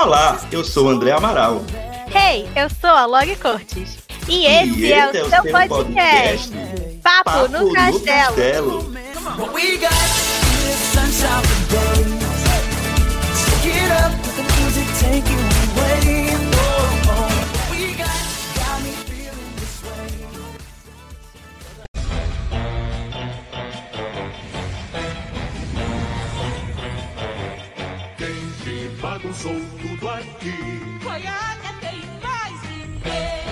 Olá, eu sou o André Amaral. Hey, eu sou a Log Cortes. E esse é o seu podcast, Papo no Castelo. Bagunçou tudo aqui. Goiânia tem mais ninguém.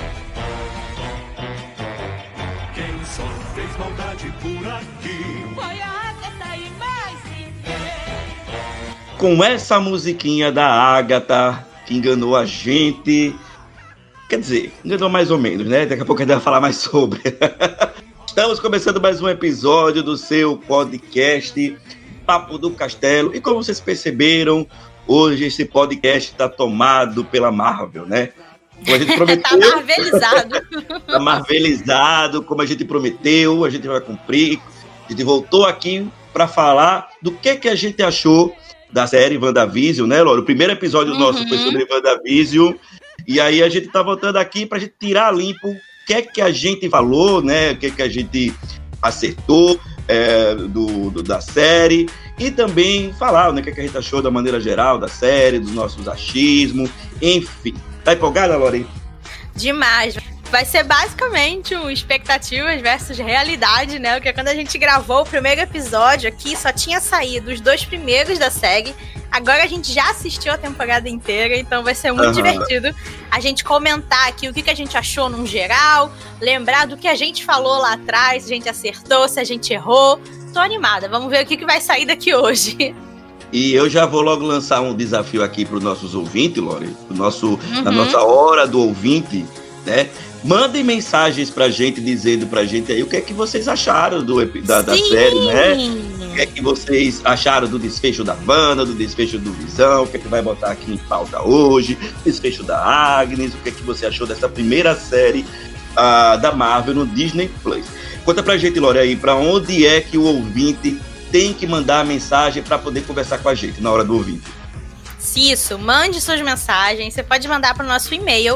Quem só fez maldade por aqui. Goiânia tem mais ninguém. Com essa musiquinha da Agatha, que enganou a gente. Quer dizer, enganou mais ou menos, né? Daqui a pouco a gente vai falar mais sobre. Estamos começando mais um episódio do seu podcast Papo do Castelo. E como vocês perceberam, hoje esse podcast está tomado pela Marvel, né? Como a gente prometeu. Tá marvelizado. Tá marvelizado, como a gente prometeu, a gente vai cumprir. A gente voltou aqui para falar do que a gente achou da série WandaVision, né, Laura? O primeiro episódio nosso foi sobre WandaVision. E aí a gente tá voltando aqui pra gente tirar limpo o que a gente falou, né? O que a gente acertou da série. E também falar, né, o que a gente achou da maneira geral da série, dos nossos achismos, enfim. Tá empolgada, Lori? Demais. Vai ser basicamente um expectativas versus realidade, né? Porque quando a gente gravou o primeiro episódio aqui, só tinha saído os 2 primeiros da série. Agora a gente já assistiu a temporada inteira, então vai ser muito divertido a gente comentar aqui o que a gente achou num geral, lembrar do que a gente falou lá atrás, se a gente acertou, se a gente errou. Tô animada, vamos ver o que vai sair daqui hoje. E eu já vou logo lançar um desafio aqui para os nossos ouvintes, Lore, na nossa hora do ouvinte, né? Mandem mensagens pra gente, dizendo pra gente aí o que é que vocês acharam da série, né? O que é que vocês acharam do desfecho da Wanda, do desfecho do Visão, o que é que vai botar aqui em pauta hoje, desfecho da Agnes, o que é que você achou dessa primeira série da Marvel no Disney Plus. Conta pra gente, Lore, aí, pra onde é que o ouvinte tem que mandar a mensagem pra poder conversar com a gente na hora do ouvinte? Isso, mande suas mensagens, você pode mandar pro nosso e-mail,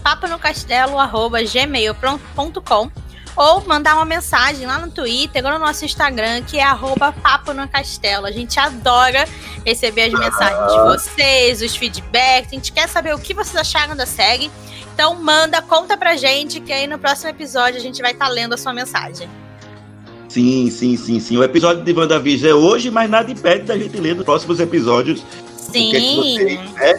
paponocastelo@gmail.com, ou mandar uma mensagem lá no Twitter ou no nosso Instagram, que é @paponocastelo. A gente adora receber as mensagens de vocês, os feedbacks, a gente quer saber o que vocês acharam da série. Então manda, conta pra gente, que aí no próximo episódio a gente vai estar lendo a sua mensagem. Sim. O episódio de WandaVision é hoje, mas nada impede da gente ler nos próximos episódios. Sim. O que é que vocês, né,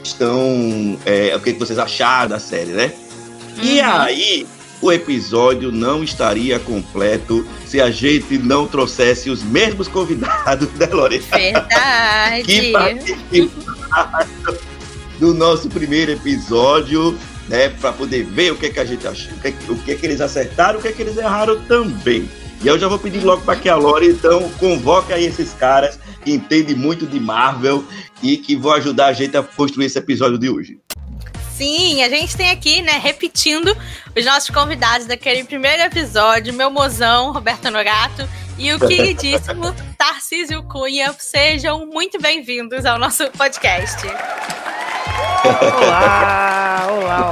o que vocês acharam da série, né? E aí, o episódio não estaria completo se a gente não trouxesse os mesmos convidados, né, Lorena? Verdade. Que participaram do nosso primeiro episódio, né? Para poder ver o que a gente achou, o que eles acertaram, o que eles erraram também. E eu já vou pedir logo para que a Lori, então, convoque aí esses caras que entendem muito de Marvel e que vão ajudar a gente a construir esse episódio de hoje. Sim, a gente tem aqui, né, repetindo os nossos convidados daquele primeiro episódio, meu mozão, Roberto Norato, e o queridíssimo Tarcísio Cunha. Sejam muito bem-vindos ao nosso podcast. Olá.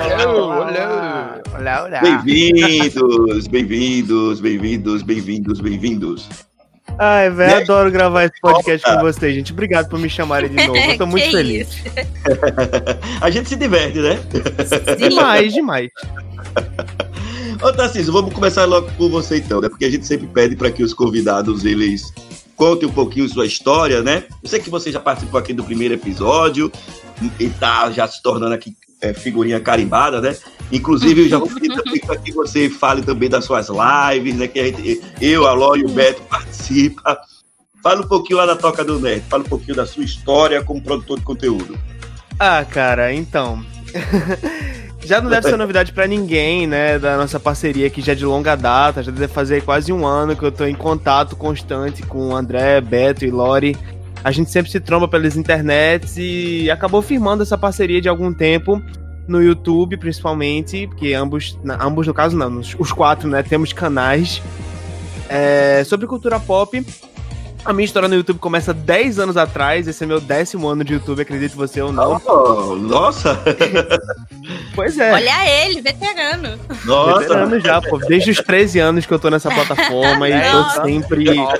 Bem-vindos. Ai, velho, adoro gravar esse podcast com vocês, gente. Obrigado por me chamarem de novo, eu tô muito feliz. A gente se diverte, né? Demais. Ô, Tarcísio, vamos começar logo por você então, né? Porque a gente sempre pede para que os convidados, eles contem um pouquinho sua história, né? Eu sei que você já participou aqui do primeiro episódio e tá já se tornando aqui figurinha carimbada, né? Inclusive, eu já vou pedir também para que você fale também das suas lives, né? Que eu, a Ló e o Beto participam. Fala um pouquinho lá da Toca do Nerd. Fala um pouquinho da sua história como produtor de conteúdo. Ah, cara, então... Já não deve ser novidade pra ninguém, né, da nossa parceria aqui já de longa data, já deve fazer quase 1 ano que eu tô em contato constante com o André, Beto e Lori. A gente sempre se tromba pelas internets e acabou firmando essa parceria de algum tempo no YouTube, principalmente, porque ambos no caso não, os 4, né, temos canais sobre cultura pop. A minha história no YouTube começa 10 anos atrás. Esse é meu 10º ano de YouTube, acredite você ou não. Oh, nossa! Pois é. Olha ele, veterano. Nossa! Veterano já, pô. Desde os 13 anos que eu tô nessa plataforma e tô sempre...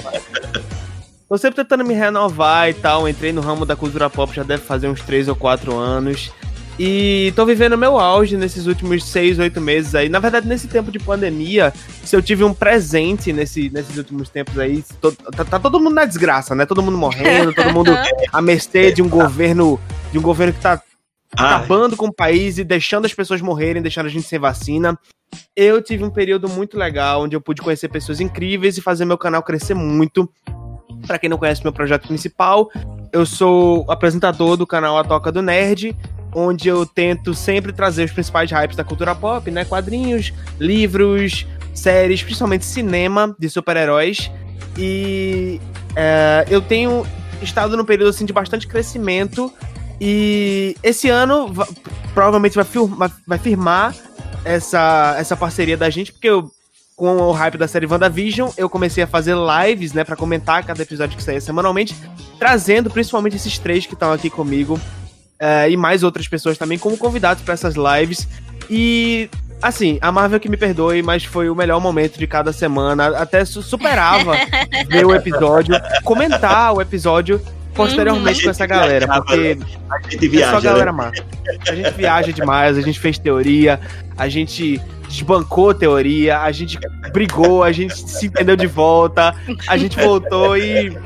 Tô sempre tentando me renovar e tal. Entrei no ramo da cultura pop já deve fazer uns 3 ou 4 anos. E tô vivendo meu auge nesses últimos 6, 8 meses aí. Na verdade, nesse tempo de pandemia, se eu tive um presente nesses últimos tempos aí, tá todo mundo na desgraça, né? Todo mundo morrendo, todo mundo à mercê de um governo que tá acabando com o país e deixando as pessoas morrerem, deixando a gente sem vacina. Eu tive um período muito legal, onde eu pude conhecer pessoas incríveis e fazer meu canal crescer muito. Pra quem não conhece meu projeto principal, eu sou apresentador do canal A Toca do Nerd, onde eu tento sempre trazer os principais hypes da cultura pop, né? Quadrinhos, livros, séries, principalmente cinema de super-heróis. E eu tenho estado num período assim, de bastante crescimento. E esse ano provavelmente vai firmar essa parceria da gente, porque com o hype da série WandaVision, eu comecei a fazer lives, né, pra comentar cada episódio que saía semanalmente, trazendo principalmente esses 3 que estão aqui comigo, e mais outras pessoas também como convidados pra essas lives. E, assim, a Marvel que me perdoe, mas foi o melhor momento de cada semana. Até superava ver o episódio, comentar o episódio posteriormente com essa galera, porque a gente viaja, é só a galera massa. A gente viaja demais, a gente fez teoria, a gente desbancou teoria, a gente brigou, a gente se entendeu de volta, a gente voltou e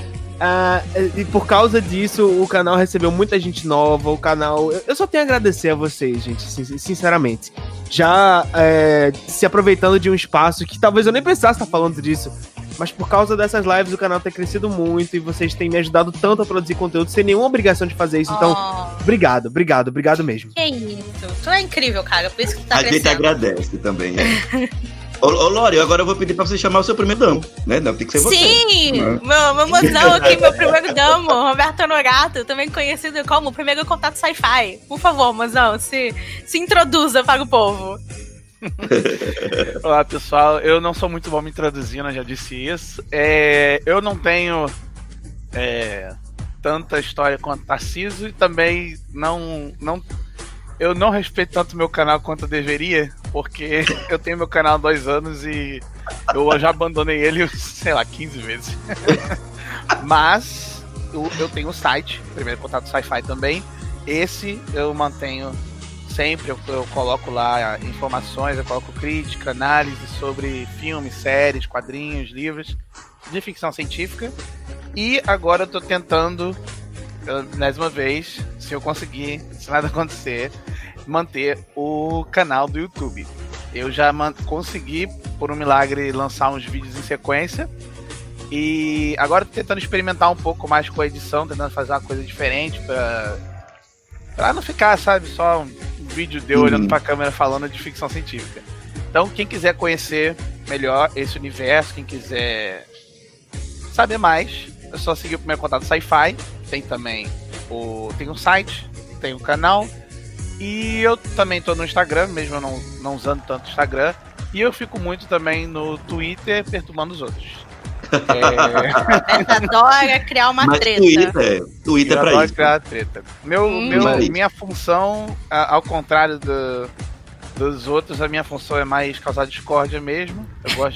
por causa disso o canal recebeu muita gente nova. O canal, eu só tenho a agradecer a vocês, gente, sinceramente. Já se aproveitando de um espaço que talvez eu nem precisasse estar falando disso, mas por causa dessas lives o canal tem crescido muito e vocês têm me ajudado tanto a produzir conteúdo sem nenhuma obrigação de fazer isso. Então, obrigado mesmo. Que isso, tu é incrível, cara, por isso que tu tá crescendo. A gente agradece também, Ô, Lore, agora eu vou pedir pra você chamar o seu primeiro damo, né? Não, tem que ser você. Sim, meu mozão aqui, meu primeiro damo, Roberto Honorato, também conhecido como o primeiro contato sci-fi. Por favor, mozão, se introduza para o povo. Olá, pessoal, eu não sou muito bom me introduzindo, eu já disse isso. Eu não tenho tanta história quanto Tarcísio e também eu não respeito tanto meu canal quanto eu deveria, porque eu tenho meu canal há 2 anos e eu já abandonei ele, sei lá, 15 vezes. Mas eu tenho o site, Primeiro Contato Sci-Fi também. Esse eu mantenho sempre, eu coloco lá informações, eu coloco crítica, análise sobre filmes, séries, quadrinhos, livros de ficção científica. E agora eu tô tentando, pela 10ª vez, se eu conseguir, se nada acontecer, manter o canal do YouTube. Eu já consegui, por um milagre, lançar uns vídeos em sequência. E agora tô tentando experimentar um pouco mais com a edição, tentando fazer uma coisa diferente pra não ficar, sabe, só um vídeo de eu olhando pra câmera falando de ficção científica. Então, quem quiser conhecer melhor esse universo, quem quiser saber mais, é só seguir o Primeiro Contato Sci-Fi. Tem também tem um site, tem um canal. E eu também tô no Instagram, mesmo eu não usando tanto o Instagram. E eu fico muito também no Twitter, perturbando os outros. Adora criar uma treta. Twitter é pra isso. Criar treta. Minha função, ao contrário dos outros, a minha função é mais causar discórdia mesmo. Eu gosto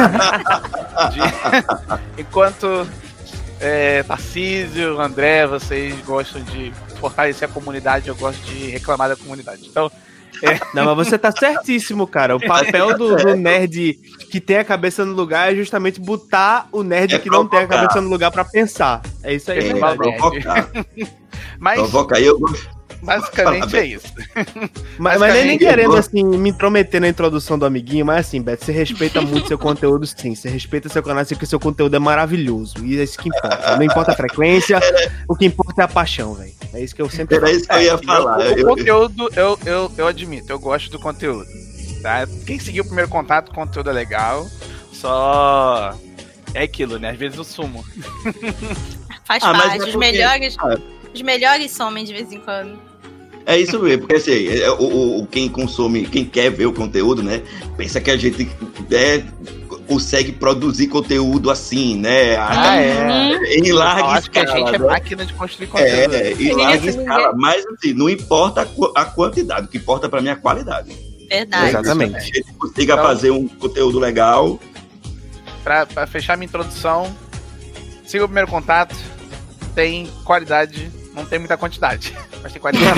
enquanto Tarcísio, André, vocês gostam de fortalecer a comunidade, eu gosto de reclamar da comunidade. Então, Não, mas você tá certíssimo, cara. O papel do nerd que tem a cabeça no lugar é justamente botar o nerd que não tem a cabeça no lugar pra pensar. É isso aí. Provocar. Mas basicamente é isso. Mas nem querendo, assim, me intrometer na introdução do amiguinho, mas assim, Beto, você respeita muito seu conteúdo, sim. Você respeita seu canal, porque seu conteúdo é maravilhoso. E é isso que importa. Não importa a frequência, o que importa é a paixão, velho. É isso que eu sempre falo. Era isso que eu ia falar. O conteúdo, eu admito, eu gosto do conteúdo. Tá? Quem seguiu o Primeiro Contato, o conteúdo é legal. Só é aquilo, né? Às vezes eu sumo. Faz parte. Os melhores somem de vez em quando. É isso mesmo, porque assim, quem consome, quem quer ver o conteúdo, né, pensa que a gente consegue produzir conteúdo assim, né? Em larga Eu acho que a escala. gente é né? máquina de construir conteúdo. Em larga escala. Mas assim, não importa a quantidade, o que importa pra mim é a qualidade. Verdade. Exatamente. Se a gente consiga Então- fazer um conteúdo legal. Pra fechar minha introdução, siga o primeiro contato. Tem qualidade, não tem muita quantidade, mas tem qualidade.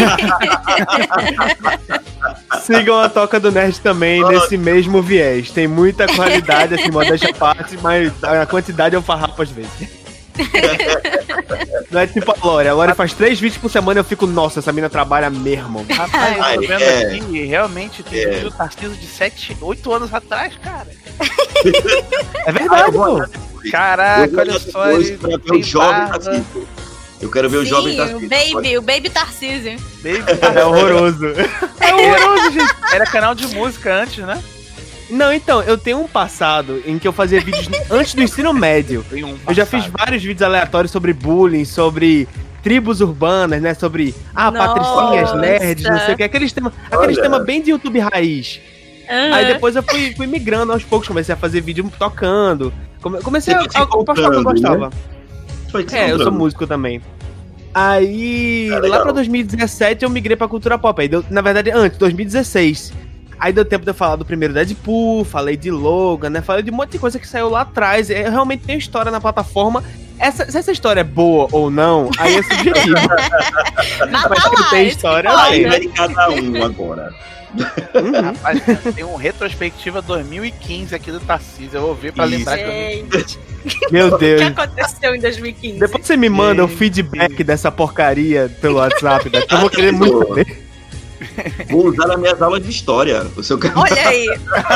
Sigam a Toca do Nerd também nesse mesmo viés. Tem muita qualidade, assim, modéstia à parte, mas a quantidade é um farrapo às vezes. Não é tipo a Lore. A Lore faz 3 vídeos por semana e eu fico, nossa, essa mina trabalha mesmo. Rapaz, eu tô vendo É. aqui, realmente tem vídeo do Tarcísio de 8 anos atrás, cara. É verdade, pô. Caraca, olha só, depois ele pra ver tem o jovem barba. Tarcísio. Eu quero ver o jovem Sim, Tarcísio. o Baby Tarcísio. É horroroso. É horroroso, gente. Era canal de música antes, né? Não, então, eu tenho um passado em que eu fazia vídeos antes do ensino médio. Tem um Eu já fiz passado. vários vídeos aleatórios sobre bullying, sobre tribos urbanas, né? Sobre, Nossa. patricinhas, nerds, não sei o que. Aqueles Olha. temas bem de YouTube raiz. Aí depois eu fui migrando aos poucos, comecei a fazer vídeo tocando. Comecei Você a foi se postar o que eu encontrando, gostava. Foi que É, eu sou lembrando. músico também. Aí, Tá lá legal. pra 2017, eu migrei pra cultura pop. Aí deu, na verdade, antes, 2016. Aí deu tempo de eu falar do primeiro Deadpool, falei de Logan, né? Falei de um monte de coisa que saiu lá atrás. Eu realmente tenho história na plataforma. Se essa história é boa ou não, aí é subjetivo. Mas Mas tá que lá, tem isso história, que eu importa. sei. Aí vai de cada um agora. Rapaz, tem um retrospectiva 2015 aqui do Tarcísio. Eu vou ver pra Isso. lembrar que eu Gente, Meu o que Deus. aconteceu em 2015? Depois você me manda o feedback dessa porcaria pelo WhatsApp, né? Que eu vou querer muito saber. Vou usar nas minhas aulas de história. O seu canal. Olha aí.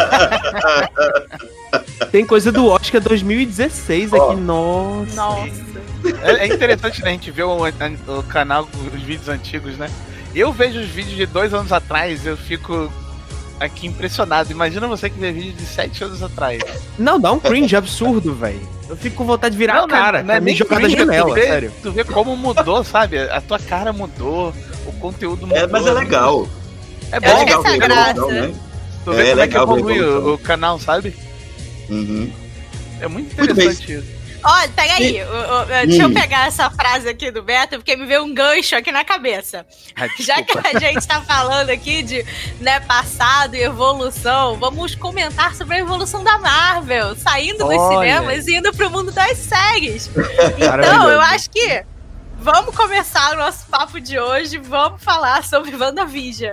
Tem coisa do Oscar 2016 aqui, Ó. nossa. Nossa. É interessante, né, a gente ver o canal, os vídeos antigos, né? Eu vejo os vídeos de 2 anos atrás, eu fico aqui impressionado. Imagina você que vê vídeo de 7 anos atrás. Não, dá um cringe absurdo, velho. Eu fico com vontade de virar a cara, não é me nem jogar da cringe, janela, sério. Tu vê como mudou, sabe? A tua cara mudou, o conteúdo mudou. É, mas é legal. É Eu bom, acho que legal essa é a ver a graça. evolução, né? tu vê é como é que legal ver a evolui evolução. o canal, sabe? Uhum. É muito Muito bem. interessante isso. Olha, peraí. Deixa eu pegar essa frase aqui do Beto, porque me veio um gancho aqui na cabeça. Ah, Já que desculpa. a gente tá falando aqui de, né, passado e evolução, vamos comentar sobre a evolução da Marvel, saindo dos Olha. cinemas e indo pro mundo das séries. Então, Maravilhoso. eu acho que vamos começar o nosso papo de hoje, vamos falar sobre WandaVision.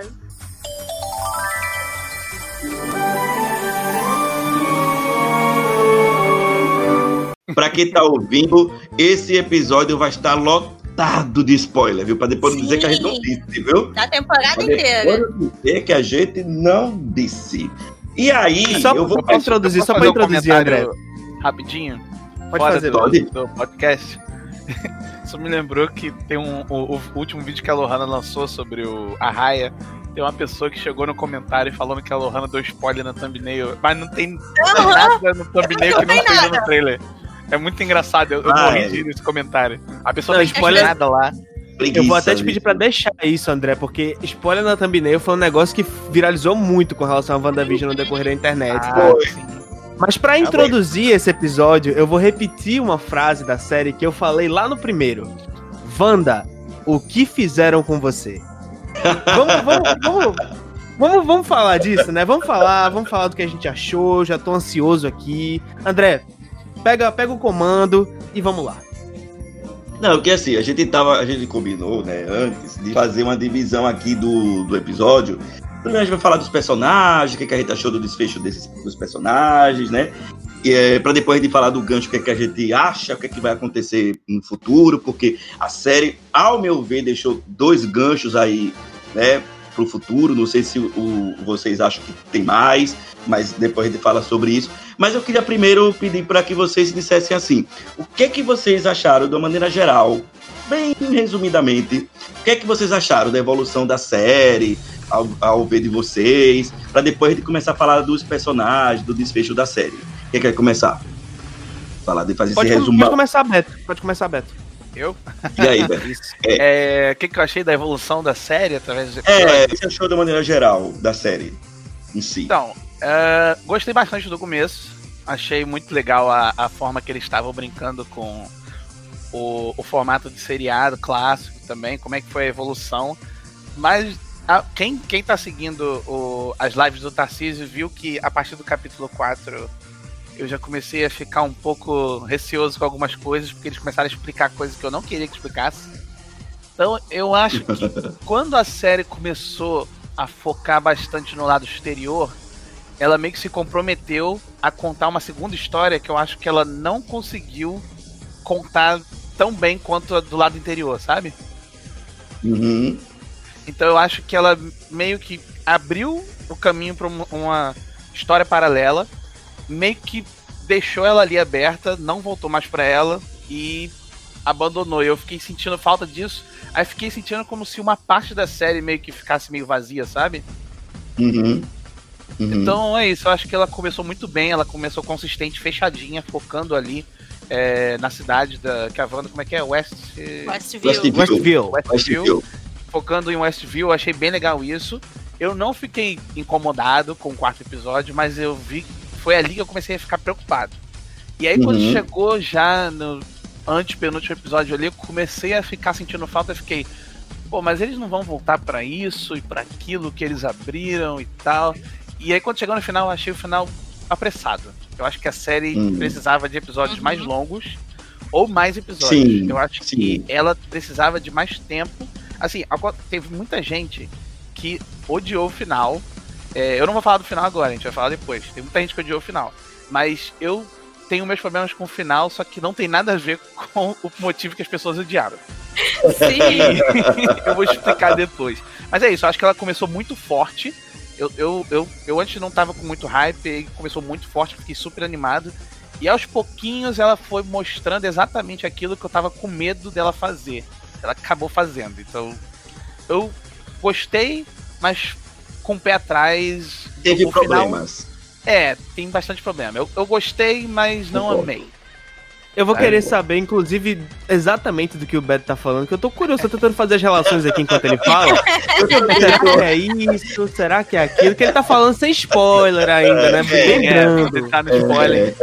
Pra quem tá ouvindo, esse episódio vai estar lotado de spoiler, viu? Pra depois não dizer que a gente não Sim. disse, viu? Da temporada Pra inteira. depois não dizer que a gente não disse. E aí, Só eu vou pra introduzir, Posso só pra fazer um introduzir, André. comentário rapidinho? Pode Fora fazer, do, pode. do podcast. Isso me lembrou que tem o último vídeo que a Lohana lançou sobre a Raya. Tem uma pessoa que chegou no comentário falando que a Lohana deu spoiler na thumbnail, mas não tem nada no thumbnail que não tem esteja nada. no trailer. É muito engraçado, eu Ah, morri é. de rir nesse comentário. A pessoa Não, não tem spoiler- nada lá. preguiça, Eu vou até te né? pedir pra deixar isso, André, porque spoiler na thumbnail foi um negócio que viralizou muito com relação a WandaVision no decorrer da internet. Ah, Foi. sim. Mas pra introduzir esse episódio, eu vou repetir uma frase da série que eu falei lá no primeiro. Wanda, o que fizeram com você? Vamos falar disso, né? Vamos falar do que a gente achou, já tô ansioso aqui. André, pega o comando e vamos lá. Não, porque assim, a gente combinou, né, antes de fazer uma divisão aqui do episódio. Primeiro a gente vai falar dos personagens, o que a gente achou do desfecho dos personagens, né? Pra depois a gente falar do gancho, o que a gente acha, o que vai acontecer no futuro, porque a série, ao meu ver, deixou 2 ganchos aí, né, pro futuro. Não sei se vocês acham que tem mais, mas depois a gente fala sobre isso. Mas eu queria primeiro pedir para que vocês dissessem assim, o que vocês acharam, de uma maneira geral, bem resumidamente, o que vocês acharam da evolução da série, ao ver de vocês, para depois a gente começar a falar dos personagens, do desfecho da série. Quem quer começar? Fazer esse Pode resumão. começar, Beto. Eu? E aí, Beto? O que eu achei da evolução da série através dos episódios? O que você achou de maneira geral da série em si? Então, gostei bastante do começo. achei muito legal a forma que eles estavam brincando com o formato de seriado clássico também, como é que foi a evolução. Mas quem tá seguindo as lives do Tarcísio viu que a partir do capítulo 4 eu já comecei a ficar um pouco receoso com algumas coisas, porque eles começaram a explicar coisas que eu não queria que explicasse. Então eu acho que quando a série começou a focar bastante no lado exterior, ela meio que se comprometeu a contar uma segunda história que eu acho que ela não conseguiu contar tão bem quanto a do lado interior, sabe? Uhum. Então eu acho que ela meio que abriu o caminho para uma história paralela, meio que deixou ela ali aberta, não voltou mais para ela e abandonou. Eu fiquei sentindo falta disso, aí fiquei sentindo como se uma parte da série meio que ficasse meio vazia, sabe? Uhum. Uhum. Então é isso, eu acho que ela começou muito bem, ela começou consistente, fechadinha, focando ali na cidade que a Wanda, como é que é? Westview. Focando em Westview, eu achei bem legal isso. Eu não fiquei incomodado com o 4º episódio, mas eu vi, foi ali que eu comecei a ficar preocupado. E aí quando chegou já no antepenúltimo episódio ali, eu comecei a ficar sentindo falta, eu fiquei, pô, mas eles não vão voltar pra isso e pra aquilo que eles abriram e tal. E aí quando chegou no final, eu achei o final apressado. Eu acho que a série precisava de episódios mais longos ou mais episódios. Sim, eu acho que ela precisava de mais tempo. Assim, teve muita gente que odiou o final. Eu não vou falar do final agora, a gente vai falar depois. Tem muita gente que odiou o final. Mas eu tenho meus problemas com o final, só que não tem nada a ver com o motivo que as pessoas odiaram. Sim. Eu vou explicar depois. Mas é isso, eu acho que ela começou muito forte. Eu antes não tava com muito hype, e começou muito forte, fiquei super animado. E aos pouquinhos ela foi mostrando exatamente aquilo que eu tava com medo dela fazer. Ela acabou fazendo. Então, eu gostei, mas com o pé atrás. Teve problemas. Final, tem bastante problema. Eu gostei, mas não amei. Eu vou querer saber, inclusive, exatamente do que o Beto tá falando, que eu tô curioso, tô tentando fazer as relações aqui enquanto ele fala. Será que é isso? Será que é aquilo? Que ele tá falando sem spoiler ainda, né? Lembrando. Tá no spoiler.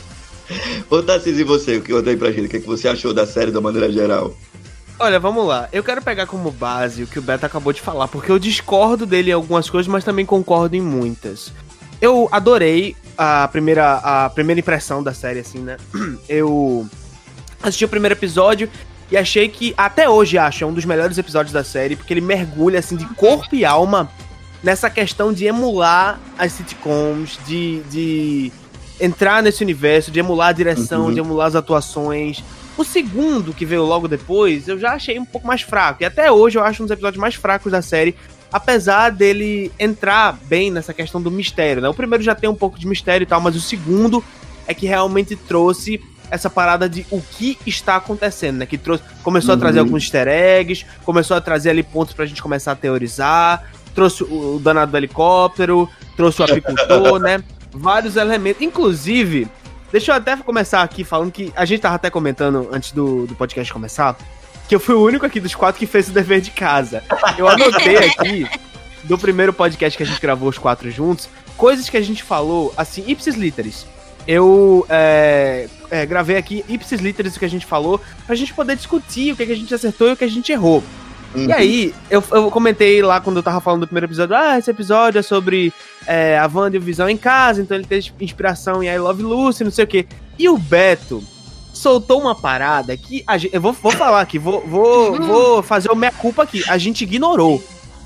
Ô, Tarcísio, e você? O que conta aí pra gente? O que você achou da série de uma maneira geral? Olha, vamos lá. Eu quero pegar como base o que o Beto acabou de falar, porque eu discordo dele em algumas coisas, mas também concordo em muitas. Eu adorei a primeira impressão da série, assim, né? Eu assisti o primeiro episódio e achei que, até hoje acho, é um dos melhores episódios da série, porque ele mergulha, assim, de corpo e alma nessa questão de emular as sitcoms, de entrar nesse universo, de emular a direção, de emular as atuações. O segundo, que veio logo depois, eu já achei um pouco mais fraco. E até hoje eu acho um dos episódios mais fracos da série, apesar dele entrar bem nessa questão do mistério, né? O primeiro já tem um pouco de mistério e tal, mas o segundo é que realmente trouxe essa parada de o que está acontecendo, né? Que começou a trazer alguns easter eggs, começou a trazer ali pontos pra gente começar a teorizar, trouxe o danado do helicóptero, trouxe o apicultor, né? Vários elementos. Inclusive, deixa eu até começar aqui falando que a gente tava até comentando antes do podcast começar, que eu fui o único aqui dos 4 que fez o dever de casa. Eu anotei aqui, do primeiro podcast que a gente gravou os 4 juntos, coisas que a gente falou, assim, ipsis literis. Eu gravei aqui ipsis literis o que a gente falou, pra gente poder discutir o que a gente acertou e o que a gente errou. E aí, eu comentei lá quando eu tava falando do primeiro episódio, esse episódio é sobre a Wanda e o Visão em casa, então ele teve inspiração em I Love Lucy, não sei o quê. E o Beto soltou uma parada que eu vou falar aqui, vou fazer o meia-culpa aqui. A gente ignorou.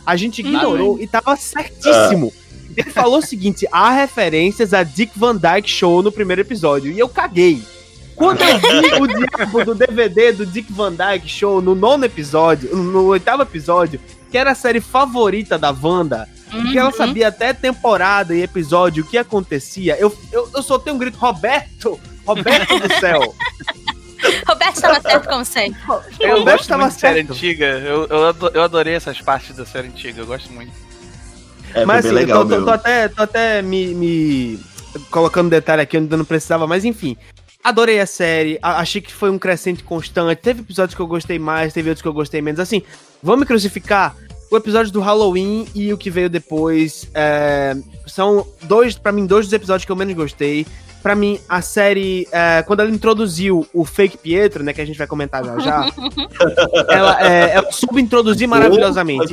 E tava certíssimo. Ele falou o seguinte: há referências a Dick Van Dyke Show no primeiro episódio. E eu caguei. Quando eu vi o diabo do DVD do Dick Van Dyke Show no 9º episódio, no 8º episódio, que era a série favorita da Wanda, porque ela sabia até temporada e episódio o que acontecia, eu soltei um grito: Roberto do céu! Roberto estava certo como sempre. Eu gosto muito de série antiga. Eu adorei essas partes da série antiga. Eu gosto muito. Mas assim, legal, eu tô até me colocando detalhe aqui onde eu não precisava, mas enfim. Adorei a série, achei que foi um crescente constante. Teve episódios que eu gostei mais, teve outros que eu gostei menos. Assim, vamos me crucificar. O episódio do Halloween e o que veio depois são dois dos episódios que eu menos gostei. pra mim, a série, quando ela introduziu o Fake Pietro, né, que a gente vai comentar já, ela soube introduzir maravilhosamente.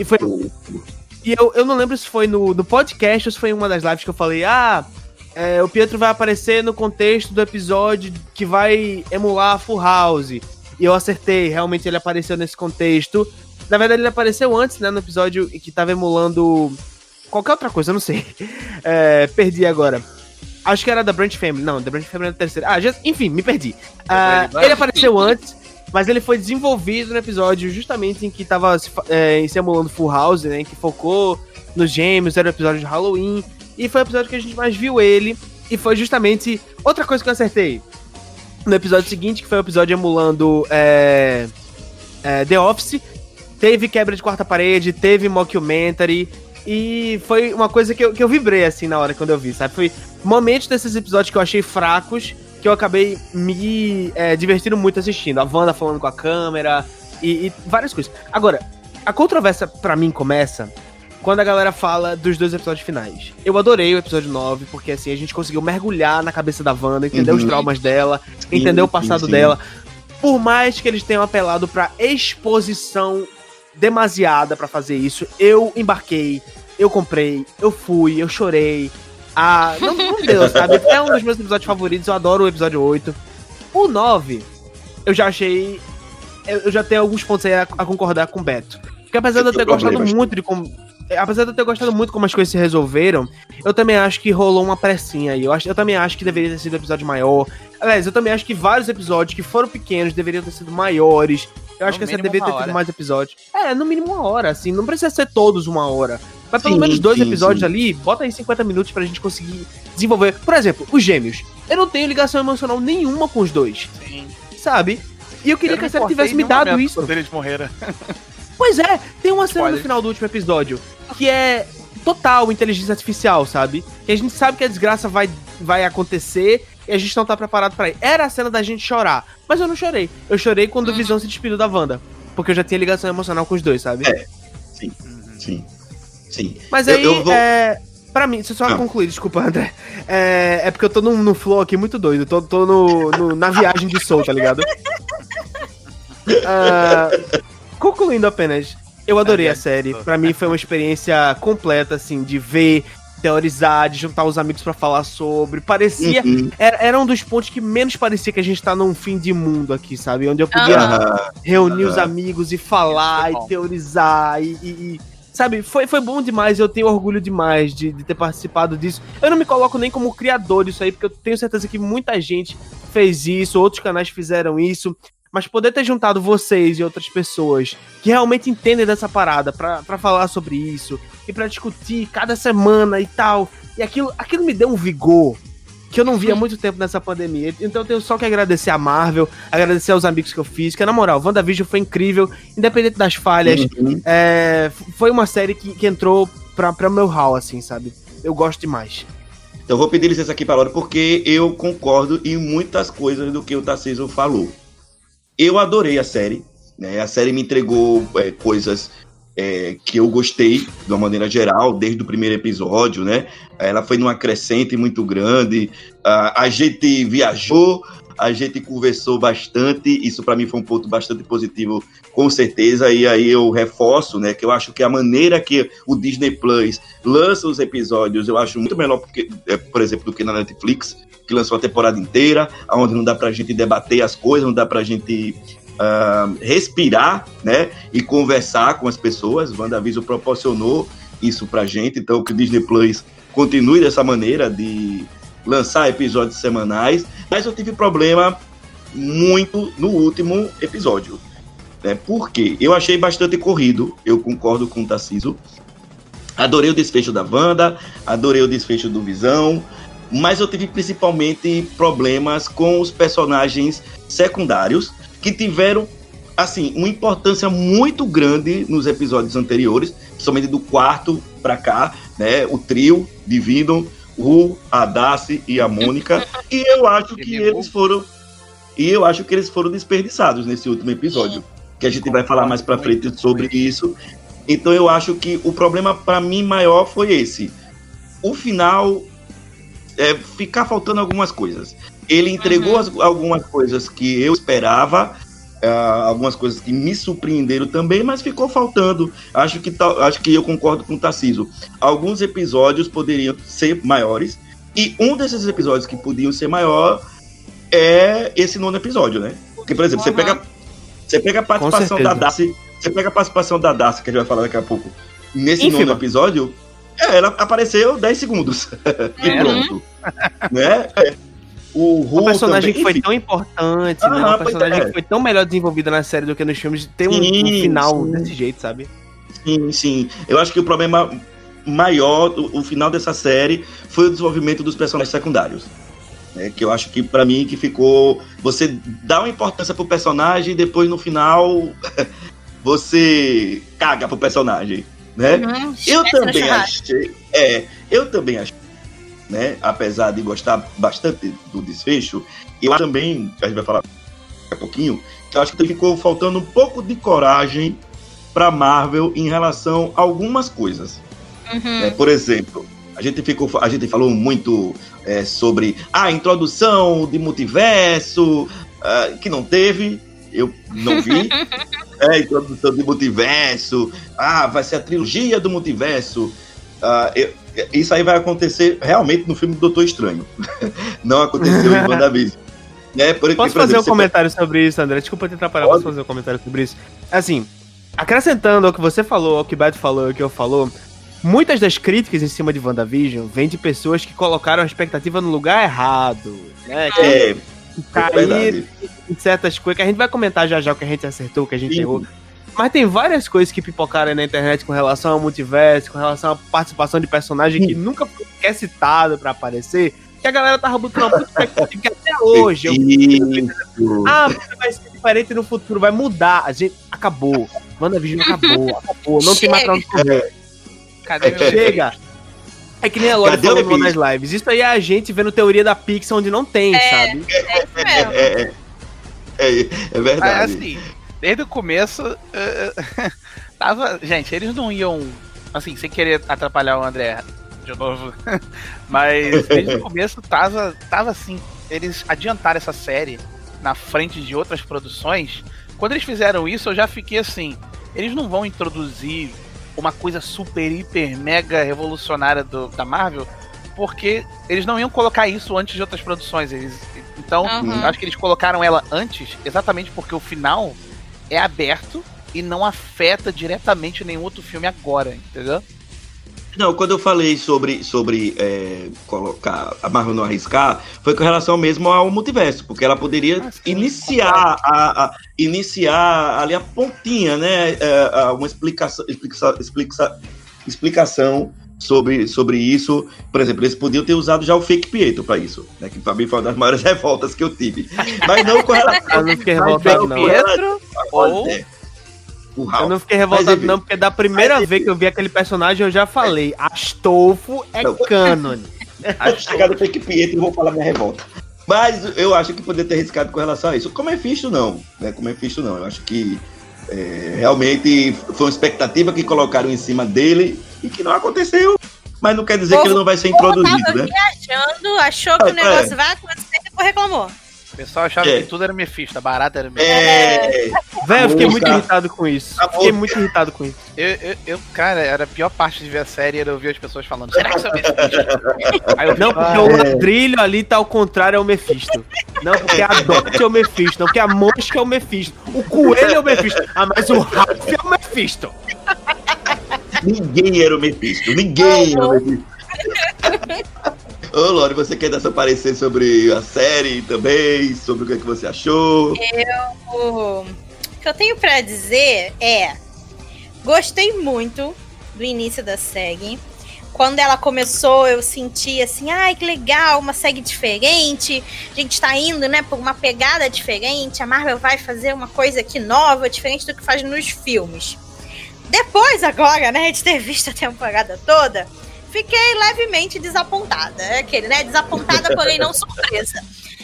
E eu não lembro se foi no podcast ou se foi em uma das lives que eu falei, o Pietro vai aparecer no contexto do episódio que vai emular a Full House. E eu acertei, realmente ele apareceu nesse contexto. Na verdade, ele apareceu antes, né, no episódio que tava emulando qualquer outra coisa, eu não sei. Perdi agora. Acho que era da Branch Family. Não, da Branch Family era a terceira. Enfim, me perdi. Ele apareceu antes, mas ele foi desenvolvido no episódio justamente em que tava se emulando Full House, né, que focou nos gêmeos, era o episódio de Halloween. E foi o episódio que a gente mais viu ele. E foi justamente outra coisa que eu acertei. No episódio seguinte, que foi o episódio emulando The Office. Teve quebra de quarta parede, teve mockumentary. E foi uma coisa que eu vibrei, assim, na hora quando eu vi, sabe? Foi momentos desses episódios que eu achei fracos, que eu acabei me divertindo muito assistindo. A Wanda falando com a câmera e várias coisas. Agora, a controvérsia pra mim começa quando a galera fala dos 2 episódios finais. Eu adorei o episódio 9, porque assim, a gente conseguiu mergulhar na cabeça da Wanda, entender os traumas dela, entender o passado dela. Por mais que eles tenham apelado pra exposição demasiada pra fazer isso, eu embarquei, eu comprei, eu fui, eu chorei. Não deu, sabe? É um dos meus episódios favoritos, eu adoro o episódio 8. O 9, eu já achei... Eu já tenho alguns pontos aí a concordar com o Beto. Porque apesar de eu ter gostado muito de como... Apesar de eu ter gostado muito como as coisas se resolveram, eu também acho que rolou uma pressinha aí. Eu também acho que deveria ter sido um episódio maior. Aliás, eu também acho que vários episódios que foram pequenos deveriam ter sido maiores. Eu acho que essa deveria ter tido mais episódios. No mínimo 1 hora, assim. Não precisa ser todos 1 hora. Mas pelo menos 2 episódios ali, bota aí 50 minutos pra gente conseguir desenvolver. Por exemplo, os gêmeos. Eu não tenho ligação emocional nenhuma com os 2. Sim. Sabe? E eu queria que a série tivesse me dado isso. Quando eles morreram. Pois é, tem uma cena no final do último episódio que é total inteligência artificial, sabe? Que a gente sabe que a desgraça vai acontecer e a gente não tá preparado pra ir. Era a cena da gente chorar, mas eu não chorei. Eu chorei quando o Visão se despediu da Wanda, porque eu já tinha ligação emocional com os 2, sabe? Sim. Mas aí, pra mim, se eu só concluir, desculpa, André. É porque eu tô num flow aqui muito doido. Tô na viagem de Soul, tá ligado? Concluindo apenas, eu adorei a série. Pra mim foi uma experiência completa, assim, de ver, teorizar, de juntar os amigos pra falar sobre. Parecia... Era um dos pontos que menos parecia que a gente tá num fim de mundo aqui, sabe? Onde eu podia reunir os amigos e falar, e teorizar, sabe? Foi bom demais, eu tenho orgulho demais de ter participado disso. Eu não me coloco nem como criador disso aí, porque eu tenho certeza que muita gente fez isso, outros canais fizeram isso. Mas poder ter juntado vocês e outras pessoas que realmente entendem dessa parada pra falar sobre isso e pra discutir cada semana e tal. E aquilo me deu um vigor que eu não via há muito tempo nessa pandemia. Então eu tenho só que agradecer a Marvel, agradecer aos amigos que eu fiz, que na moral, WandaVision foi incrível, independente das falhas. Foi uma série que entrou pra meu hall, assim, sabe? Eu gosto demais. Então eu vou pedir licença aqui pra Laura, porque eu concordo em muitas coisas do que o Tarcísio falou. Eu adorei a série, né? A série me entregou coisas que eu gostei, de uma maneira geral, desde o primeiro episódio, né? Ela foi numa crescente muito grande, a gente viajou, a gente conversou bastante, isso para mim foi um ponto bastante positivo, com certeza, e aí eu reforço, né, que eu acho que a maneira que o Disney Plus lança os episódios, eu acho muito melhor, porque, por exemplo, do que na Netflix, que lançou a temporada inteira, onde não dá pra gente debater as coisas, não dá pra gente respirar, né, e conversar com as pessoas. O WandaVision proporcionou isso pra gente, então que o Disney Plus continue dessa maneira de lançar episódios semanais, mas eu tive problema muito no último episódio, né, porque eu achei bastante corrido, eu concordo com o Tarcísio, adorei o desfecho da Wanda, adorei o desfecho do Visão, mas eu tive principalmente problemas com os personagens secundários, que tiveram, assim, uma importância muito grande nos episódios anteriores, principalmente do 4 pra cá, né, o trio de Whedon, a Darcy e a Mônica, e eu acho que eles foram desperdiçados nesse último episódio, que a gente vai falar mais pra frente sobre isso. Então eu acho que o problema pra mim maior foi esse. O final ficar faltando algumas coisas. Ele entregou algumas coisas que eu esperava, algumas coisas que me surpreenderam também, mas ficou faltando. Acho que eu concordo com o Tarcísio. Alguns episódios poderiam ser maiores, e um desses episódios que podiam ser maior é esse 9º episódio, né? Porque, por exemplo, você pega a participação da Darcy, que a gente vai falar daqui a pouco, nesse 9º episódio, ela apareceu 10 segundos. E pronto. Né? O personagem que foi tão importante, né? Uma personagem que foi tão melhor desenvolvida na série do que nos filmes, ter um final desse jeito, sabe? Sim. Eu acho que o problema maior, o final dessa série, foi o desenvolvimento dos personagens secundários. Que eu acho que, pra mim, que ficou... Você dá uma importância pro personagem e depois, no final, você caga pro personagem, né? Eu também achei, né? Apesar de gostar bastante do desfecho, eu também, a gente vai falar daqui a pouquinho, que eu acho que ficou faltando um pouco de coragem pra Marvel em relação a algumas coisas. Por exemplo, a gente falou muito sobre a introdução de multiverso, que não teve, eu não vi. Introdução de multiverso, vai ser a trilogia do multiverso. Isso aí vai acontecer realmente no filme do Doutor Estranho. Não aconteceu em WandaVision. Posso fazer um comentário sobre isso, André? Desculpa te atrapalhar, posso fazer um comentário sobre isso? Assim, acrescentando ao que você falou, ao que o Beto falou, ao que eu falou, muitas das críticas em cima de WandaVision vêm de pessoas que colocaram a expectativa no lugar errado, né? Que cair em certas coisas, que a gente vai comentar já o que a gente acertou, o que a gente errou. Mas tem várias coisas que pipocaram aí na internet com relação ao multiverso, com relação à participação de personagem que nunca foi sequer citado pra aparecer, que a galera tava botando muito expectativa, que até hoje mas vai ser diferente no futuro, vai mudar. A gente acabou. WandaVision acabou. Não tem mais pra onde correr. Chega. É que nem a Lore falou nas lives. Isso aí é a gente vendo teoria da Pixar onde não tem, sabe? É verdade. Assim, desde o começo, gente, eles não iam, assim, sem querer atrapalhar o André de novo, mas desde o começo tava assim, eles adiantaram essa série na frente de outras produções. Quando eles fizeram isso, eu já fiquei assim, eles não vão introduzir uma coisa super, hiper, mega revolucionária da Marvel, porque eles não iam colocar isso antes de outras produções. Então, eu acho que eles colocaram ela antes, exatamente porque o final é aberto e não afeta diretamente nenhum outro filme agora, entendeu? Não, quando eu falei sobre colocar a Marvel não arriscar, foi com relação mesmo ao multiverso, porque ela poderia iniciar ali a pontinha, né? Uma explicação sobre isso. Por exemplo, eles podiam ter usado já o fake Pietro para isso, né? Que para mim foi uma das maiores revoltas que eu tive. Mas não com relação eu não fiquei revoltado, não. Pietro ou... Eu não fiquei revoltado não, porque da primeira vez que eu vi aquele personagem eu já falei, Astolfo é canon. Acho que chegar no fake Pietro e vou falar minha revolta. Mas eu acho que poderia ter arriscado com relação a isso. Como é Mephisto, não. Eu acho que realmente foi uma expectativa que colocaram em cima dele e que não aconteceu. Mas não quer dizer que ele não vai ser introduzido, né? Viajando, achou que o negócio vai acontecer e depois reclamou. O pessoal achava que tudo era Mephisto, a barata era Mephisto. Velho, eu fiquei muito irritado com isso. Cara, era a pior parte de ver a série, era ouvir as pessoas falando, será que isso é Mephisto? Aí não, porque o ladrilho ali tá ao contrário, é o Mephisto. Não, porque a Dot é o Mephisto. Não, porque a mosca é o Mephisto. O coelho é o Mephisto. Mas o Ralph é o Mephisto. Ninguém era o Mephisto. Ô, Lore, você quer dar seu parecer sobre a série também? Sobre o que você achou? O que eu tenho pra dizer gostei muito do início da SEG. Quando ela começou, eu senti assim, que legal, uma SEG diferente. A gente tá indo, né, por uma pegada diferente. A Marvel vai fazer uma coisa aqui nova, diferente do que faz nos filmes. Depois, agora, né, de ter visto a temporada toda, fiquei levemente desapontada. Aquele, né? Desapontada, porém não surpresa.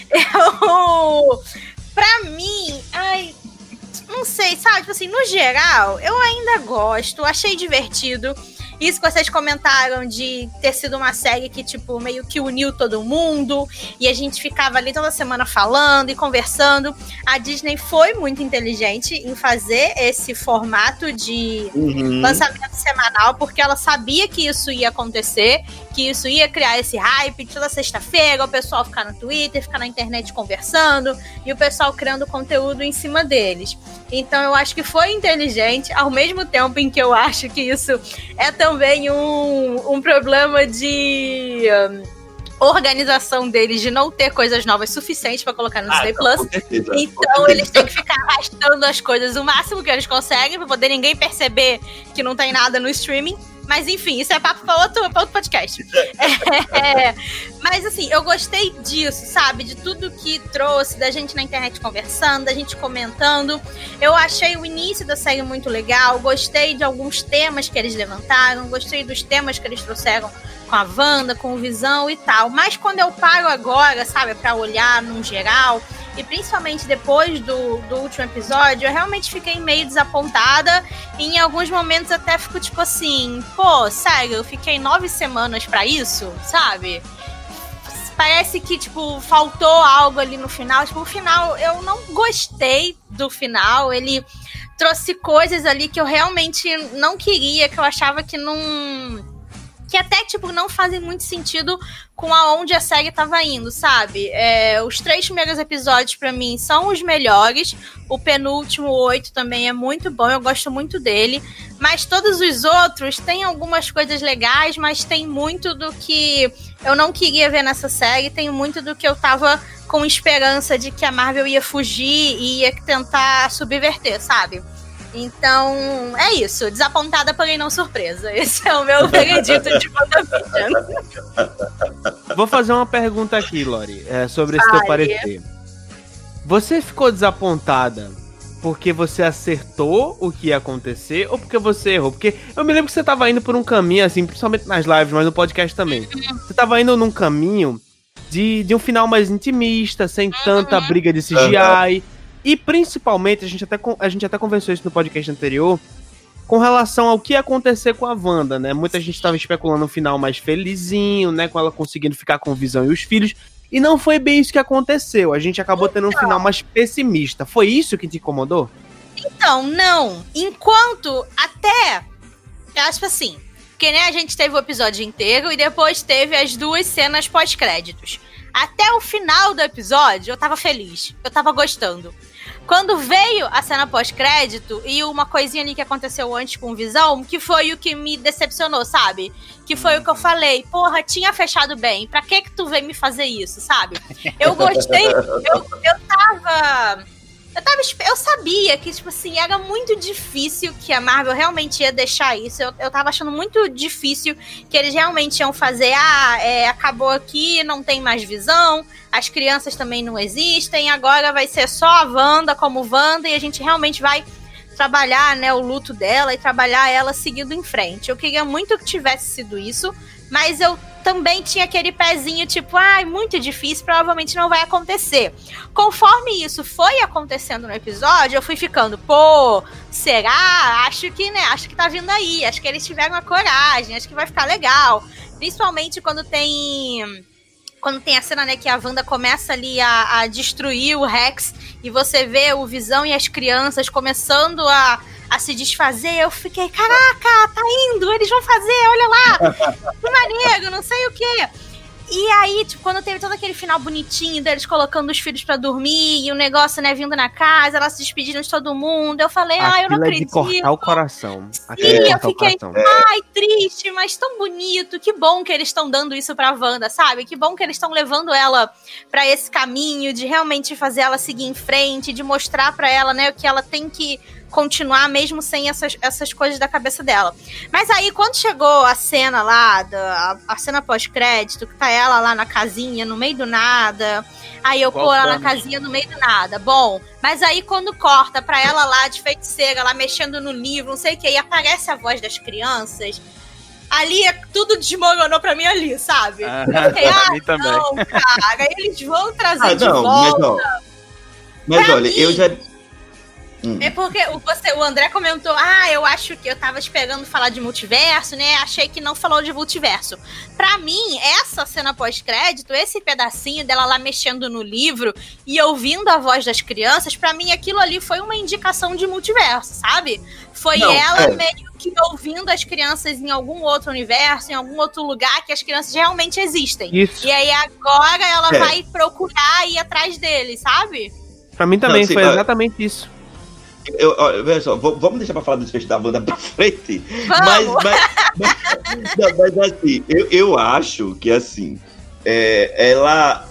Pra mim, não sei, sabe? Tipo assim, no geral, eu ainda gosto, achei divertido. Isso que vocês comentaram de ter sido uma série que, tipo, meio que uniu todo mundo, e a gente ficava ali toda semana falando e conversando. A Disney foi muito inteligente em fazer esse formato de lançamento semanal, porque ela sabia que isso ia acontecer, que isso ia criar esse hype de toda sexta-feira, o pessoal ficar no Twitter, ficar na internet conversando, e o pessoal criando conteúdo em cima deles. Então eu acho que foi inteligente, ao mesmo tempo em que eu acho que isso é também um problema de organização deles, de não ter coisas novas suficientes pra colocar no Disney Plus. Então eles têm que ficar arrastando as coisas o máximo que eles conseguem, pra poder ninguém perceber que não tem nada no streaming. Mas enfim, isso é papo pra outro podcast. Mas assim, eu gostei disso, sabe? De tudo que trouxe, da gente na internet conversando, da gente comentando. Eu achei o início da série muito legal, gostei de alguns temas que eles levantaram, gostei dos temas que eles trouxeram com a Wanda, com o Visão e tal. Mas quando eu paro agora, sabe, pra olhar num geral, e principalmente depois do último episódio, eu realmente fiquei meio desapontada. E em alguns momentos até fico tipo assim, pô, sério, eu fiquei 9 semanas pra isso, sabe? Parece que, tipo, faltou algo ali no final. Tipo, o final, eu não gostei do final. Ele trouxe coisas ali que eu realmente não queria, que eu achava que não... que até, tipo, não fazem muito sentido com aonde a série tava indo, sabe? Os 3 primeiros episódios, pra mim, são os melhores. O penúltimo, 8, também é muito bom, eu gosto muito dele. Mas todos os outros têm algumas coisas legais, mas tem muito do que eu não queria ver nessa série. Tem muito do que eu tava com esperança de que a Marvel ia fugir e ia tentar subverter, sabe? Então, é isso. Desapontada, porém não surpresa. Esse é o meu veredito de WandaVision. Vou fazer uma pergunta aqui, Lori, sobre esse teu parecer. Você ficou desapontada porque você acertou o que ia acontecer ou porque você errou? Porque eu me lembro que você tava indo por um caminho, assim, principalmente nas lives, mas no podcast também. Você tava indo num caminho de um final mais intimista, sem tanta briga de CGI. E principalmente, a gente até conversou isso no podcast anterior, com relação ao que ia acontecer com a Wanda, né? Muita gente estava especulando um final mais felizinho, né? Com ela conseguindo ficar com o Visão e os filhos. E não foi bem isso que aconteceu. A gente acabou tendo um final mais pessimista. Foi isso que te incomodou? Então, não. Enquanto até... Eu acho assim, porque né, a gente teve o episódio inteiro e depois teve as 2 cenas pós-créditos. Até o final do episódio, eu tava feliz. Eu tava gostando. Quando veio a cena pós-crédito e uma coisinha ali que aconteceu antes com o Visão, que foi o que me decepcionou, sabe? Que foi o que eu falei, porra, tinha fechado bem, pra que tu veio me fazer isso, sabe? Eu gostei, eu sabia que, tipo assim, era muito difícil que a Marvel realmente ia deixar isso. Eu tava achando muito difícil que eles realmente iam fazer, acabou aqui, não tem mais Visão, as crianças também não existem, agora vai ser só a Wanda como Wanda e a gente realmente vai trabalhar, né, o luto dela e trabalhar ela seguindo em frente. Eu queria muito que tivesse sido isso, mas eu também tinha aquele pezinho, tipo, muito difícil, provavelmente não vai acontecer. Conforme isso foi acontecendo no episódio, eu fui ficando, pô, será? Acho que tá vindo aí, acho que eles tiveram a coragem, acho que vai ficar legal. Principalmente quando tem a cena, né, que a Wanda começa ali a destruir o Rex, e você vê o Visão e as crianças começando a se desfazer, eu fiquei, caraca, tá indo, eles vão fazer, olha lá, que maneiro, não sei o quê. E aí, tipo, quando teve todo aquele final bonitinho deles colocando os filhos pra dormir, e o negócio, né, vindo na casa, elas se despedindo de todo mundo, eu falei, eu não acredito. De cortar o coração. Sim, eu fiquei, triste, mas tão bonito, que bom que eles estão dando isso pra Wanda, sabe? Que bom que eles estão levando ela pra esse caminho, de realmente fazer ela seguir em frente, de mostrar pra ela, né, que ela tem que continuar mesmo sem essas coisas da cabeça dela. Mas aí, quando chegou a cena lá, a cena pós-crédito, que tá ela lá na casinha, no meio do nada, aí eu pô ela na casinha no meio do nada, bom, mas aí quando corta pra ela lá de feiticeira, lá mexendo no livro, não sei o que, e aparece a voz das crianças, ali tudo desmoronou pra mim ali, sabe? Eu fiquei, não, cara, eles vão trazer de volta. Mas olha, É porque o André comentou, eu acho que eu tava esperando falar de multiverso, né? Achei que não falou de multiverso. Pra mim, essa cena pós-crédito, esse pedacinho dela lá mexendo no livro e ouvindo a voz das crianças, pra mim aquilo ali foi uma indicação de multiverso, sabe? Foi meio que ouvindo as crianças em algum outro universo, em algum outro lugar que as crianças realmente existem. Isso. E aí agora ela vai procurar ir atrás deles, sabe? Pra mim também foi exatamente isso. Veja só, vamos deixar pra falar do desfecho da banda pra frente. Vamos. Mas assim, eu acho que assim, ela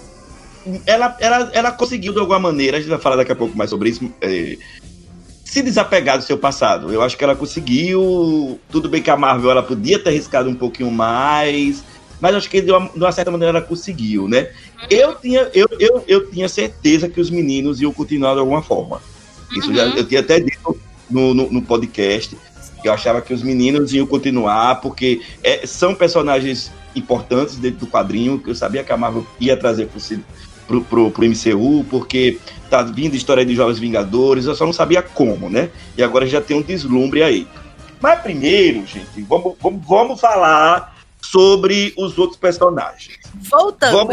conseguiu de alguma maneira, a gente vai falar daqui a pouco mais sobre isso, se desapegar do seu passado. Eu acho que ela conseguiu. Tudo bem que a Marvel ela podia ter arriscado um pouquinho mais, mas acho que de uma certa maneira ela conseguiu, né? Eu tinha certeza que os meninos iam continuar de alguma forma. Isso eu tinha até dito no podcast, que eu achava que os meninos iam continuar, porque são personagens importantes dentro do quadrinho, que eu sabia que a Marvel ia trazer pro MCU, porque tá vindo história de Jovens Vingadores, eu só não sabia como, né? E agora já tem um deslumbre aí. Mas primeiro, gente, vamos falar sobre os outros personagens. Voltando.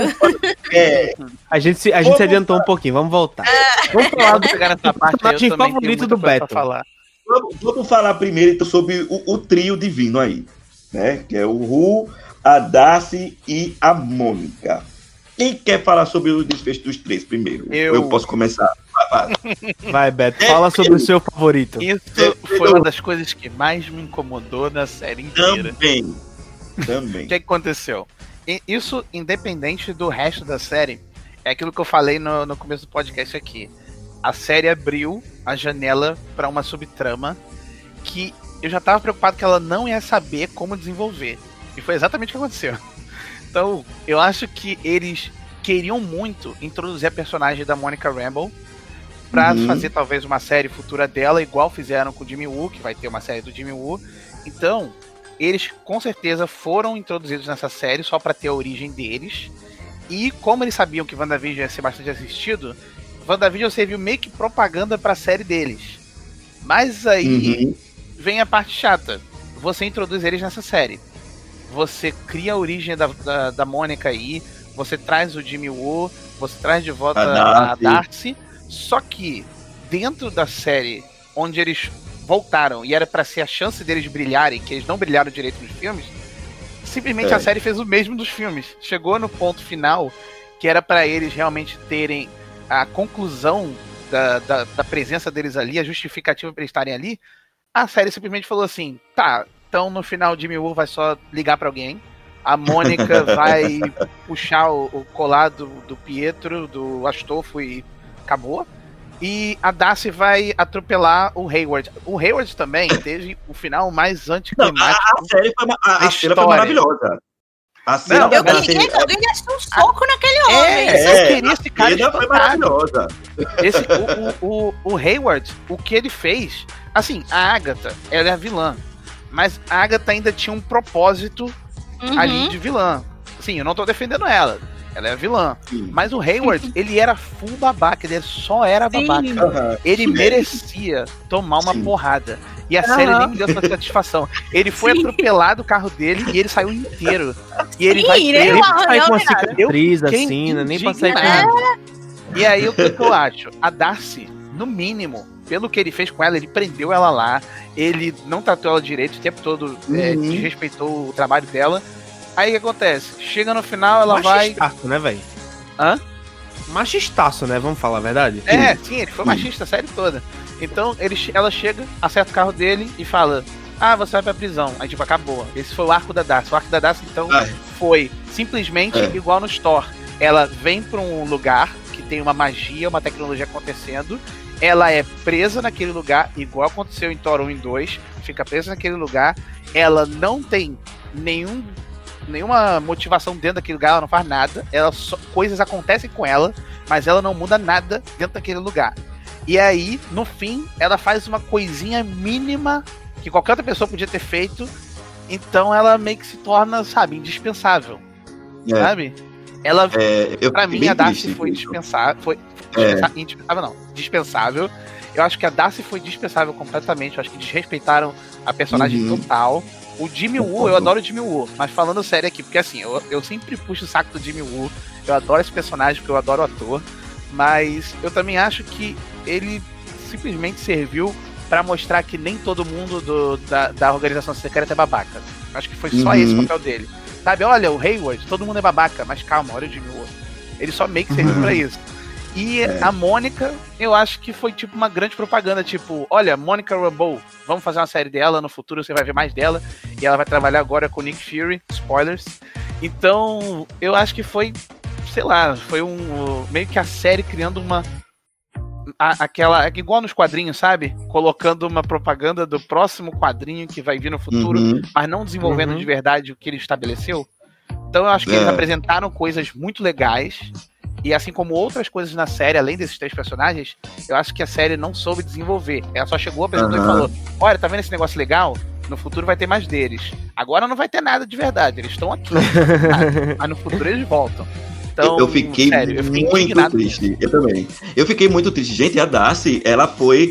A gente se adiantou um pouquinho, vamos voltar. Vamos falar do pegar nessa parte. personagem favorito do Beto. Vamos falar primeiro então, sobre o trio divino aí, né? Que é o Ru, a Darcy e a Mônica. Quem quer falar sobre o desfecho dos três primeiro? Eu posso começar. Vai, Beto, fala sobre o seu favorito. Isso foi uma das coisas que mais me incomodou na série inteira. Também. O que aconteceu? Isso, independente do resto da série, é aquilo que eu falei no começo do podcast aqui. A série abriu a janela para uma subtrama que eu já tava preocupado que ela não ia saber como desenvolver. E foi exatamente o que aconteceu. Então, eu acho que eles queriam muito introduzir a personagem da Monica Rambeau pra fazer talvez uma série futura dela, igual fizeram com o Jimmy Woo, que vai ter uma série do Jimmy Woo. Então, eles com certeza foram introduzidos nessa série só pra ter a origem deles. E como eles sabiam que WandaVision ia ser bastante assistido, WandaVision serviu meio que propaganda pra série deles. Mas aí vem a parte chata. Você introduz eles nessa série. Você cria a origem da Mônica aí, você traz o Jimmy Woo, você traz de volta a Darcy. Só que dentro da série onde eles voltaram e era pra ser a chance deles brilharem, que eles não brilharam direito nos filmes, simplesmente a série fez o mesmo dos filmes. Chegou no ponto final que era pra eles realmente terem a conclusão da presença deles ali, a justificativa pra eles estarem ali. A série simplesmente falou assim, tá, então no final o Jimmy Woo vai só ligar pra alguém, a Mônica vai puxar o colar do Pietro, do Astolfo e acabou. E a Darcy vai atropelar o Hayward. O Hayward também teve o final mais anticlimático. A cena foi maravilhosa. A cena eu queria que alguém desse um soco naquele homem. Eu queria esse cara. A cena foi maravilhosa. O Hayward, o que ele fez... Assim, a Agatha, ela é a vilã. Mas a Agatha ainda tinha um propósito ali de vilã. Sim, eu não tô defendendo ela. Ela é a vilã. Sim. Mas o Hayward, ele era full babaca. Ele só era babaca. Ele merecia tomar uma porrada. E a série nem me deu essa satisfação. Ele foi atropelado o carro dele e ele saiu inteiro. E ele vai nem sair com uma cicatriz assim, né? Nem pra sair com nada. E aí, o que eu acho? A Darcy, no mínimo, pelo que ele fez com ela, ele prendeu ela lá. Ele não tratou ela direito o tempo todo. Desrespeitou o trabalho dela. Aí o que acontece? Chega no final, ela machistaço, né, velho? Hã? Machistaço, né? Vamos falar a verdade? Sim, ele foi machista a série toda. Então, ela chega, acerta o carro dele e fala: ah, você vai pra prisão. Aí, tipo, acabou. Esse foi o arco da Darcy. O arco da Darcy, então, foi simplesmente igual no Thor. Ela vem pra um lugar que tem uma magia, uma tecnologia acontecendo. Ela é presa naquele lugar, igual aconteceu em Thor 1 e 2. Fica presa naquele lugar. Ela não tem nenhuma motivação dentro daquele lugar, ela não faz nada, coisas acontecem com ela, mas ela não muda nada dentro daquele lugar. E aí, no fim, ela faz uma coisinha mínima que qualquer outra pessoa podia ter feito, então ela meio que se torna, sabe, indispensável, sabe? Ela, Eu pra fiquei mim, a bem Darcy triste foi com isso. dispensável. Indispensável não, dispensável. Eu acho que a Darcy foi dispensável completamente. Eu acho que desrespeitaram a personagem total. O Jimmy Woo, eu adoro o Jimmy Woo, mas falando sério aqui, porque assim, eu sempre puxo o saco do Jimmy Woo. Eu adoro esse personagem porque eu adoro o ator. Mas eu também acho que ele simplesmente serviu pra mostrar que nem todo mundo da organização secreta é babaca. Acho que foi só esse o papel dele. Sabe, olha, o Hayward, todo mundo é babaca, mas calma, olha o Jimmy Woo. Ele só meio que serviu pra isso. E a Mônica, eu acho que foi tipo uma grande propaganda, tipo, olha, Mônica Rambeau, vamos fazer uma série dela, no futuro você vai ver mais dela, e ela vai trabalhar agora com o Nick Fury, spoilers. Então, eu acho que foi, sei lá, foi meio que a série criando aquela, igual nos quadrinhos, sabe? Colocando uma propaganda do próximo quadrinho que vai vir no futuro, mas não desenvolvendo de verdade o que ele estabeleceu. Então eu acho que eles apresentaram coisas muito legais. E assim como outras coisas na série, além desses 3 personagens, eu acho que a série não soube desenvolver. Ela só chegou, apresentou e falou: olha, tá vendo esse negócio legal? No futuro vai ter mais deles. Agora não vai ter nada de verdade, eles estão aqui. Mas no futuro eles voltam. Então, eu fiquei muito triste. Eu também. Eu fiquei muito triste. Gente, a Darcy, ela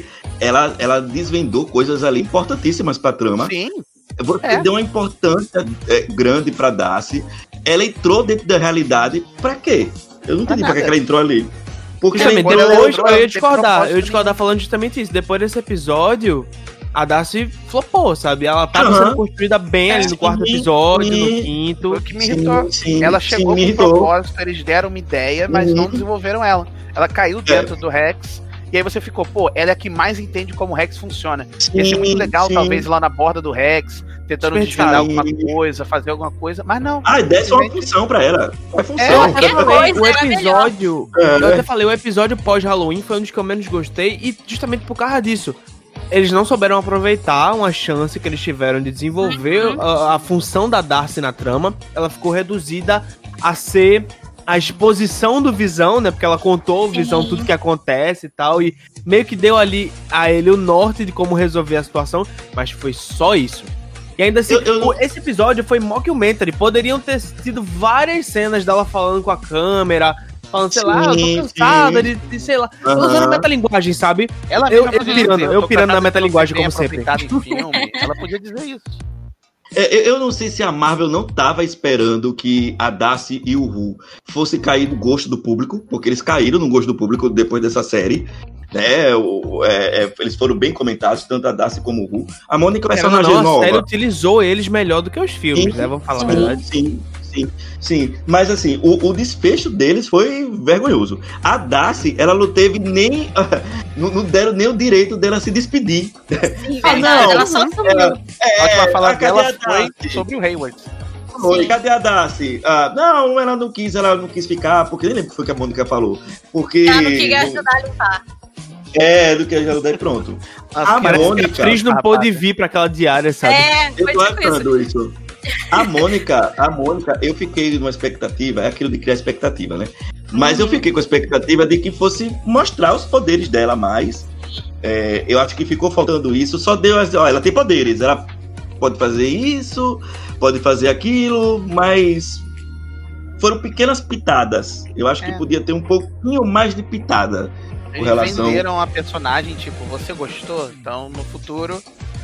desvendou coisas ali importantíssimas pra trama. Sim. Você deu uma importância grande pra Darcy. Ela entrou dentro da realidade pra quê? Eu não entendi pra que ela entrou ali. Porque eu ia discordar falando justamente isso. Depois desse episódio, a Darcy flopou, sabe? Ela tava sendo construída bem ali no 4º episódio, no 5º. O que me irritou. Ela chegou com um propósito, eles deram uma ideia, mas não desenvolveram ela. Ela caiu dentro do Rex. E aí você ficou, pô, ela é a que mais entende como o Rex funciona. Ia ser muito legal, talvez, lá na borda do Rex, tentando desvendar alguma coisa, fazer alguma coisa, mas não. Ah, desse uma função pra ela. Uma função. O episódio, eu até falei, o episódio pós-Halloween foi um dos que eu menos gostei, e justamente por causa disso. Eles não souberam aproveitar uma chance que eles tiveram de desenvolver a função da Darcy na trama. Ela ficou reduzida a ser a exposição do Visão, né? Porque ela contou o Visão tudo que acontece e tal, e meio que deu ali a ele o norte de como resolver a situação, mas foi só isso. E ainda assim, esse episódio foi mockumentary. Poderiam ter tido várias cenas dela falando com a câmera, falando, sei lá, eu tô cansada de sei lá, usando metalinguagem, sabe? Eu pirando na metalinguagem, como sempre. Em filme, ela podia dizer isso. Eu não sei se a Marvel não estava esperando que a Darcy e o Who fossem cair no gosto do público, porque eles caíram no gosto do público depois dessa série, né? Eles foram bem comentados, tanto a Darcy como o Who. A Mônica é uma personagem nova. A série utilizou eles melhor do que os filmes, né? Vamos falar a verdade. Sim, mas assim, o desfecho deles foi vergonhoso. A Darcy, ela não teve nem... não deram nem o direito dela se despedir. Sim, verdade, ela só sumiu. A última fala dela foi sobre o Hayward. Cadê a Darcy? Não, ela não quis ficar, porque nem lembro o que foi que a Mônica falou. Porque... Ela não queria ajudar a limpar. Do que ajudar e pronto. A Mônica... A atriz não pôde vir pra aquela diária, sabe? Eu tô achando isso. A Mônica, eu fiquei numa expectativa, é aquilo de criar expectativa, né? Mas eu fiquei com a expectativa de que fosse mostrar os poderes dela mais. Eu acho que ficou faltando isso, só deu ela tem poderes, ela pode fazer isso, pode fazer aquilo, mas foram pequenas pitadas. Eu acho que podia ter um pouquinho mais de pitada. Eles venderam a personagem, tipo, você gostou? Então no futuro...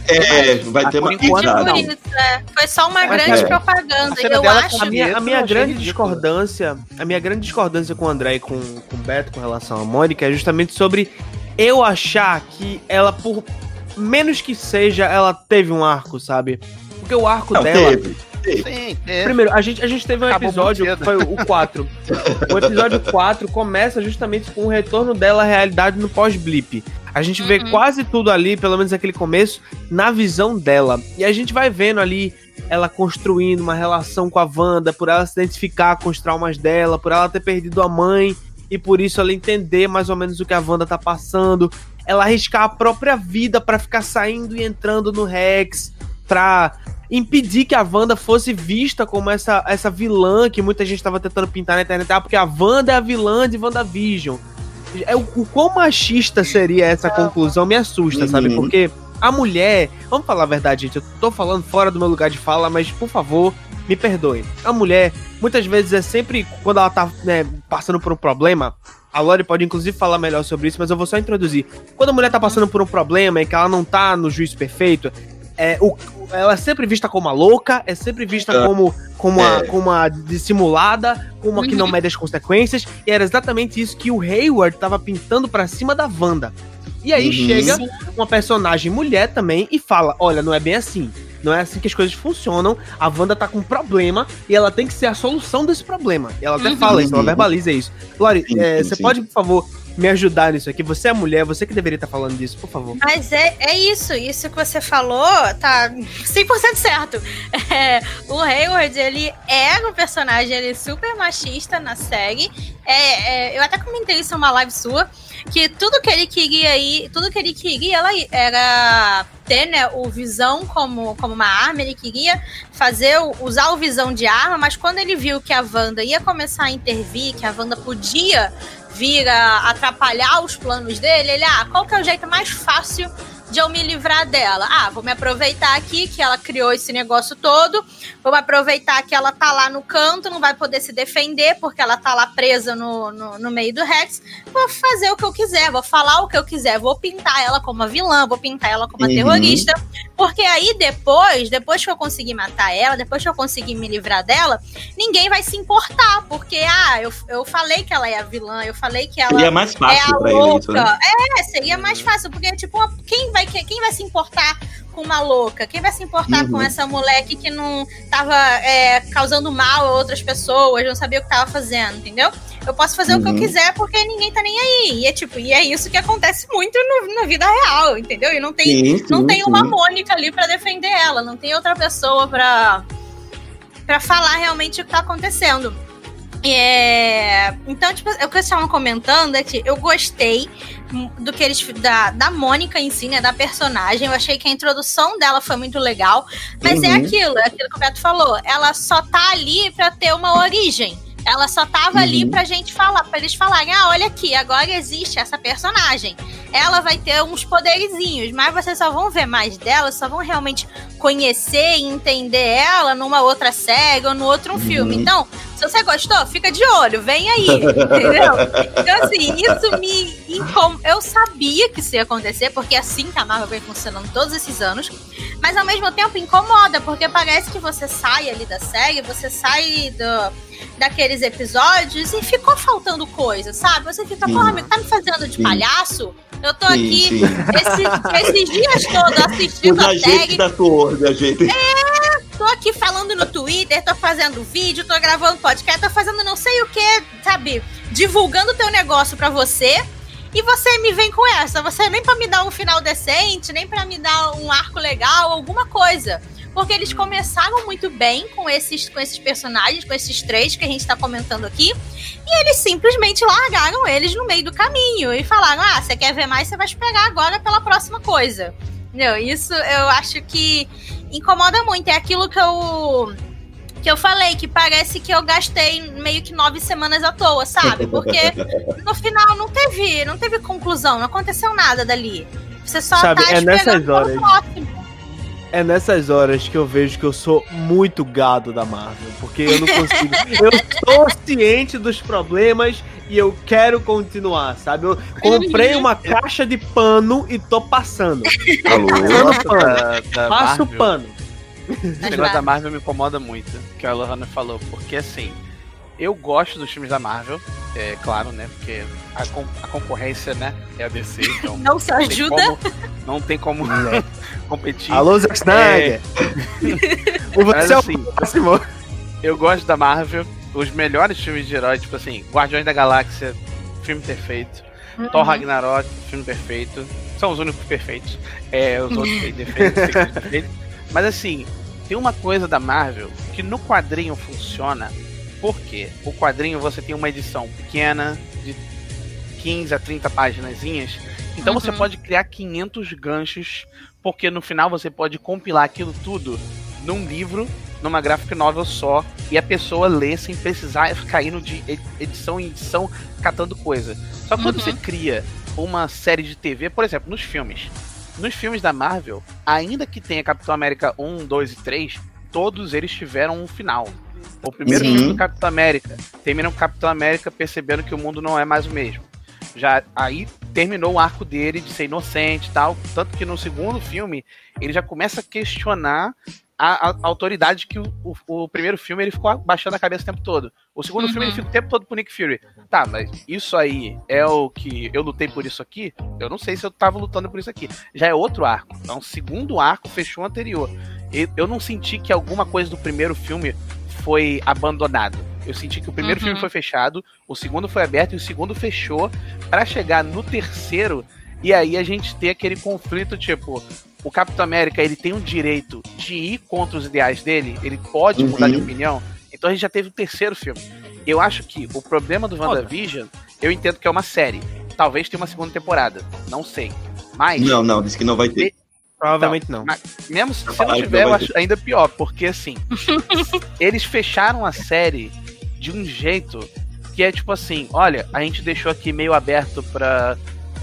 vai ter uma pitada. Foi só uma grande propaganda. E eu acho... A minha grande discordância com o André e com o Beto com relação à Mônica é justamente sobre eu achar que ela, por menos que seja, ela teve um arco, sabe? Porque o arco dela... Sim. Primeiro, a gente teve um episódio, que foi o 4. O episódio 4 começa justamente com o retorno dela à realidade no pós-blip. A gente vê quase tudo ali, pelo menos aquele começo, na visão dela. E a gente vai vendo ali ela construindo uma relação com a Wanda, por ela se identificar com os traumas dela, por ela ter perdido a mãe, e por isso ela entender mais ou menos o que a Wanda tá passando. Ela arriscar a própria vida pra ficar saindo e entrando no Rex, pra impedir que a Wanda fosse vista como essa vilã que muita gente tava tentando pintar na internet, porque a Wanda é a vilã de WandaVision. O quão machista seria essa conclusão me assusta, sabe? Porque A mulher, vamos falar a verdade, gente, eu tô falando fora do meu lugar de fala, mas por favor, me perdoe. A mulher, muitas vezes é sempre, quando ela tá, né, passando por um problema, a Lori pode inclusive falar melhor sobre isso, mas eu vou só introduzir. Quando a mulher tá passando por um problema e que ela não tá no juízo perfeito, ela é sempre vista como a louca, é sempre vista como a dissimulada, como a que não mede as consequências, e era exatamente isso que o Hayward tava pintando pra cima da Wanda. E aí chega uma personagem mulher também e fala, olha, não é bem assim. Não é assim que as coisas funcionam. A Wanda tá com um problema e ela tem que ser a solução desse problema. E ela até fala isso, ela verbaliza isso. Lori, você pode, por favor, me ajudar nisso aqui? Você é mulher, você que deveria estar falando disso, por favor. Mas é isso que você falou tá 100% certo. O Hayward, ele é um personagem super machista na série. Eu até comentei isso numa live sua, que tudo que ele queria era ter, né, o Visão como uma arma. Ele queria usar o Visão de arma, mas quando ele viu que a Wanda ia começar a intervir, que a Wanda podia vir a atrapalhar os planos dele, ele, qual que é o jeito mais fácil de eu me livrar dela? Vou me aproveitar aqui que ela criou esse negócio todo, vou me aproveitar que ela tá lá no canto, não vai poder se defender, porque ela tá lá presa no meio do Rex, vou fazer o que eu quiser, vou falar o que eu quiser, vou pintar ela como a vilã, vou pintar ela como a terrorista, porque aí depois que eu conseguir matar ela, depois que eu conseguir me livrar dela, ninguém vai se importar, porque, eu falei que ela é a vilã, eu falei que ela seria mais fácil é a pra louca. Ele, isso, né? Seria mais fácil, porque, tipo, quem vai se importar com uma louca? Quem vai se importar com essa moleque que não tava causando mal a outras pessoas, não sabia o que tava fazendo, entendeu? Eu posso fazer o que eu quiser porque ninguém tá nem aí. E é isso que acontece muito na vida real, entendeu? E não tem uma Mônica ali pra defender ela, não tem outra pessoa pra falar realmente o que tá acontecendo. Então, tipo, o que eles estavam comentando é que eu gostei do que eles da Mônica em si, né, da personagem. Eu achei que a introdução dela foi muito legal, mas é aquilo que o Beto falou, ela só tá ali pra ter uma origem. Ela só tava ali pra gente falar, pra eles falarem, olha aqui, agora existe essa personagem. Ela vai ter uns poderizinhos, mas vocês só vão ver mais dela, só vão realmente conhecer e entender ela numa outra série ou no outro filme. Então, se você gostou, fica de olho, vem aí, entendeu? Então, assim, isso me incomoda. Eu sabia que isso ia acontecer, porque é assim que a Marvel vem funcionando todos esses anos, mas ao mesmo tempo incomoda, porque parece que você sai ali da série, você sai daqueles episódios e ficou faltando coisa, sabe? Você fica, porra, amigo, tá me fazendo de palhaço? Eu tô aqui esses dias todos assistindo a série. Tô aqui falando no Twitter, tô fazendo vídeo, tô gravando podcast, tô fazendo não sei o que, sabe? Divulgando teu negócio pra você. E você me vem com essa. Você nem pra me dar um final decente, nem pra me dar um arco legal, alguma coisa. Porque eles começaram muito bem com esses personagens, com esses três que a gente tá comentando aqui, e eles simplesmente largaram eles no meio do caminho e falaram, você quer ver mais, você vai esperar agora pela próxima coisa. Entendeu? Isso eu acho que incomoda muito, é aquilo que eu falei, que parece que eu gastei meio que 9 semanas à toa, sabe? Porque no final não teve conclusão, não aconteceu nada dali. Você só tá esperando pelo próximo. É nessas horas que eu vejo que eu sou muito gado da Marvel, porque eu não consigo. Eu tô ciente dos problemas e eu quero continuar, sabe? Eu comprei uma caixa de pano e tô passando. Passo o pano. O negócio da Marvel me incomoda muito, que a Lohana falou, porque assim, eu gosto dos filmes da Marvel, é claro, né? Porque a concorrência, né, é a DC, então não se ajuda. Não tem como competir. Alô, Zack Snyder! Mas assim, eu gosto da Marvel, os melhores filmes de herói, tipo assim, Guardiões da Galáxia, filme perfeito. Thor Ragnarok, filme perfeito. São os únicos perfeitos. Os outros têm defeitos. Mas assim, tem uma coisa da Marvel que no quadrinho funciona. Porque o quadrinho você tem uma edição pequena, de 15 a 30 paginazinhas. Então você pode criar 500 ganchos, porque no final você pode compilar aquilo tudo num livro, numa graphic novel só, e a pessoa lê sem precisar ficar indo de edição em edição catando coisa. Só que quando você cria uma série de TV, por exemplo, nos filmes, nos filmes da Marvel, ainda que tenha Capitão América 1, 2 e 3, todos eles tiveram um final. O primeiro filme do Capitão América termina com o Capitão América percebendo que o mundo não é mais o mesmo. Já aí terminou o arco dele de ser inocente e tal, tanto que no segundo filme ele já começa a questionar a autoridade que o primeiro filme ele ficou baixando a cabeça o tempo todo. O segundo filme ele fica o tempo todo pro Nick Fury. Tá, mas isso aí é o que eu lutei por isso aqui? Eu não sei se eu tava lutando por isso aqui. Já é outro arco. Então o segundo arco fechou o anterior. Eu não senti que alguma coisa do primeiro filme foi abandonado. Eu senti que o primeiro filme foi fechado, o segundo foi aberto e o segundo fechou pra chegar no terceiro e aí a gente ter aquele conflito, tipo, o Capitão América, ele tem o direito de ir contra os ideais dele, ele pode mudar de opinião, então a gente já teve o terceiro filme. Eu acho que o problema do WandaVision, eu entendo que é uma série, talvez tenha uma segunda temporada, não sei, mas... Não, disse que não vai ter. Provavelmente não. Mas, mesmo se não tiver, eu acho ainda pior, porque assim, eles fecharam a série de um jeito que é tipo assim, olha, a gente deixou aqui meio aberto pra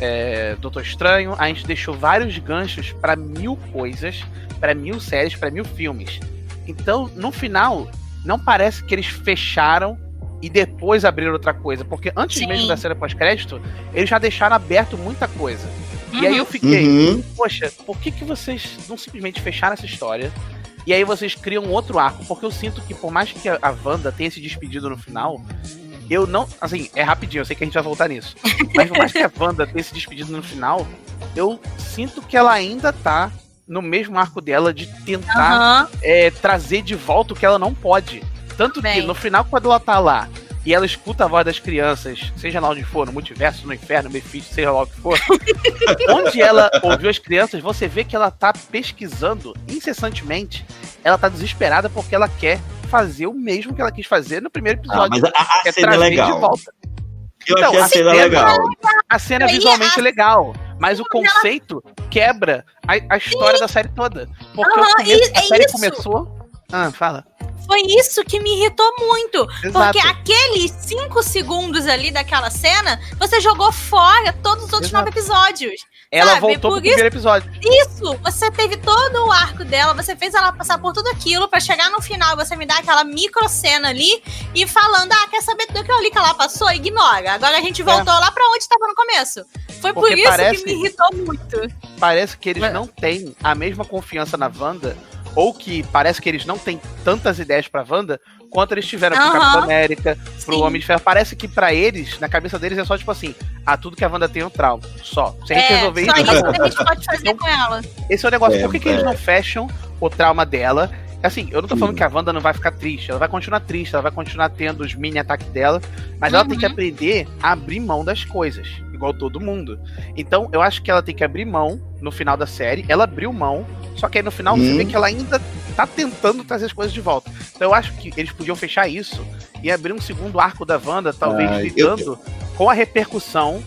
Doutor Estranho, a gente deixou vários ganchos pra 1000 coisas, pra 1000 séries, pra 1000 filmes. Então, no final, não parece que eles fecharam e depois abriram outra coisa, porque antes mesmo da cena pós-crédito, eles já deixaram aberto muita coisa. E aí eu fiquei, poxa, por que vocês não simplesmente fecharam essa história e aí vocês criam outro arco? Porque eu sinto que por mais que a Wanda tenha se despedido no final, eu não... Assim, é rapidinho, eu sei que a gente vai voltar nisso. Mas por mais que a Wanda tenha se despedido no final, eu sinto que ela ainda tá no mesmo arco dela de tentar trazer de volta o que ela não pode. Tanto que no final, quando ela tá lá e ela escuta a voz das crianças, seja lá onde for, no multiverso, no inferno, no Mephisto, seja lá o que for, onde ela ouviu as crianças, você vê que ela tá pesquisando incessantemente, ela tá desesperada porque ela quer fazer o mesmo que ela quis fazer no primeiro episódio. Mas a cena é legal. De volta. Eu achei a cena legal. A cena é visualmente legal, mas o conceito quebra a história da série toda. Porque o começo da série começou... fala. Foi isso que me irritou muito. Exato. Porque aqueles 5 segundos ali daquela cena, você jogou fora todos os outros 9 episódios. Ela voltou pro primeiro episódio. Isso! Você teve todo o arco dela, você fez ela passar por tudo aquilo pra chegar no final, você me dá aquela micro cena ali e falando, quer saber do que ali que ela passou? Ignora. Agora a gente voltou lá pra onde estava no começo. Foi porque por isso que me irritou muito. Parece que eles não têm a mesma confiança na Wanda, ou que parece que eles não têm tantas ideias pra Wanda quanto eles tiveram pro Capitão América, pro Homem de Ferro. Parece que pra eles, na cabeça deles, é só tipo assim, tudo que a Wanda tem é um trauma. Só. Se a gente resolver isso, que a gente pode fazer com ela. Esse é o negócio. Por que eles não fecham o trauma dela? Assim, eu não tô falando que a Wanda não vai ficar triste, ela vai continuar triste, ela vai continuar tendo os mini ataques dela, mas ela tem que aprender a abrir mão das coisas, igual todo mundo. Então, eu acho que ela tem que abrir mão no final da série, ela abriu mão, só que aí no final você vê que ela ainda tá tentando trazer as coisas de volta. Então eu acho que eles podiam fechar isso e abrir um segundo arco da Wanda, talvez lidando com a repercussão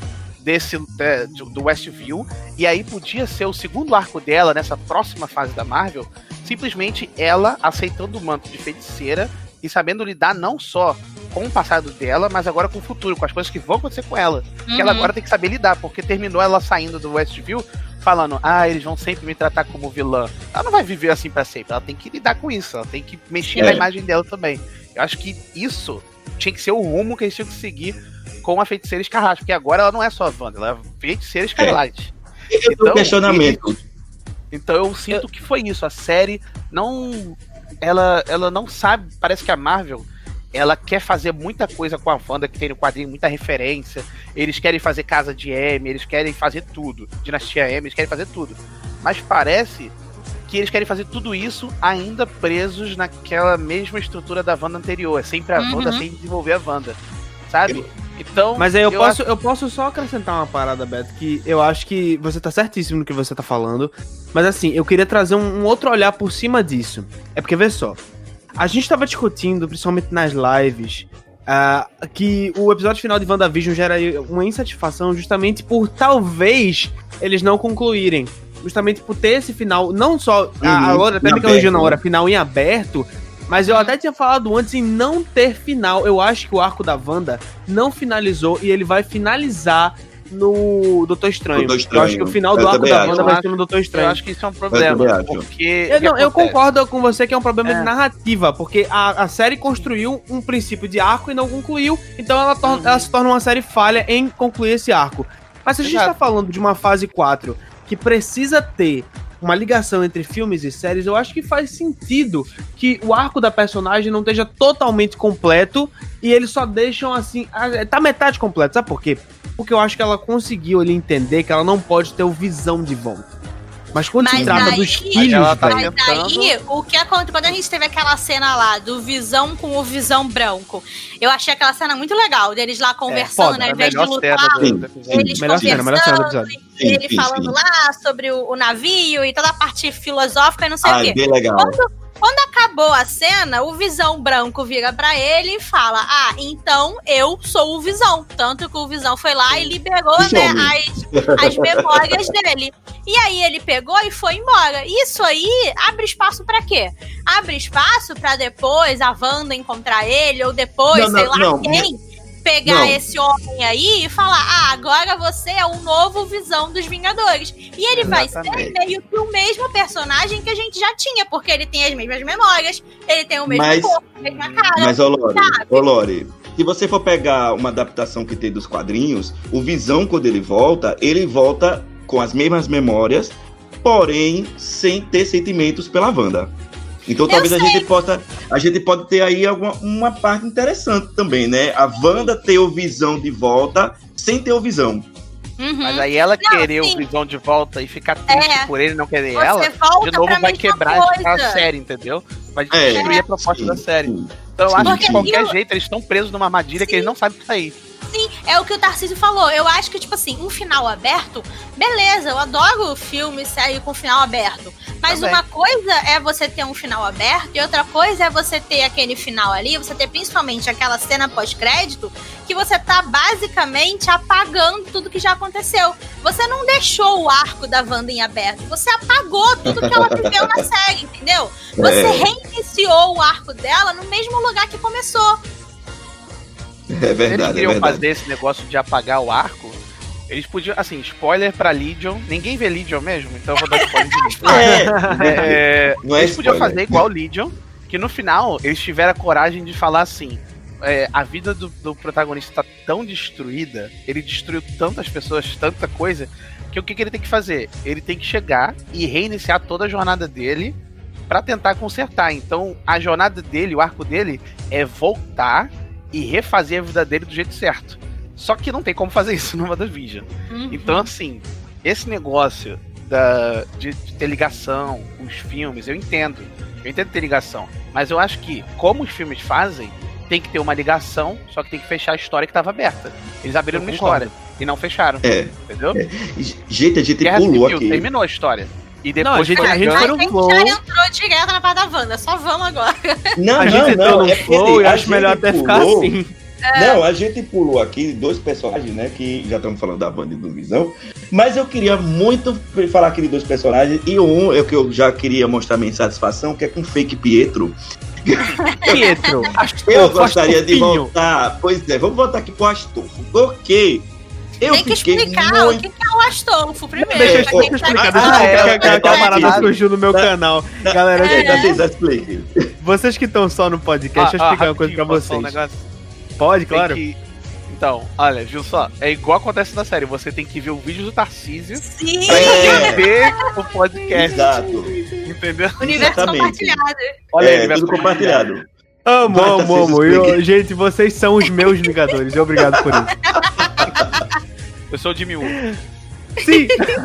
do Westview, e aí podia ser o segundo arco dela nessa próxima fase da Marvel, simplesmente ela aceitando o manto de feiticeira e sabendo lidar não só com o passado dela, mas agora com o futuro, com as coisas que vão acontecer com ela. Que ela agora tem que saber lidar, porque terminou ela saindo do Westview falando, eles vão sempre me tratar como vilã. Ela não vai viver assim pra sempre, ela tem que lidar com isso, ela tem que mexer na imagem dela também. Eu acho que isso tinha que ser o rumo que eles tinham que seguir com a Feiticeira Escarlate, porque agora ela não é só a Wanda, ela é a Feiticeira Escarlate. Então, questionamento. Então eu sinto que foi isso, a série não... Ela não sabe, parece que a Marvel... Ela quer fazer muita coisa com a Wanda, que tem no quadrinho muita referência. Eles querem fazer Casa de M, eles querem fazer tudo. Dinastia M, eles querem fazer tudo. Mas parece que eles querem fazer tudo isso ainda presos naquela mesma estrutura da Wanda anterior. É sempre a Wanda sem desenvolver a Wanda, sabe? Então, mas aí eu posso só acrescentar uma parada, Beto, que eu acho que você tá certíssimo no que você tá falando. Mas assim, eu queria trazer um outro olhar por cima disso. É porque, vê só, a gente tava discutindo, principalmente nas lives, que o episódio final de WandaVision gera uma insatisfação justamente por talvez eles não concluírem. Justamente por ter esse final, não só... A Laura até me corrigiu na hora, final em aberto, mas eu até tinha falado antes em não ter final. Eu acho que o arco da Wanda não finalizou e ele vai finalizar no Doutor Estranho. Doutor Estranho. Eu acho que o final do Eu arco também da acho. Wanda vai ser no Doutor Eu Estranho. acho que isso é um Eu problema. também acho. Porque. Eu concordo com você que é um problema É. de narrativa, porque a série construiu um princípio de arco e não concluiu, então ela se torna uma série falha em concluir esse arco. Mas se a gente Exato. tá falando de uma fase 4 que precisa ter uma ligação entre filmes e séries, eu acho que faz sentido que o arco da personagem não esteja totalmente completo e eles só deixam assim, tá metade completo, sabe por quê? Porque eu acho que ela conseguiu ali entender que ela não pode ter o Visão de volta. Mas quando se Mas trata aí- dos filhos, ela tá velho, Mas aí, o que aconteceu quando a gente teve aquela cena lá do Visão com o Visão branco, eu achei aquela cena muito legal, deles lá conversando, foda, né, É ao a invés de melhor lutar, cena Sim, do episódio. eles melhor cena do conversando, episódio. ele Sim, falando sim. lá sobre o navio e toda a parte filosófica e não sei o quê. Bem legal. Quando acabou a cena, o Visão branco vira pra ele e fala: ah, então eu sou o Visão. Tanto que o Visão foi lá e liberou, Esse né, homem. as memórias dele. E aí ele pegou e foi embora. Isso aí abre espaço pra quê? Abre espaço pra depois a Wanda encontrar ele, ou depois, Não, sei não, lá não. quem, pegar Não. esse homem aí e falar: ah, agora você é o novo Visão dos Vingadores. E ele vai ser Exatamente. meio que o mesmo personagem que a gente já tinha, porque ele tem as mesmas memórias, ele tem o mesmo Mas- corpo, a mesma cara. Mas, sabe? ô Lore, se você for pegar uma adaptação que tem dos quadrinhos, o Visão, quando ele volta com as mesmas memórias, porém sem ter sentimentos pela Wanda. Então talvez a gente pode ter aí uma parte interessante também, né? A Wanda ter o Visão de volta sem ter o Visão. Uhum. Mas aí ela Não, querer sim. o Visão de volta e ficar triste É. por ele não querer Você ela, volta de novo pra vai mesma quebrar a coisa. série, entendeu? Vai É. destruir a proposta Sim, da série. sim. Então eu acho que Porque de qualquer eu- jeito eles estão presos numa armadilha que eles não sabem sair. Sim, é o que o Tarcísio falou. Eu acho que, tipo assim, um final aberto, beleza, eu adoro filme e série com final aberto. Mas Também. uma coisa é você ter um final aberto e outra coisa é você ter aquele final ali, você ter principalmente aquela cena pós-crédito, que você tá basicamente apagando tudo que já aconteceu. Você não deixou o arco da Wanda em aberto, você apagou tudo que ela viveu na série, entendeu? Você reiniciou o arco dela no mesmo lugar que começou. É Eles verdade, é queriam verdade. fazer esse negócio de apagar o arco. Eles podiam, assim, spoiler pra Legion. Ninguém vê Legion mesmo, então eu vou dar spoiler de Legion. Não é Eles podiam spoiler. fazer igual Legion, que no final eles tiveram a coragem de falar assim: a vida do protagonista tá tão destruída, ele destruiu tantas pessoas, tanta coisa, que o que ele tem que fazer? Ele tem que chegar e reiniciar toda a jornada dele pra tentar consertar. Então a jornada dele, o arco dele, é voltar e refazer a vida dele do jeito certo. Só que não tem como fazer isso no WandaVision. Uhum. Então, assim, esse negócio de ter ligação com os filmes, eu entendo ter ligação. Mas eu acho que, como os filmes fazem, tem que ter uma ligação, só que tem que fechar a história que estava aberta. Eles abriram Eu uma concordo. história e não fecharam, É. entendeu? Gente, a gente Guerra pulou Civil aqui. terminou a história. E depois Não, a gente foi foi A no gente flow. já entrou direto na parte da Wanda, só vamos agora. Não, A gente entrou no é porque flow e a acho melhor gente até ficar pulou- assim. Não, a gente pulou aqui dois personagens, né? Que já estamos falando da Wanda e do Visão. Mas eu queria muito falar aqui de dois personagens. E um é o que eu já queria mostrar minha insatisfação, que é com o Fake Pietro. Pietro, Eu Astolfo, gostaria de Astolfinho. voltar. Pois é, vamos voltar aqui pro Astolfo. Porque eu Tem que fiquei explicar muito. o que é o Astolfo primeiro. Deixa eu pra quem tá explicar, aqui. deixa eu explicar que é, aquela parada é, surgiu no meu é, canal. Galera, Explique. vocês que estão só no podcast, deixa eu explicar uma coisa pra rapidinho, posso falar vocês. um negócio? Pode, Tem claro. que- Então, olha, viu só? É igual acontece na série. Você tem que ver o vídeo do Tarcísio Sim, pra É. ver o podcast. Exato. Entendeu? universo Exatamente. compartilhado. Olha aí, É, universo tudo compartilhado. Amo, Vai, amo, Tarcísio, amo. explique. Gente, vocês são os meus Vingadores. Obrigado por isso. Eu sou o Jimmy Woo. Sim!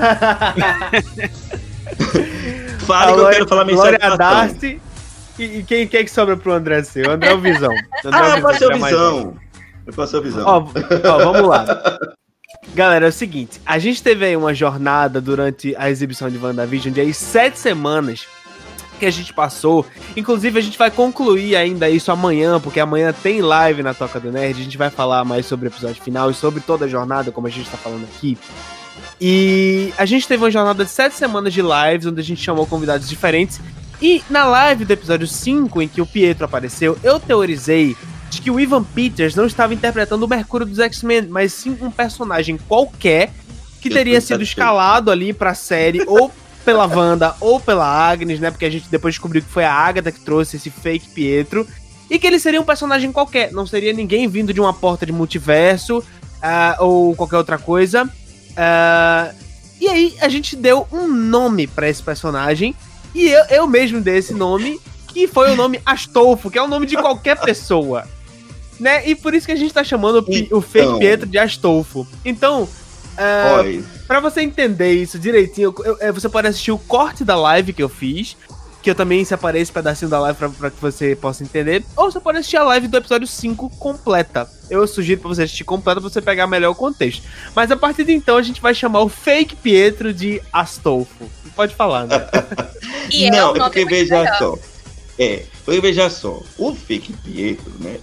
Fale que eu quero falar minha Glória insatisfação. Darcy. E quem que sobra pro André ser? O André é o Visão. O André é o Ah, pode ser que o é mais- Visão. Eu posso ser o Visão. Ó, vamos lá. Galera, é o seguinte, a gente teve aí uma jornada durante a exibição de WandaVision de aí 7 semanas que a gente passou. Inclusive, a gente vai concluir ainda isso amanhã, porque amanhã tem live na Toca do Nerd. A gente vai falar mais sobre o episódio final e sobre toda a jornada, como a gente tá falando aqui. E a gente teve uma jornada de 7 semanas de lives, onde a gente chamou convidados diferentes. E na live do episódio 5, em que o Pietro apareceu, eu teorizei de que o Evan Peters não estava interpretando o Mercúrio dos X-Men, mas sim um personagem qualquer que teria sido escalado ali pra série, ou pela Wanda, ou pela Agnes, né? Porque a gente depois descobriu que foi a Agatha que trouxe esse fake Pietro. E que ele seria um personagem qualquer, não seria ninguém vindo de uma porta de multiverso, ou qualquer outra coisa. E aí a gente deu um nome pra esse personagem, e eu mesmo dei esse nome, que foi o nome Astolfo, que é o nome de qualquer pessoa. Né? E por isso que a gente tá chamando o fake Pietro de Astolfo. Então, pra você entender isso direitinho, você pode assistir o corte da live que eu fiz, que eu também separei esse pedacinho da live pra que você possa entender, ou você pode assistir a live do episódio 5 completa. Eu sugiro pra você assistir completa pra você pegar melhor o contexto. Mas a partir de então a gente vai chamar o fake Pietro de Astolfo. Pode falar, né? Não, é porque veja só, o fake Pietro, né,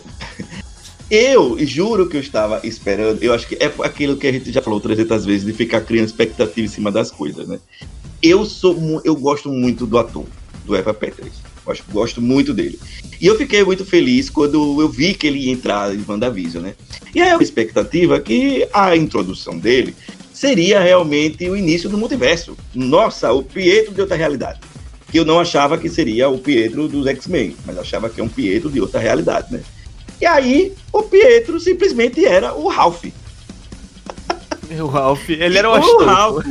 eu juro que eu estava esperando, eu acho que é aquilo que a gente já falou 300 vezes, de ficar criando expectativa em cima das coisas, né? Eu gosto muito do ator, do Evan Peters, gosto muito dele. E eu fiquei muito feliz quando eu vi que ele ia entrar em WandaVision, né? E aí a expectativa que a introdução dele seria realmente o início do multiverso. Nossa, o Pietro de outra realidade. Que eu não achava que seria o Pietro dos X-Men, mas achava que é um Pietro de outra realidade, né? E aí, o Pietro simplesmente era o Ralph. O Ralph, ele era o Ralph.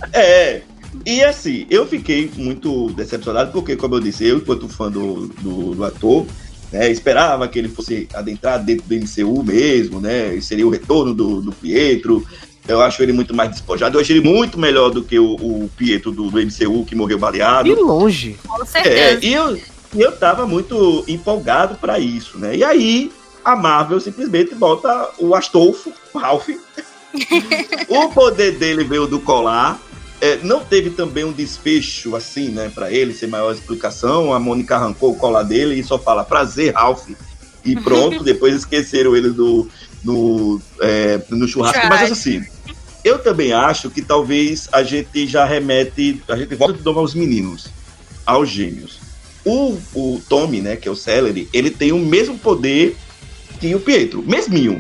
E assim, eu fiquei muito decepcionado, porque, como eu disse, eu, enquanto fã do ator, né, esperava que ele fosse adentrar dentro do MCU mesmo, né? E seria o retorno do Pietro. Eu acho ele muito mais despojado. Eu achei ele muito melhor do que o Pietro do MCU, que morreu baleado. E longe. Com certeza. E eu tava muito empolgado pra isso, né? E aí, a Marvel simplesmente bota o Astolfo, o Ralph. O poder dele veio do colar. Não teve também um desfecho assim, né? Pra ele, sem maior explicação. A Mônica arrancou o colar dele e só fala, prazer, Ralph. E pronto, depois esqueceram ele no churrasco. Mas assim, eu também acho que talvez a gente volta de novo aos meninos, aos gêmeos. O Tommy, né, que é o Celery, ele tem o mesmo poder que o Pietro, mesminho.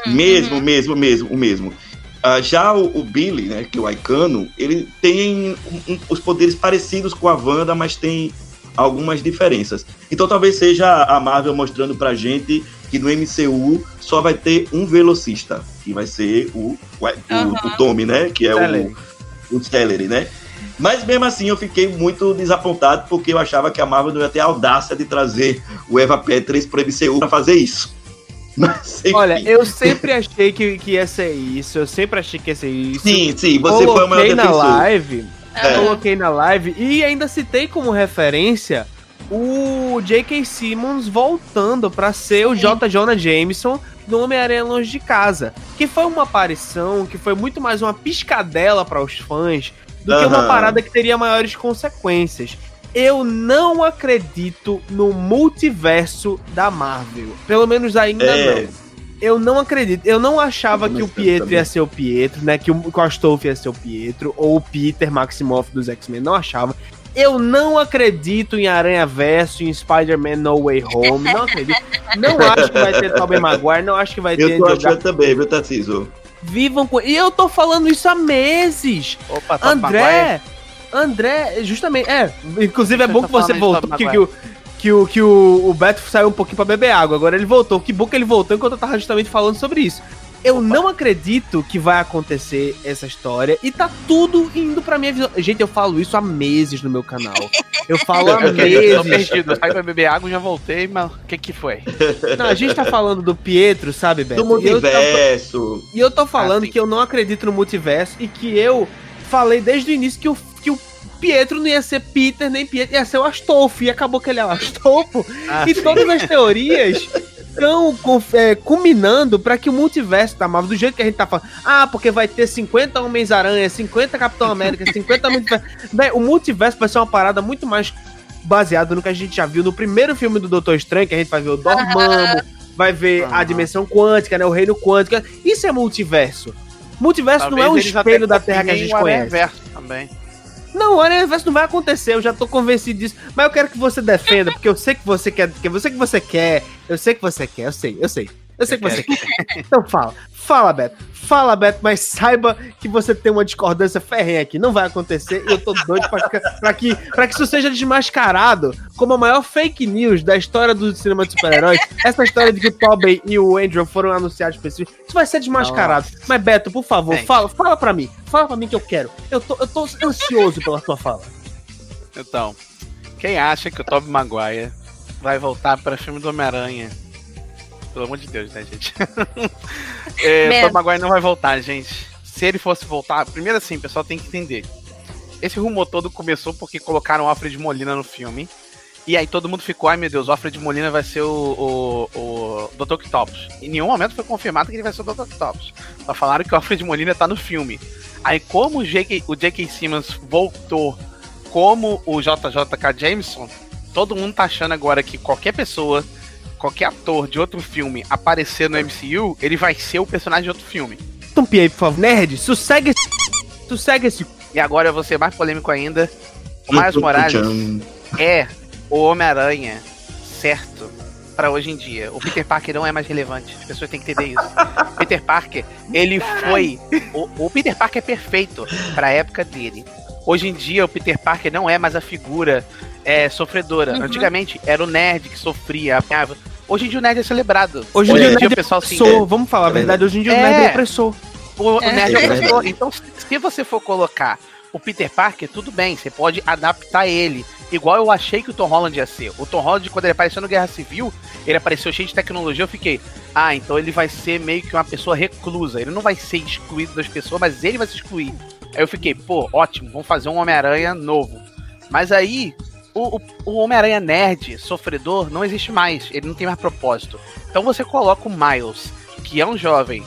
O mesmo. Já o Billy, né, que é o Aicano, ele tem os poderes parecidos com a Wanda, mas tem algumas diferenças. Então talvez seja a Marvel mostrando pra gente que no MCU só vai ter um velocista, que vai ser o Tommy, né, que é o Celery, né? Mas mesmo assim eu fiquei muito desapontado, porque eu achava que a Marvel não ia ter a audácia de trazer o Evan Peters pro MCU pra fazer isso. Mas, enfim. Olha, eu sempre achei que ia ser isso. Sim, você foi o maior defensor. Coloquei na live e ainda citei como referência o J.K. Simmons voltando pra ser o J. Jonah Jameson no Homem-Aranha Longe de Casa. Que foi uma aparição, que foi muito mais uma piscadela para os fãs do que uma parada que teria maiores consequências. Eu não acredito no multiverso da Marvel. Pelo menos ainda não. Eu não acredito. Eu não achava que o Pietro ia ser o Pietro, né? Que o Astolfo ia ser o Pietro, ou o Peter Maximoff dos X-Men. Não achava. Eu não acredito em Aranha-Verso, em Spider-Man No Way Home. Não acredito. Não acho que vai ter Tobey Maguire. Não acho que vai ter... Eu tô achando também, viu, Tarcísio? Vivam com... E eu tô falando isso há meses. Opa, André, justamente, inclusive é bom que você voltou, que o Beto saiu um pouquinho pra beber água, agora ele voltou, que bom que ele voltou enquanto eu tava justamente falando sobre isso. Eu não acredito que vai acontecer essa história e tá tudo indo pra minha visão. Gente, eu falo isso há meses no meu canal. Eu falo há meses. Eu tô perdido, eu saí pra beber água, já voltei, mas o que foi? Não, a gente tá falando do Pietro, sabe, Beto? Do multiverso. E eu tô falando que eu não acredito no multiverso e que eu falei desde o início que o Pietro não ia ser Peter nem Pietro, ia ser o Astolfo, e acabou que ele é o Astolfo. E todas as teorias estão culminando pra que o multiverso da Marvel, do jeito que a gente tá falando, porque vai ter 50 Homens-Aranha, 50 Capitão América, 50 multiverso. O multiverso vai ser uma parada muito mais baseada no que a gente já viu no primeiro filme do Doutor Estranho, que a gente vai ver o Dormammu, vai ver a dimensão quântica, né, o reino quântico. Isso é multiverso. Multiverso talvez não é um espelho da Terra que a gente conhece. Também. Não, o Aranha Verso não vai acontecer, eu já tô convencido disso. Mas eu quero que você defenda, porque eu sei que você quer. Eu sei que você quer. Eu sei que você quer, eu sei que você quer. Então fala, Beto, mas saiba que você tem uma discordância ferrenha aqui. Não vai acontecer, e eu tô doido pra que isso seja desmascarado como a maior fake news da história do cinema de super-heróis. Essa história de que o Tobey e o Andrew foram anunciados pra esse filme, isso vai ser desmascarado. Nossa. Mas Beto, por favor, fala pra mim que eu quero. Eu tô ansioso pela tua fala. Então, quem acha que o Tobey Maguire vai voltar para o filme do Homem-Aranha? Pelo amor de Deus, né, gente? O Tobey Maguire não vai voltar, gente. Se ele fosse voltar... Primeiro assim, o pessoal tem que entender. Esse rumor todo começou porque colocaram o Alfred Molina no filme. E aí todo mundo ficou, ai meu Deus, o Alfred Molina vai ser o Dr. Octopus. Em nenhum momento foi confirmado que ele vai ser o Dr. Octopus. Só falaram que o Alfred Molina tá no filme. Aí como o J.K. Simmons voltou como o JJK Jameson, todo mundo tá achando agora que qualquer pessoa... Qualquer ator de outro filme aparecer no MCU, ele vai ser o personagem de outro filme. Tampiei, por favor. Nerd, sossegue esse... E agora eu vou ser mais polêmico ainda. O Miles Morales é o Homem-Aranha certo pra hoje em dia. O Peter Parker não é mais relevante. As pessoas têm que entender isso. O Peter Parker, ele foi... O Peter Parker é perfeito pra época dele. Hoje em dia, o Peter Parker não é mais a figura sofredora. Uhum. Antigamente, era o nerd que sofria, apanhava. Hoje em dia o nerd é celebrado. Hoje em dia o pessoal é opressor. Vamos falar a verdade, hoje em dia o nerd é opressor. O nerd é opressor. Então, se você for colocar o Peter Parker, tudo bem, você pode adaptar ele. Igual eu achei que o Tom Holland ia ser. O Tom Holland, quando ele apareceu no Guerra Civil, ele apareceu cheio de tecnologia, eu fiquei... então ele vai ser meio que uma pessoa reclusa. Ele não vai ser excluído das pessoas, mas ele vai se excluir. Aí eu fiquei, ótimo, vamos fazer um Homem-Aranha novo. Mas aí... O Homem-Aranha nerd, sofredor, não existe mais. Ele não tem mais propósito. Então você coloca o Miles, que é um jovem,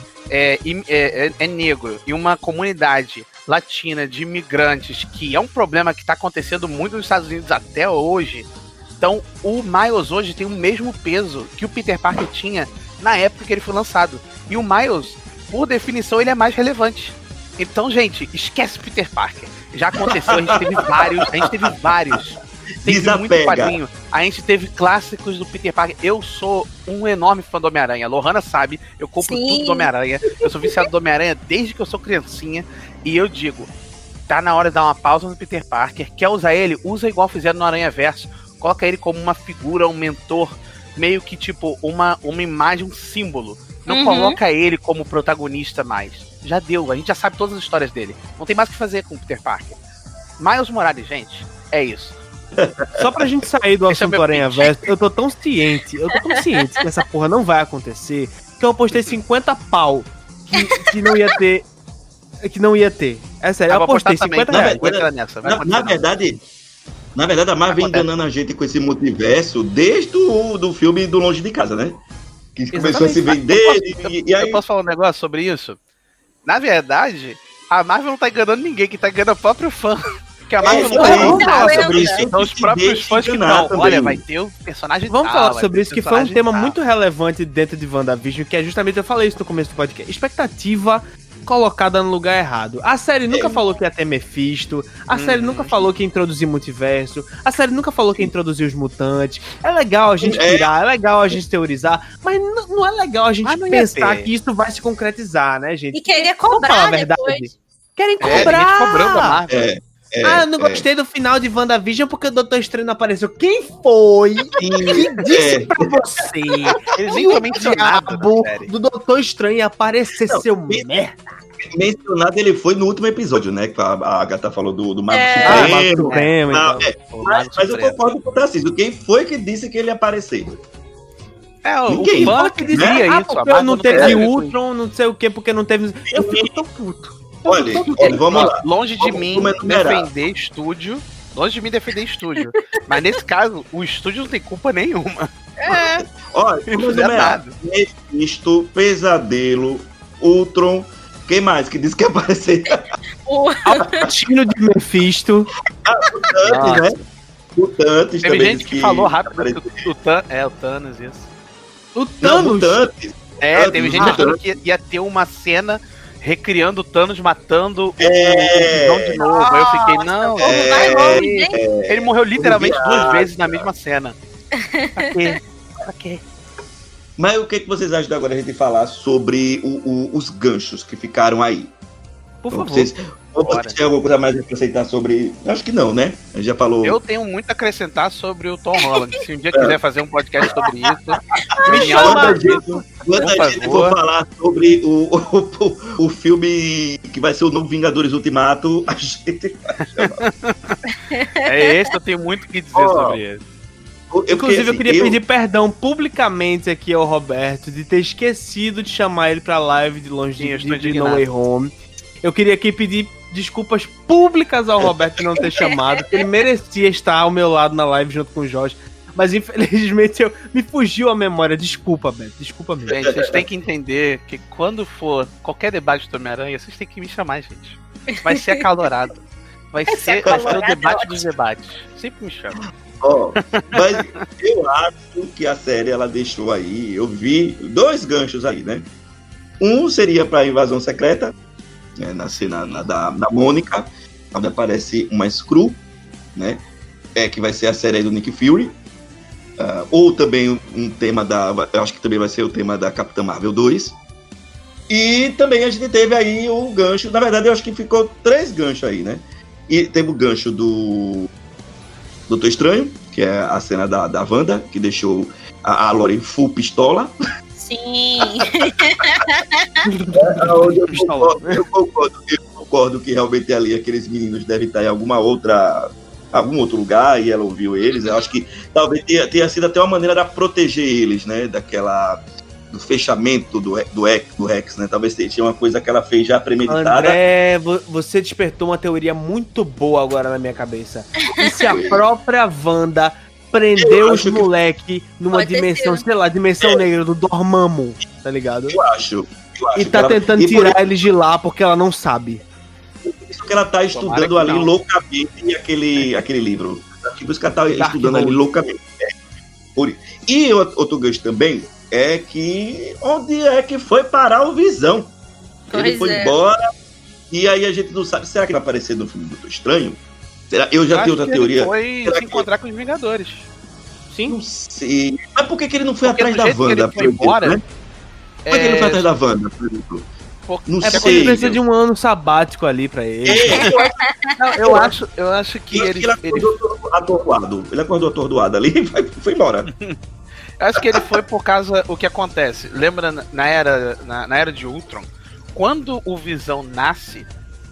é negro, e uma comunidade latina de imigrantes, que é um problema que está acontecendo muito nos Estados Unidos até hoje. Então o Miles hoje tem o mesmo peso que o Peter Parker tinha na época que ele foi lançado. E o Miles, por definição, ele é mais relevante. Então, gente, esquece Peter Parker. Já aconteceu, a gente teve vários. Tem muito quadrinho. A gente teve clássicos do Peter Parker. Eu sou um enorme fã do Homem-Aranha. A Lohana sabe, eu compro tudo do Homem-Aranha. Eu sou viciado do Homem-Aranha desde que eu sou criancinha. E eu digo, tá na hora de dar uma pausa no Peter Parker. Quer usar ele? Usa igual fizeram no Aranha Verso. Coloca ele como uma figura, um mentor, meio que tipo uma imagem, um símbolo. Não coloca ele como protagonista mais. Já deu, a gente já sabe todas as histórias dele. Não tem mais o que fazer com o Peter Parker. Miles Morales, gente, é isso. Só pra gente sair do assunto Aranha Verso, eu tô tão ciente que essa porra não vai acontecer, que eu apostei 50 pau que não ia ter. Que não ia ter. É sério, eu apostei 50 reais. Na verdade, a Marvel vem enganando a gente com esse multiverso desde o filme do Longe de Casa, né? Que começou a se vender. Eu posso falar um negócio sobre isso? Na verdade, a Marvel não tá enganando ninguém, que tá enganando o próprio fã. Porque a Marvel não tá enganando nada sobre isso. São os próprios fãs que não. Olha, vai ter o personagem. Vamos falar sobre isso, que foi um tema muito relevante dentro de WandaVision, que é justamente, eu falei isso no começo do podcast, expectativa colocada no lugar errado. A série nunca falou que ia ter Mephisto, a série nunca falou que ia introduzir multiverso, a série nunca falou que ia introduzir os mutantes. É legal a gente pirar, é legal a gente teorizar, mas não é legal a gente pensar que isso vai se concretizar, né, gente? E querer cobrar a verdade. Depois. Querem cobrar! Cobrando a Marvel. Eu não gostei do final de WandaVision porque o Doutor Estranho não apareceu. Quem foi que disse pra você Eles nem o diabo do Doutor Estranho ia aparecer, seu merda? Mencionado ele foi no último episódio, né? Que a Agatha falou do Mago Supremo. Mas eu concordo com o Tarcísio. Quem foi que disse que ele ia aparecer? Ninguém. O fã que dizia isso. Não teve Ultron, não sei o que, porque não teve... Eu fico tão puto. Olha, vamos lá. Longe de mim defender estúdio. Mas nesse caso, o estúdio não tem culpa nenhuma. Olha, vamos numerar. Mephisto, Pesadelo, Ultron. Quem mais que disse que ia aparecer? O Altino de Mephisto. Mutantes, né? Mutantes. Teve gente que falou rápido o Thanos, isso. O Thanos? Teve gente achando que ia ter uma cena recriando o Thanos matando o Visão de novo. Aí eu fiquei, não, ele morreu literalmente 2 vezes na mesma cena. Pra quê? Mas o que vocês acham de agora a gente falar sobre os ganchos que ficaram aí? Por favor. Vocês têm alguma coisa mais a acrescentar sobre... Acho que não, né? A gente já falou... Eu tenho muito a acrescentar sobre o Tom Holland. Se um dia quiser fazer um podcast sobre isso, me chama. Quando a gente for falar sobre o filme que vai ser o novo Vingadores Ultimato, a gente vai chamar. É esse, eu tenho muito o que dizer sobre ele. Inclusive, eu queria pedir perdão publicamente aqui ao Roberto de ter esquecido de chamar ele pra live de longe de No Way Home. Eu queria aqui pedir desculpas públicas ao Roberto de não ter chamado, porque ele merecia estar ao meu lado na live junto com o Jorge. Mas infelizmente me fugiu a memória. Desculpa, Beto. Desculpa mesmo. Gente, vocês têm que entender que quando for qualquer debate do Homem-Aranha, vocês têm que me chamar, gente. Vai ser acalorado. Vai ser o debate dos debates. Sempre me chama. Mas eu acho que a série ela deixou aí, eu vi 2 ganchos aí, né? Um seria pra Invasão Secreta, na cena da Mônica, onde aparece uma Skrull, né? Que vai ser a série aí do Nick Fury. Ou também um tema eu acho que também vai ser o tema da Capitã Marvel 2. E também a gente teve aí o gancho, na verdade eu acho que ficou 3 ganchos aí, né? E teve o gancho do Doutor Estranho, que é a cena da Wanda, que deixou a Lori full pistola. Sim. Eu concordo que realmente ali aqueles meninos devem estar em algum outro lugar e ela ouviu eles. Eu acho que talvez tenha sido até uma maneira de proteger eles, né? Do fechamento do Rex, né? Talvez seja uma coisa que ela fez já premeditada. André, você despertou uma teoria muito boa agora na minha cabeça. E se a própria Wanda prendeu os moleque numa dimensão, sei lá, dimensão negra do Dormammu, tá ligado? Eu acho e tá tentando tirar eles de lá porque ela não sabe. Isso que ela tá estudando ali loucamente aquele livro. Tipo, isso que ela tá estudando ali loucamente. E outro gancho também é que onde é que foi parar o Visão? Ele foi embora e aí a gente não sabe. Será que vai aparecer no filme do Doutor Estranho? Será? Eu já tenho outra teoria. Ele foi se encontrar com os Vingadores. Sim. Não sei. Mas por que ele não foi atrás da Wanda? Por que ele não foi atrás da Wanda, por exemplo? Não sei. Porque precisa de um ano sabático ali pra ele. Não, eu acho que ele atordoado. Ele acordou atordoado ali e foi embora. Eu acho que ele foi por causa o que acontece. Lembra na era de Ultron, quando o Visão nasce,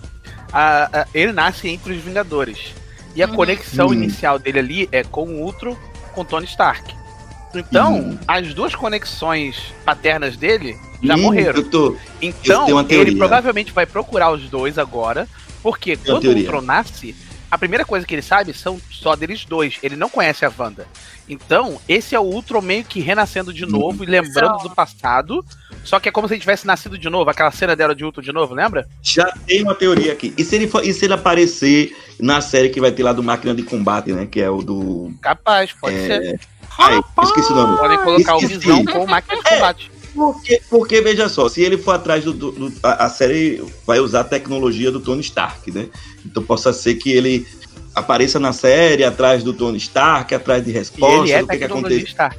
ele nasce entre os Vingadores. E a conexão inicial dele ali é com o Ultron, com Tony Stark. Então, as 2 conexões paternas dele já morreram. Então, ele provavelmente vai procurar os 2 agora, porque quando o Ultron nasce, a primeira coisa que ele sabe são só deles 2. Ele não conhece a Wanda. Então, esse é o Ultron meio que renascendo de novo e lembrando do passado. Só que é como se ele tivesse nascido de novo. Aquela cena dela de Ultron de novo, lembra? Já tem uma teoria aqui. E se ele aparecer na série que vai ter lá do Máquina de Combate, né? Que é o do... Capaz, pode ser. Esqueci o nome. Podem colocar o Visão com o Máquina de Combate. Porque, veja só, se ele for atrás a série vai usar a tecnologia do Tony Stark, né? Então possa ser que ele apareça na série atrás do Tony Stark, atrás de respostas, do que acontece. Stark.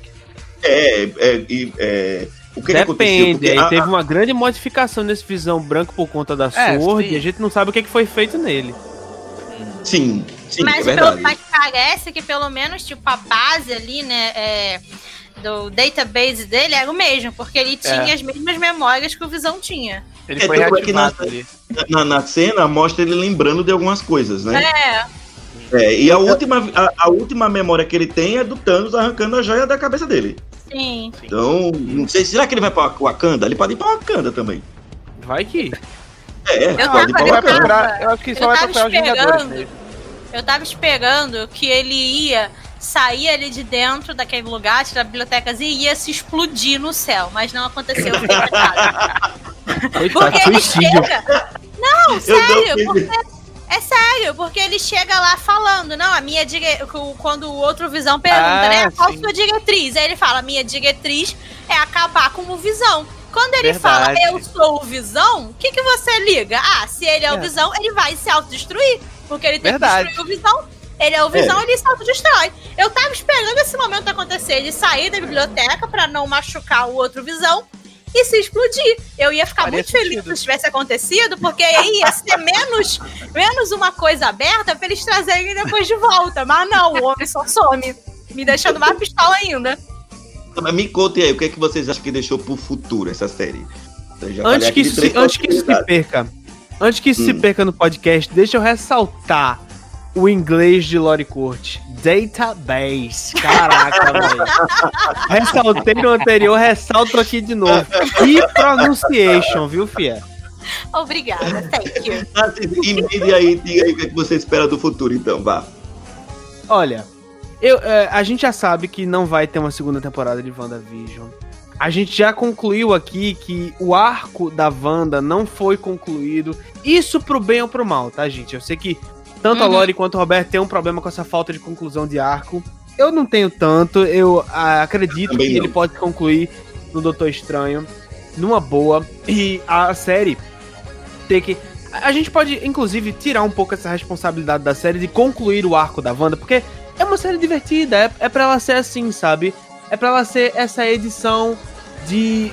O que depende, aí teve uma grande modificação nesse Visão branco por conta da Sword, e a gente não sabe o que foi feito nele. Sim, mas, é verdade. Mas parece que pelo menos, tipo, a base ali, né, do database dele era o mesmo, porque ele tinha as mesmas memórias que o Visão tinha. Ele foi reativado ali. Na cena, mostra ele lembrando de algumas coisas, né? E a última memória que ele tem é do Thanos arrancando a joia da cabeça dele. Sim. Então, não sei, será que ele vai pra Wakanda? Ele pode ir pra Wakanda também. Vai que... pode ir pra Wakanda. Eu acho que só vai procurar os Vingadores mesmo. Eu tava esperando que ele ia sair ali de dentro daquele lugar, tirar a biblioteca e ia se explodir no céu, mas não aconteceu. Porque ele chega... Não, sério, é sério, porque ele chega lá falando, não, quando o outro Visão pergunta, né, qual a sua diretriz? Aí ele fala, minha diretriz é acabar com o Visão. Quando ele fala, eu sou o Visão, o que você liga? Ah, se ele é o Visão, ele vai se autodestruir. Porque ele tem que destruir o Visão. Ele é o Visão, ele se autodestrói. Eu tava esperando esse momento acontecer, ele sair da biblioteca pra não machucar o outro Visão e se explodir. Eu ia ficar muito feliz se isso tivesse acontecido, porque aí ia ser menos uma coisa aberta pra eles trazerem depois de volta. Mas não, o homem só some, me deixando mais pistola ainda. Mas me contem aí, o que é que vocês acham que deixou pro futuro essa série? Antes que isso se perca no podcast, deixa eu ressaltar o inglês de Lori Curti. Database. Caraca, velho. Ressaltei no anterior, ressalto aqui de novo. E pronunciation, viu, fia? Obrigada, thank you. E aí, diga aí o que você espera do futuro, então, vá. Olha, a gente já sabe que não vai ter uma segunda temporada de WandaVision. A gente já concluiu aqui que o arco da Wanda não foi concluído. Isso pro bem ou pro mal, tá, gente? Eu sei que tanto a Lori quanto o Roberto tem um problema com essa falta de conclusão de arco. Eu não tenho tanto. Eu acredito também que ele pode concluir no Doutor Estranho numa boa. E a série ter que... A gente pode, inclusive, tirar um pouco essa responsabilidade da série de concluir o arco da Wanda, porque é uma série divertida. É pra ela ser assim, sabe? É pra ela ser essa edição de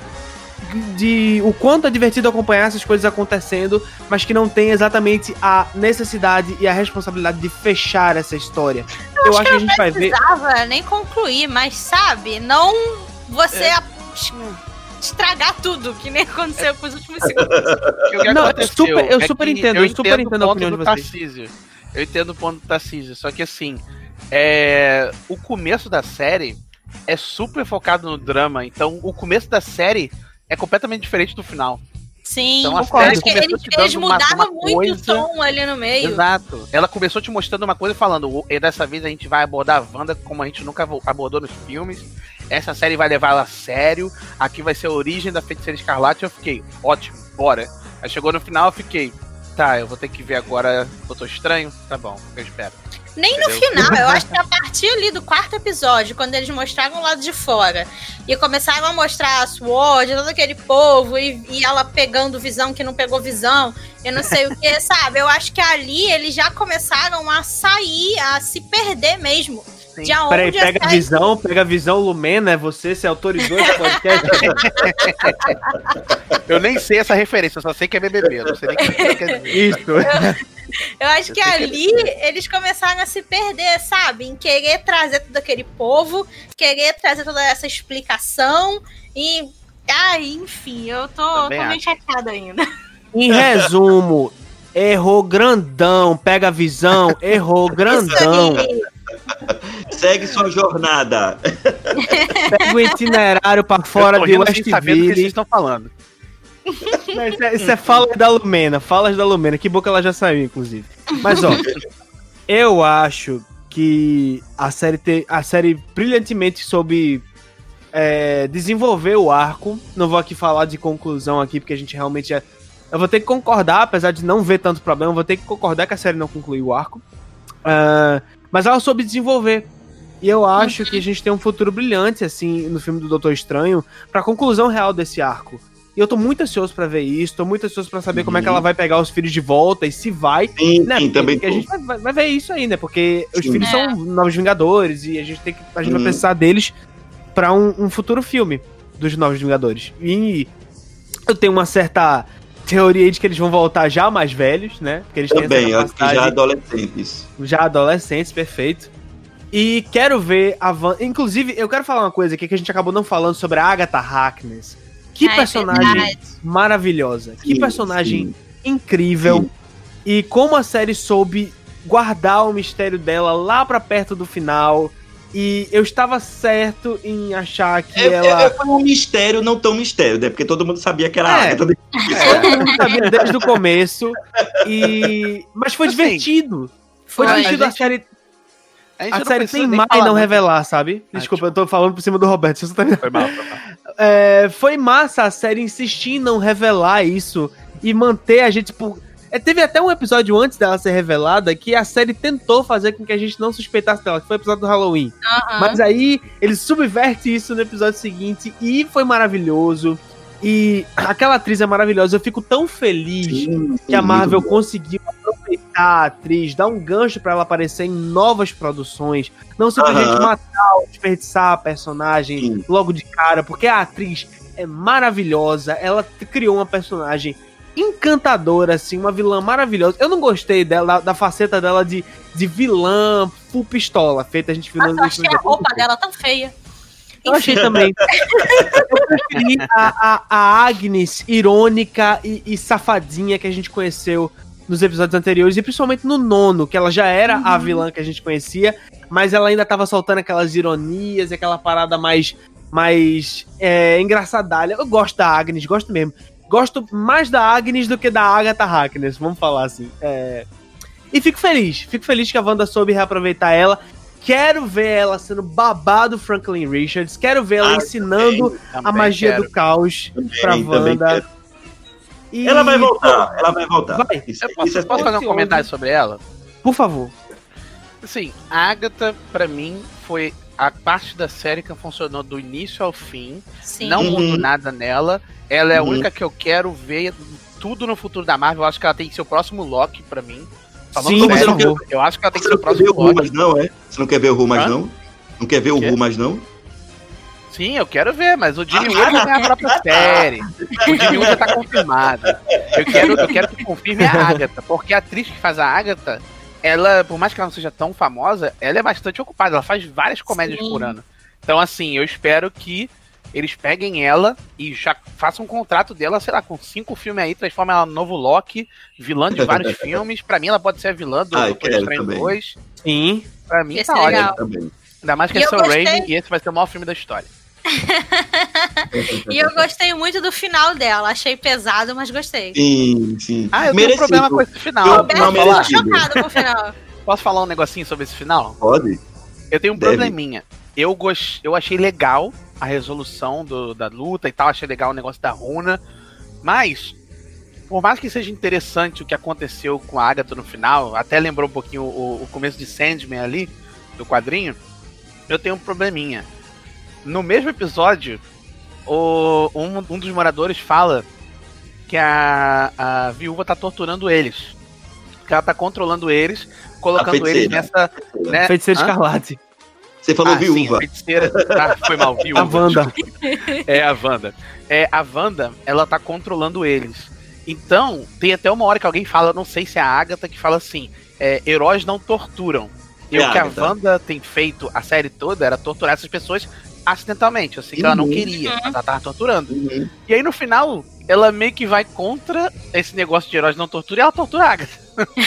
o quanto é divertido acompanhar essas coisas acontecendo, mas que não tem exatamente a necessidade e a responsabilidade de fechar essa história. Eu acho que a gente vai ver. Não precisava nem concluir, mas sabe, não você estragar tudo, que nem aconteceu com os últimos segundos. Eu super entendo a opinião de vocês. Eu entendo o ponto do Tarcísio, só que assim, o começo da série é super focado no drama, então o começo da série é completamente diferente do final. Sim, então, a série eles mudaram muito o tom ali no meio. Exato. Ela começou te mostrando uma coisa e falando, dessa vez a gente vai abordar a Wanda como a gente nunca abordou nos filmes. Essa série vai levar ela a sério. Aqui vai ser a origem da Feiticeira Escarlate. Eu fiquei, ótimo, bora. Aí chegou no final, eu fiquei, tá, eu vou ter que ver agora Doutor Estranho. Tá bom, eu espero. Nem no final, eu acho que a partir ali do 4º episódio, quando eles mostraram o lado de fora e começaram a mostrar a SWORD, todo aquele povo, e ela pegando Visão que não pegou Visão, eu não sei o que, sabe? Eu acho que ali eles já começaram a sair, a se perder mesmo. Peraí, pega a visão Lumena, é você, se autorizou esse podcast? Eu nem sei essa referência, eu só sei que é BBB, não sei nem o que quer dizer. Isso. Eu acho que ali eles começaram a se perder, sabe? Em querer trazer todo aquele povo, querer trazer toda essa explicação e... enfim, eu tô meio chateada ainda. Em resumo, errou grandão, pega a visão, errou grandão. Segue sua jornada. Pega o itinerário pra fora de Westville. Que vocês estão falando. Isso é falas da Lumena. Que boca ela já saiu, inclusive. Mas, ó, eu acho que a série brilhantemente soube desenvolver o arco. Não vou aqui falar de conclusão aqui, porque a gente realmente eu vou ter que concordar, apesar de não ver tanto problema, vou ter que concordar que a série não concluiu o arco. Mas ela soube desenvolver. E eu acho que a gente tem um futuro brilhante, assim, no filme do Doutor Estranho, pra conclusão real desse arco. E eu tô muito ansioso pra ver isso, tô muito ansioso pra saber como é que ela vai pegar os filhos de volta e se vai. Sim, né? Também. Porque a gente vai ver isso aí, né? Porque os filhos são Novos Vingadores e a gente vai precisar deles pra um futuro filme dos Novos Vingadores. E eu tenho uma certa teoria de que eles vão voltar já mais velhos, né? Porque eles também, eu acho que já adolescentes. Já adolescentes, perfeito. E quero ver a Wanda. Inclusive, eu quero falar uma coisa aqui que a gente acabou não falando sobre a Agatha Harkness. Que personagem maravilhosa. Que personagem incrível. Sim. E como a série soube guardar o mistério dela lá pra perto do final. E eu estava certo em achar que ela... Foi um mistério, não tão mistério, né? Porque todo mundo sabia que era a Agatha. Todo mundo sabia desde o começo. Mas foi divertido. Foi divertido a série... A série tem mais não revelar, sabe? Desculpa, eu tô falando por cima do Roberto. Foi mal. Foi massa a série insistir em não revelar isso e manter a gente por... Teve até um episódio antes dela ser revelada que a série tentou fazer com que a gente não suspeitasse dela, que foi o episódio do Halloween. Mas aí eles subvertem isso no episódio seguinte e foi maravilhoso. E aquela atriz é maravilhosa. Eu fico tão feliz que a Marvel conseguiu aproveitar a atriz, dar um gancho pra ela aparecer em novas produções. Não simplesmente matar ou desperdiçar a personagem logo de cara, porque a atriz é maravilhosa. Ela criou uma personagem encantadora, assim, uma vilã maravilhosa. Eu não gostei dela, da faceta dela de vilã full pistola, feita a gente vilã. Eu achei a roupa dela tão feia. Eu achei também. Eu preferi a Agnes irônica e safadinha que a gente conheceu nos episódios anteriores, e principalmente no 9º, que ela já era a vilã que a gente conhecia, mas ela ainda tava soltando aquelas ironias, aquela parada mais engraçadalha. Eu gosto da Agnes, gosto mesmo. Gosto mais da Agnes do que da Agatha Harkness, vamos falar assim. E fico feliz que a Wanda soube reaproveitar ela. Quero ver ela sendo babado Franklin Richards. Quero ver ela ensinando também a magia do caos pra Wanda. E... Ela vai voltar, Vai. Posso fazer um comentário sobre ela? Por favor. Assim, a Agatha, pra mim, foi a parte da série que funcionou do início ao fim. Sim. Não mudo nada nela. Ela é a única que eu quero ver tudo no futuro da Marvel. Eu acho que ela tem que ser o próximo Loki pra mim. Sim, por favor. Eu acho que ela tem que ser o Você não quer ver próximo o Ru mais Loki. não, é? Você não quer ver o Ru mais não? Não quer ver o Ru mais não? Sim, eu quero ver, mas o Jimmy Woo vai ter a própria série. O Jimmy Woo já tá confirmado. Eu quero que confirme a Agatha, porque a atriz que faz a Agatha, ela, por mais que ela não seja tão famosa, ela é bastante ocupada, ela faz várias comédias por ano. Então, assim, eu espero que eles peguem ela e já façam um contrato dela, sei lá, com 5 filmes aí, transformem ela no novo Loki, vilã de vários filmes. Pra mim, ela pode ser a vilã do Doutor Estranho 2. Sim. Pra mim, Esse tá é ótimo. legal. Também. Ainda mais que E é eu Sam gostei. Raimi e esse vai ser o maior filme da história. E eu gostei muito do final dela. Achei pesado, mas gostei. Sim, sim. Ah, eu tenho um problema com esse final. O Beto não, ficou merecido. chocado com o final. Posso falar um negocinho sobre esse final? Pode? Eu tenho um Deve. probleminha. Eu achei legal a resolução da luta e tal, achei legal o negócio da runa, mas, por mais que seja interessante o que aconteceu com a Agatha no final, até lembrou um pouquinho o começo de Sandman ali, do quadrinho, eu tenho um probleminha. No mesmo episódio, um dos moradores fala que a viúva tá torturando eles, que ela tá controlando eles, colocando eles nessa... Né? Feiticeiro Escarlate. Você falou Sim, viúva. a feiticeira. Foi mal, viúva. A Wanda. É a Wanda. A Wanda, ela tá controlando eles. Então, tem até uma hora que alguém fala, não sei se é a Agatha, que fala assim, heróis não torturam. E o que a Wanda tem feito a série toda era torturar essas pessoas acidentalmente, assim, que ela não queria, mas ela tava torturando. E aí no final, ela meio que vai contra esse negócio de heróis não tortura e ela tortura a Agatha.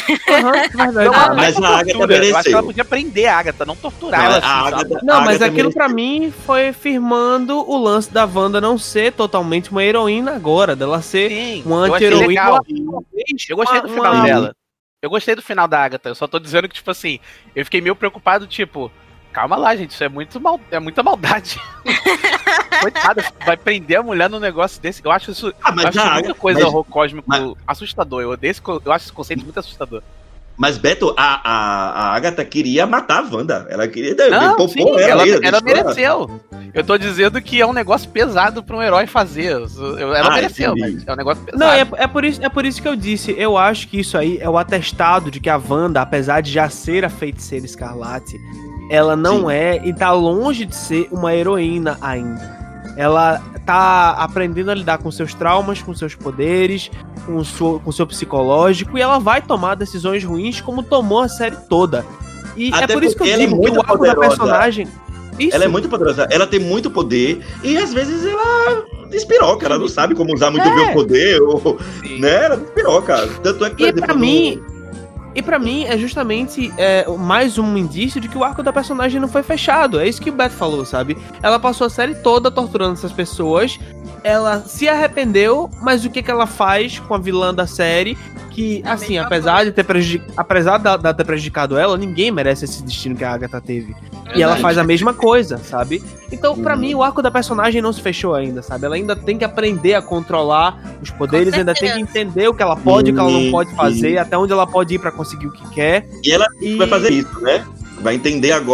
Mas a Agatha Eu acho que mereceu. ela podia prender a Agatha, não torturar ela. Assim, sabe? Não, mas Agatha aquilo mereceu. pra mim foi firmando o lance da Wanda não ser totalmente uma heroína agora, dela ser Sim, uma eu achei anti-heroína. legal. Eu gostei do final Uma- dela. Eu gostei do final da Agatha. Eu só tô dizendo que, tipo assim, eu fiquei meio preocupado, tipo, calma lá, gente, isso é muita maldade. Coitada, vai prender a mulher num negócio desse. Eu acho isso, Ah, mas eu acho a muita Agatha- coisa mas- horror cósmico mas- assustador. Eu acho esse conceito muito assustador. Mas, Beto, a Agatha queria matar a Wanda. Ela queria Não, pôr sim, ela ali, deixa mereceu. Eu tô dizendo que é um negócio pesado pra um herói fazer. Ela mereceu, entendi. mas é um negócio pesado. Não, é por isso que eu disse. Eu acho que isso aí é o atestado de que a Wanda, apesar de já ser a feiticeira Escarlate, ela não é e tá longe de ser uma heroína ainda. Ela tá aprendendo a lidar com seus traumas, com seus poderes, com o seu psicológico, e ela vai tomar decisões ruins como tomou a série toda. E Até é por isso que eu porque ela é digo que muito o arco da poderosa. personagem... Isso. Ela é muito poderosa, ela tem muito poder e às vezes ela despiroca, ela não sabe como usar muito bem o poder, ou, né? Ela despiroca. Tanto é que, por E exemplo, pra mim é justamente mais um indício de que o arco da personagem não foi fechado. É isso que o Beto falou, sabe? Ela passou a série toda torturando essas pessoas. Ela se arrependeu, mas o que ela faz com a vilã da série? Que, assim, apesar de ter ter prejudicado ela, ninguém merece esse destino que a Agatha teve. E ela faz a mesma coisa, sabe? Então, pra mim, o arco da personagem não se fechou ainda, sabe? Ela ainda tem que aprender a controlar os poderes, Com ainda tem que certeza. entender o que ela pode e o que ela não pode fazer, até onde ela pode ir pra conseguir o que quer. E ela E- vai fazer isso, né? Vai entender agora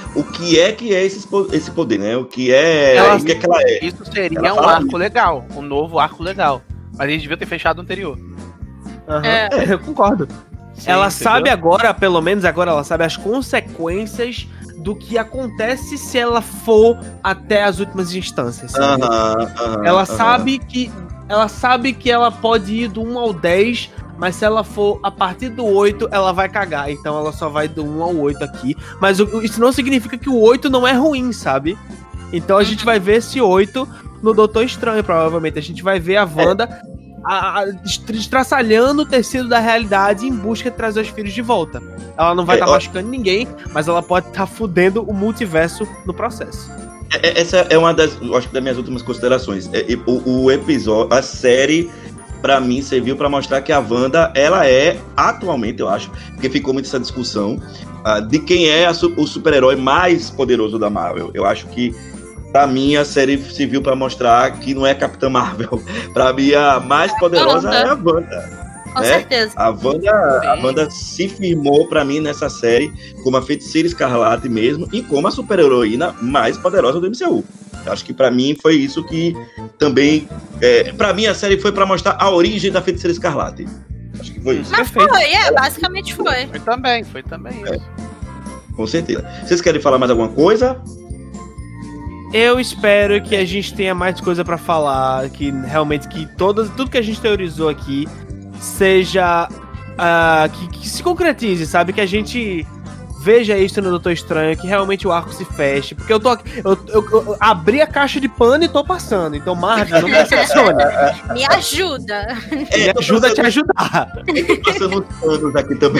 o que é esse poder, né? O que é que ela é. Isso seria Ela um fala arco legal, um novo arco legal. Mas eles deviam ter fechado o anterior. Eu concordo. Sim, Ela entendeu? sabe agora, pelo menos agora, ela sabe as consequências do que acontece se ela for até as últimas instâncias. Sabe? Ela sabe que ela pode ir do 1 ao 10, mas se ela for a partir do 8, ela vai cagar. Então ela só vai do 1 ao 8 aqui. Mas isso não significa que o 8 não é ruim, sabe? Então a gente vai ver esse 8 no Doutor Estranho, provavelmente. A gente vai ver a Wanda estraçalhando o tecido da realidade em busca de trazer os filhos de volta. Ela não vai estar machucando ninguém, mas ela pode estar fudendo o multiverso no processo. Essa é uma das minhas últimas considerações. O episódio, a série, pra mim, serviu pra mostrar que a Wanda, ela é, atualmente, eu acho, porque ficou muito essa discussão, de quem é o super-herói mais poderoso da Marvel. Eu acho que, pra mim, a série serviu pra mostrar que não é Capitã Marvel. Pra mim, a mais poderosa é a Wanda. Com certeza. A Wanda se firmou pra mim nessa série como a Feiticeira Escarlate mesmo e como a super-heroína mais poderosa do MCU. Eu acho que pra mim foi isso que também... pra mim a série foi pra mostrar a origem da Feiticeira Escarlate. Acho que foi isso. Mas basicamente foi. Foi também isso. Com certeza. Vocês querem falar mais alguma coisa? Eu espero que a gente tenha mais coisa pra falar, que realmente tudo que a gente teorizou aqui seja que se concretize, sabe? Que a gente veja isso no Doutor Estranho, que realmente o arco se feche, porque eu abri a caixa de pano e tô passando, então Marvel, não me decepcione. Me ajuda. Me ajuda a te ajudar. Eu tô passando uns panos aqui também.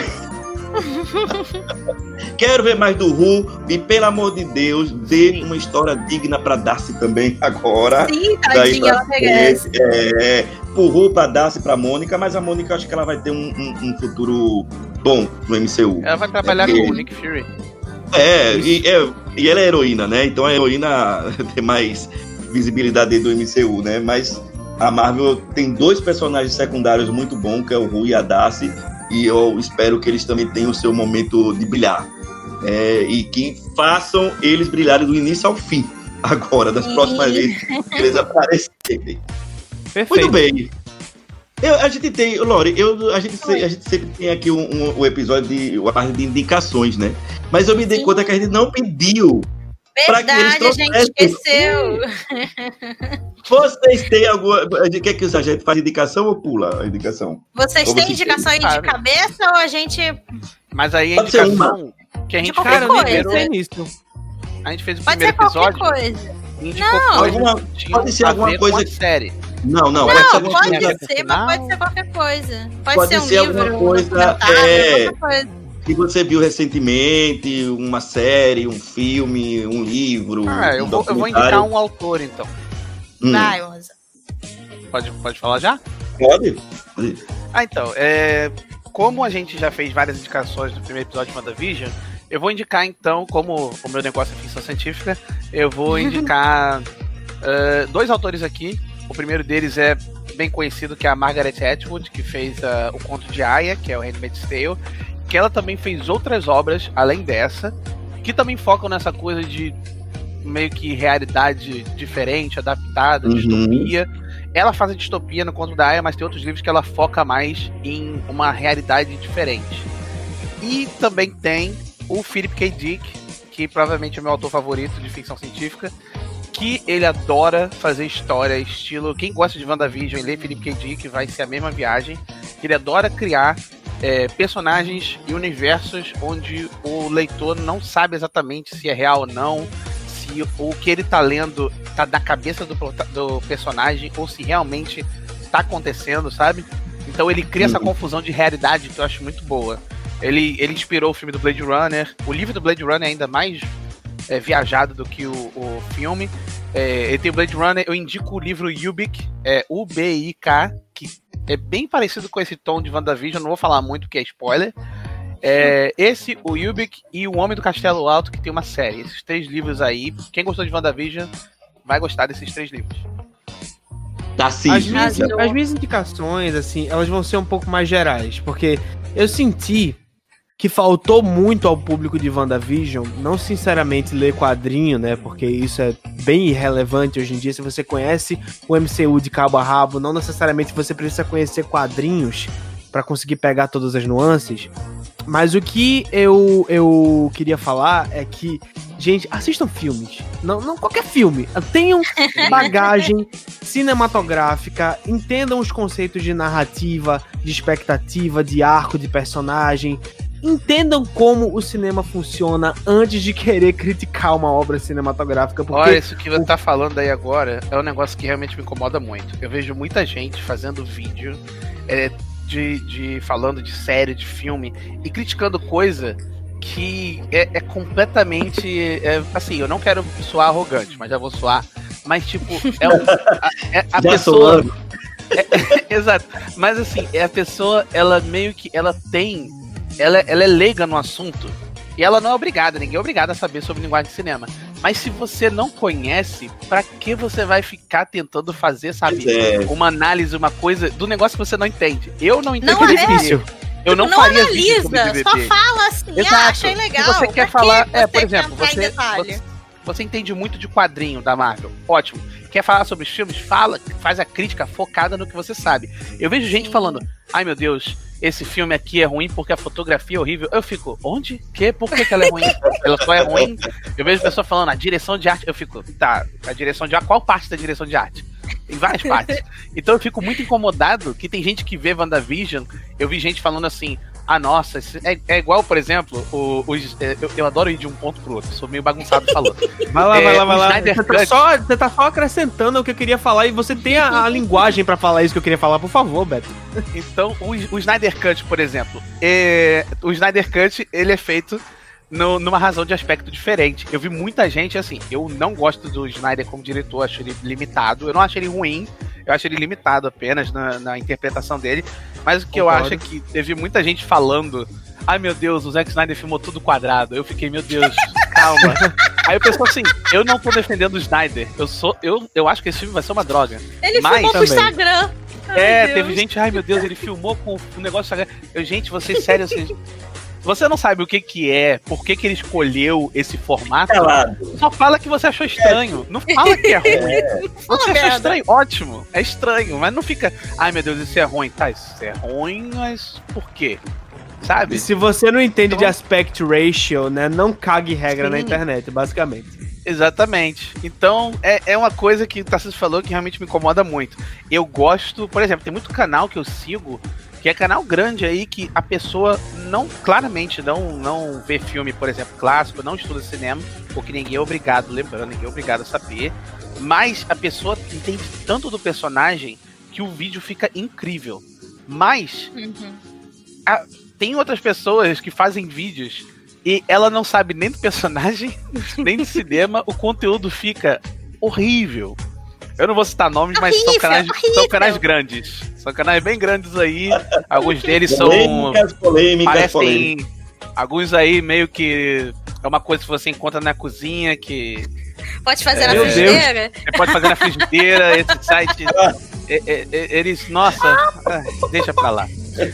Quero ver mais do Who e, pelo amor de Deus, dê uma história digna pra Darcy também agora. Sim, tadinha, ela merece. Pro Who, pra Darcy, pra Mônica, mas a Mônica, acho que ela vai ter um futuro bom no MCU. Ela vai trabalhar com o Nick Fury. E ela é heroína, né? Então a heroína tem mais visibilidade dentro do MCU, né? Mas a Marvel tem 2 personagens secundários muito bons, que é o Who e a Darcy. E eu espero que eles também tenham o seu momento de brilhar. E que façam eles brilharem do início ao fim. Agora, das próximas vezes que eles aparecerem. Perfeito. Muito bem. A gente tem, Lore, a gente sempre tem aqui um episódio a parte de indicações, né? Mas eu me dei conta que a gente não pediu. Verdade, a gente esqueceu. Vocês têm alguma... Quer que a gente faça indicação ou pula a indicação? Vocês têm indicação aí de cabeça ou a gente... Mas aí a Pode ser indicação que a gente qualquer fez no primeiro... coisa. A gente fez o Pode primeiro ser qualquer episódio. coisa. Não, pode ser alguma coisa que... série. Não, Não, pode ser pode alguma coisa... ser, mas pode ser qualquer coisa. Pode ser um ser livro, alguma coisa, qualquer coisa. que você viu recentemente, uma série, um filme, um livro, eu vou indicar um autor, então. Vai, Rosa. Pode falar já? Pode. Então, como a gente já fez várias indicações no primeiro episódio de WandaVision, eu vou indicar, então, como o meu negócio é ficção científica, eu vou indicar 2 autores aqui. O primeiro deles é bem conhecido, que é a Margaret Atwood, que fez o conto de Aya, que é o Handmaid's Tale, que ela também fez outras obras, além dessa, que também focam nessa coisa de meio que realidade diferente, adaptada, distopia. Ela faz a distopia no conto da Aya, mas tem outros livros que ela foca mais em uma realidade diferente. E também tem o Philip K. Dick, que provavelmente é meu autor favorito de ficção científica, que ele adora fazer história, estilo... Quem gosta de WandaVision e lê Philip K. Dick vai ser a mesma viagem. Ele adora criar personagens e universos onde o leitor não sabe exatamente se é real ou não, se o que ele tá lendo tá na cabeça do personagem ou se realmente tá acontecendo, sabe? Então ele cria essa confusão de realidade que eu acho muito boa. Ele inspirou o filme do Blade Runner. O livro do Blade Runner é ainda mais viajado do que o filme. Ele tem o Blade Runner. Eu indico o livro Ubik, U-B-I-K, que é bem parecido com esse tom de WandaVision. Não vou falar muito porque é spoiler. Esse, o Ubik e o Homem do Castelo Alto, que tem uma série. Esses 3 livros aí. Quem gostou de WandaVision vai gostar desses 3 livros. Tá sim. As minhas indicações, assim, elas vão ser um pouco mais gerais, porque eu senti que faltou muito ao público de WandaVision, não sinceramente ler quadrinho, né? Porque isso é bem irrelevante hoje em dia. Se você conhece o MCU de cabo a rabo, não necessariamente você precisa conhecer quadrinhos para conseguir pegar todas as nuances. Mas o que eu queria falar é que, gente, assistam filmes. Não qualquer filme. Tenham bagagem cinematográfica, entendam os conceitos de narrativa, de expectativa, de arco de personagem. Entendam como o cinema funciona antes de querer criticar uma obra cinematográfica. Porque olha, isso que você tá falando aí agora é um negócio que realmente me incomoda muito. Eu vejo muita gente fazendo vídeo falando de série, de filme, e criticando coisa que é completamente... assim, eu não quero soar arrogante, mas já vou soar. Mas, tipo, a pessoa... exato. Mas, assim, a pessoa, ela meio que... Ela é leiga no assunto e ela não é obrigada, ninguém é obrigado a saber sobre linguagem de cinema. Mas se você não conhece, pra que você vai ficar tentando fazer, sabe, uma análise, uma coisa do negócio que você não entende? Eu não entendo. Não, difícil. Eu não faria analisa, sobre BBB. Só fala assim, achei legal. Se você quer falar, por exemplo, você você entende muito de quadrinho da Marvel, ótimo. Quer falar sobre os filmes? Fala, faz a crítica focada no que você sabe. Eu vejo gente falando, ai meu Deus, esse filme aqui é ruim porque a fotografia é horrível. Eu fico, onde? Por que ela é ruim? Ela só é ruim? Eu vejo pessoas falando, a direção de arte. Eu fico, tá, a direção de arte, qual parte da direção de arte? Em várias partes. Então eu fico muito incomodado que tem gente que vê WandaVision. Eu vi gente falando assim, ah, nossa, é igual, por exemplo, eu adoro ir de um ponto pro outro, sou meio bagunçado falando. Vai lá. Você tá só acrescentando o que eu queria falar e você tem a linguagem pra falar isso que eu queria falar, por favor, Beto. Então, o Snyder Cut, por exemplo, o Snyder Cut, ele é feito numa razão de aspecto diferente. Eu vi muita gente, assim, eu não gosto do Snyder como diretor, acho ele limitado, eu não acho ele ruim, eu acho ele limitado apenas na interpretação dele, mas o que eu acho é que teve muita gente falando, ai meu Deus, o Zack Snyder filmou tudo quadrado. Eu fiquei, meu Deus, calma. Aí eu pensei assim, eu não tô defendendo o Snyder, eu acho que esse filme vai ser uma droga. Ele filmou pro Instagram. Teve gente, ai meu Deus, ele filmou com o negócio do Instagram. Gente, vocês sérios, você não sabe o que é, por que ele escolheu esse formato, só fala que você achou estranho. Não fala que é ruim. Você achou estranho, ótimo, é estranho, mas não fica, ai meu Deus, isso é ruim. Tá, isso é ruim, mas por quê? Sabe? Se você não entende de aspect ratio, né, não cague regra na internet, basicamente. Exatamente. Então, é uma coisa que o Tarcísio falou que realmente me incomoda muito. Eu gosto, por exemplo, tem muito canal que eu sigo, que é canal grande aí, que a pessoa claramente não vê filme, por exemplo, clássico, não estuda cinema, porque ninguém é obrigado, lembrando, ninguém é obrigado a saber, mas a pessoa entende tanto do personagem que o vídeo fica incrível. Mas tem outras pessoas que fazem vídeos e ela não sabe nem do personagem, nem do cinema, o conteúdo fica horrível. Eu não vou citar nomes, mas são canais grandes. São canais bem grandes aí. Alguns deles são... Polêmicas. Alguns aí meio que... É uma coisa que você encontra na cozinha que... Pode fazer na frigideira. Você pode fazer na frigideira. Esse site... Eles... Nossa... deixa pra lá.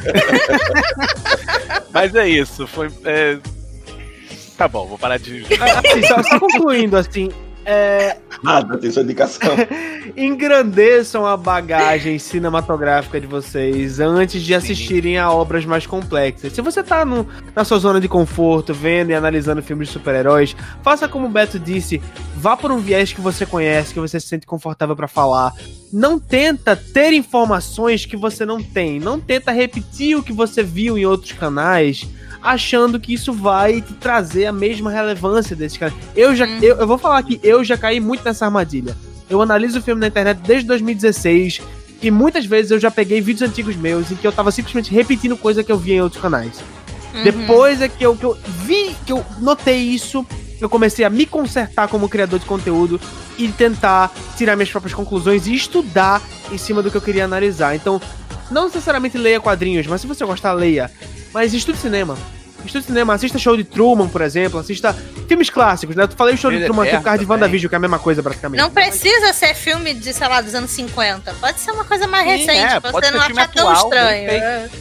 Mas é isso. Foi... Tá bom, vou parar de... Só concluindo, assim... Nada, tem sua indicação. Engrandeçam a bagagem cinematográfica de vocês antes de assistirem a obras mais complexas. Se você tá na sua zona de conforto, vendo e analisando filmes de super-heróis, faça como o Beto disse, vá por um viés que você conhece, que você se sente confortável pra falar. Não tenta ter informações que você não tem. Não tenta repetir o que você viu em outros canais, achando que isso vai te trazer a mesma relevância desse cara. Eu vou falar que eu já caí muito nessa armadilha. Eu analiso o filme na internet desde 2016 e muitas vezes eu já peguei vídeos antigos meus em que eu tava simplesmente repetindo coisa que eu via em outros canais. Depois é que eu vi, que eu notei isso, eu comecei a me consertar como criador de conteúdo e tentar tirar minhas próprias conclusões e estudar em cima do que eu queria analisar. Então, não necessariamente leia quadrinhos, mas se você gostar, leia. Mas estude cinema. Estude cinema, assista Show de Truman, por exemplo, assista filmes clássicos, né? Eu falei o Show de Truman aqui por causa de WandaVision, que é a mesma coisa, praticamente. Não precisa ser filme de, sei lá, dos anos 50. Pode ser uma coisa mais recente, pode você não ser filme achar tão atual, estranho.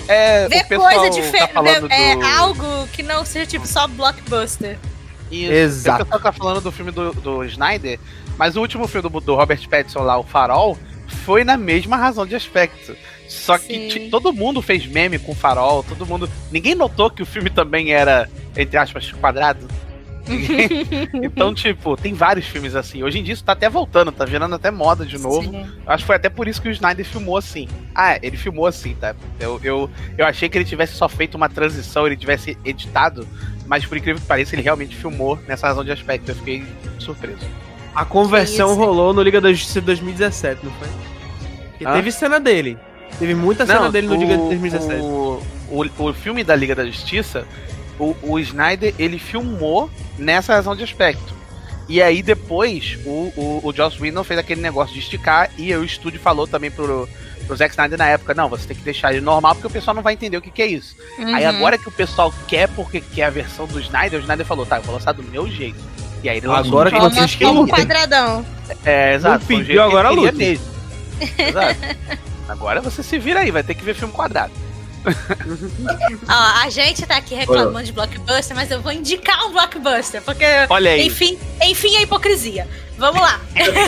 Ver o pessoal coisa tá diferente, falando algo que não seja tipo só blockbuster. Isso. Exato. O pessoal tá falando do filme do Snyder, mas o último filme do Robert Pattinson lá, o Farol, foi na mesma razão de aspecto. Só que todo mundo fez meme com o Farol, todo mundo... Ninguém notou que o filme também era, entre aspas, quadrado. Então, tipo, tem vários filmes assim. Hoje em dia isso tá até voltando, tá virando até moda de novo. Sim. Acho que foi até por isso que o Snyder filmou assim. Ele filmou assim, tá? Eu achei que ele tivesse só feito uma transição, ele tivesse editado, mas por incrível que pareça, ele realmente filmou nessa razão de aspecto. Eu fiquei surpreso. A conversão rolou no Liga da Justiça 2017, não foi? Porque teve cena dele. Teve muita cena dele no Liga de 2017. O filme da Liga da Justiça, o Snyder, ele filmou nessa razão de aspecto. E aí depois, o Joss Whedon fez aquele negócio de esticar, e o estúdio falou também pro Zack Snyder na época, não, você tem que deixar ele normal, porque o pessoal não vai entender o que é isso. Aí agora que o pessoal quer, porque quer a versão do Snyder, o Snyder falou, tá, eu vou lançar do meu jeito. E aí ele lançou agora que vocês como um quadradão. Exato. Não pediu, agora luta. Mesmo. Exato. Agora você se vira aí, vai ter que ver filme quadrado. A gente tá aqui reclamando de blockbuster, mas eu vou indicar um blockbuster, porque, olha aí. enfim, a hipocrisia. Vamos lá.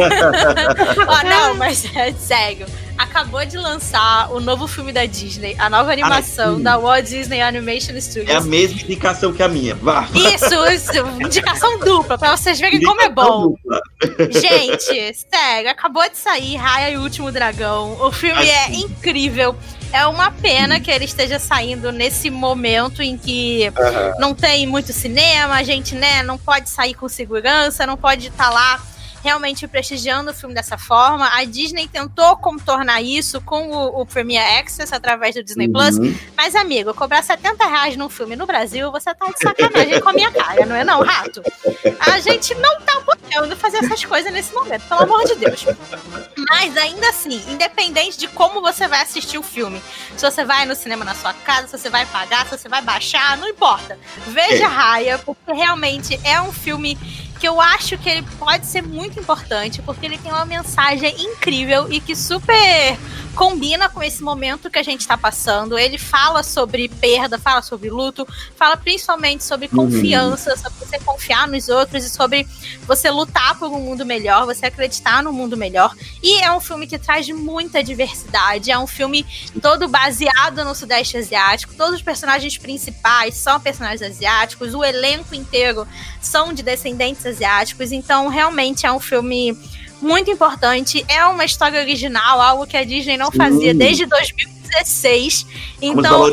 Não, mas é sério. Acabou de lançar o novo filme da Disney, a nova animação da Walt Disney Animation Studios. É a mesma indicação que a minha. Vá. Isso, indicação dupla, pra vocês verem como é bom. Gente, sério, acabou de sair Raya e o Último Dragão. O filme é incrível. É uma pena que ele esteja saindo nesse momento em que não tem muito cinema, a gente, né, não pode sair com segurança, não pode estar lá realmente prestigiando o filme dessa forma. A Disney tentou contornar isso com o Premier Access através do Disney Plus, mas, amigo, cobrar R$70 num filme no Brasil, você tá de sacanagem com a minha cara, não é não, rato? A gente não tá podendo fazer essas coisas nesse momento, pelo amor de Deus. Mas ainda assim, independente de como você vai assistir o filme, se você vai no cinema na sua casa, se você vai pagar, se você vai baixar, não importa. Veja Raya, porque realmente é um filme que eu acho que ele pode ser muito importante, porque ele tem uma mensagem incrível e que super combina com esse momento que a gente está passando. Ele fala sobre perda, fala sobre luto, fala principalmente sobre confiança, sobre você confiar nos outros e sobre você lutar por um mundo melhor, você acreditar no mundo melhor. E é um filme que traz muita diversidade, é um filme todo baseado no Sudeste Asiático, todos os personagens principais são personagens asiáticos, o elenco inteiro são de descendentes asiáticos, então realmente é um filme muito importante, é uma história original, algo que a Disney não fazia desde 2016, então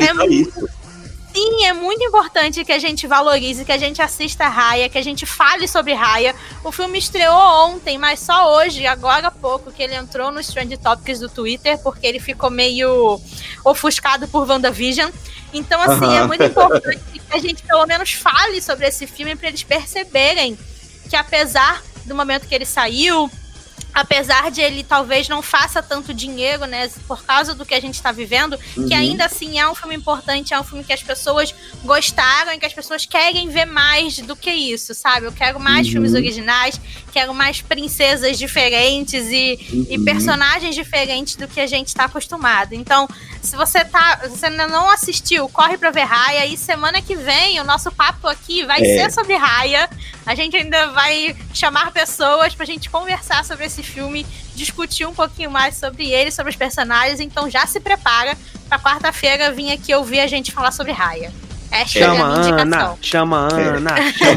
é muito importante que a gente valorize, que a gente assista Raya, que a gente fale sobre Raya. O filme estreou ontem, mas só hoje, agora há pouco, que ele entrou nos Trend Topics do Twitter, porque ele ficou meio ofuscado por WandaVision. Então, assim, é muito importante que a gente pelo menos fale sobre esse filme para eles perceberem que, apesar do momento que ele saiu, apesar de ele talvez não faça tanto dinheiro, né, por causa do que a gente tá vivendo, que ainda assim é um filme importante, é um filme que as pessoas gostaram e que as pessoas querem ver mais do que isso, sabe? Eu quero mais filmes originais, quero mais princesas diferentes e personagens diferentes do que a gente tá acostumado. Então, se você ainda não assistiu, corre pra ver Raya, e semana que vem o nosso papo aqui vai ser sobre Raya. A gente ainda vai chamar pessoas pra gente conversar sobre esse filme, discutir um pouquinho mais sobre ele, sobre os personagens, então já se prepara pra quarta-feira vir aqui ouvir a gente falar sobre Raya. Essa é a minha indicação. Chama a Ana.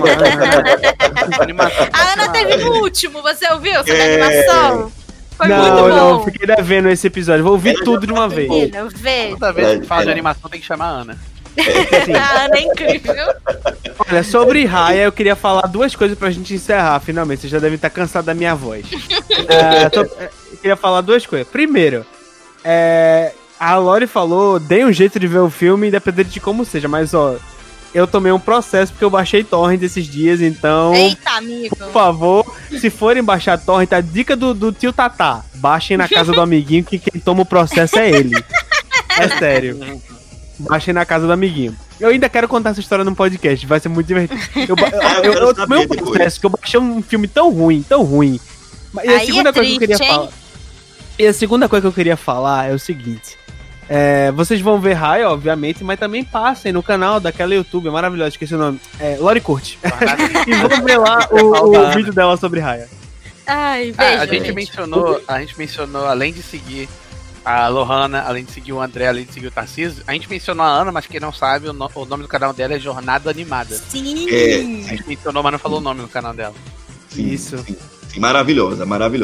A Ana teve no último, você ouviu sobre a animação? Foi muito bom. Não, fiquei devendo esse episódio, vou ouvir tudo de uma vez. Toda vez que fala de animação tem que chamar a Ana. A Ana é incrível. Olha, sobre Raya, eu queria falar duas coisas pra gente encerrar, finalmente. Vocês já devem estar cansados da minha voz. Eu queria falar duas coisas. Primeiro, a Lori falou, dei um jeito de ver o filme, independente de como seja, mas ó, eu tomei um processo porque eu baixei torrent esses dias, então... Eita, amigo. Por favor, se forem baixar torrent, a dica do tio Tatá, baixem na casa do amiguinho, que quem toma o processo é ele. É sério. Baixem na casa do amiguinho. Eu ainda quero contar essa história num podcast, vai ser muito divertido. Eu tomei um processo que eu baixei um filme tão ruim. E a segunda coisa que eu queria falar é o seguinte. Vocês vão ver Raya, obviamente, mas também passem no canal daquela youtuber maravilhosa, esqueci o nome, Lori Curti. E vão ver lá o vídeo dela sobre Raya. Ai, veja, a gente mencionou, além de seguir a Lohana, além de seguir o André, além de seguir o Tarcísio, a gente mencionou a Ana, mas quem não sabe, o nome do canal dela é Jornada Animada. Sim! A gente mencionou, mas não falou o nome do canal dela. Sim, Isso. Sim, maravilhosa.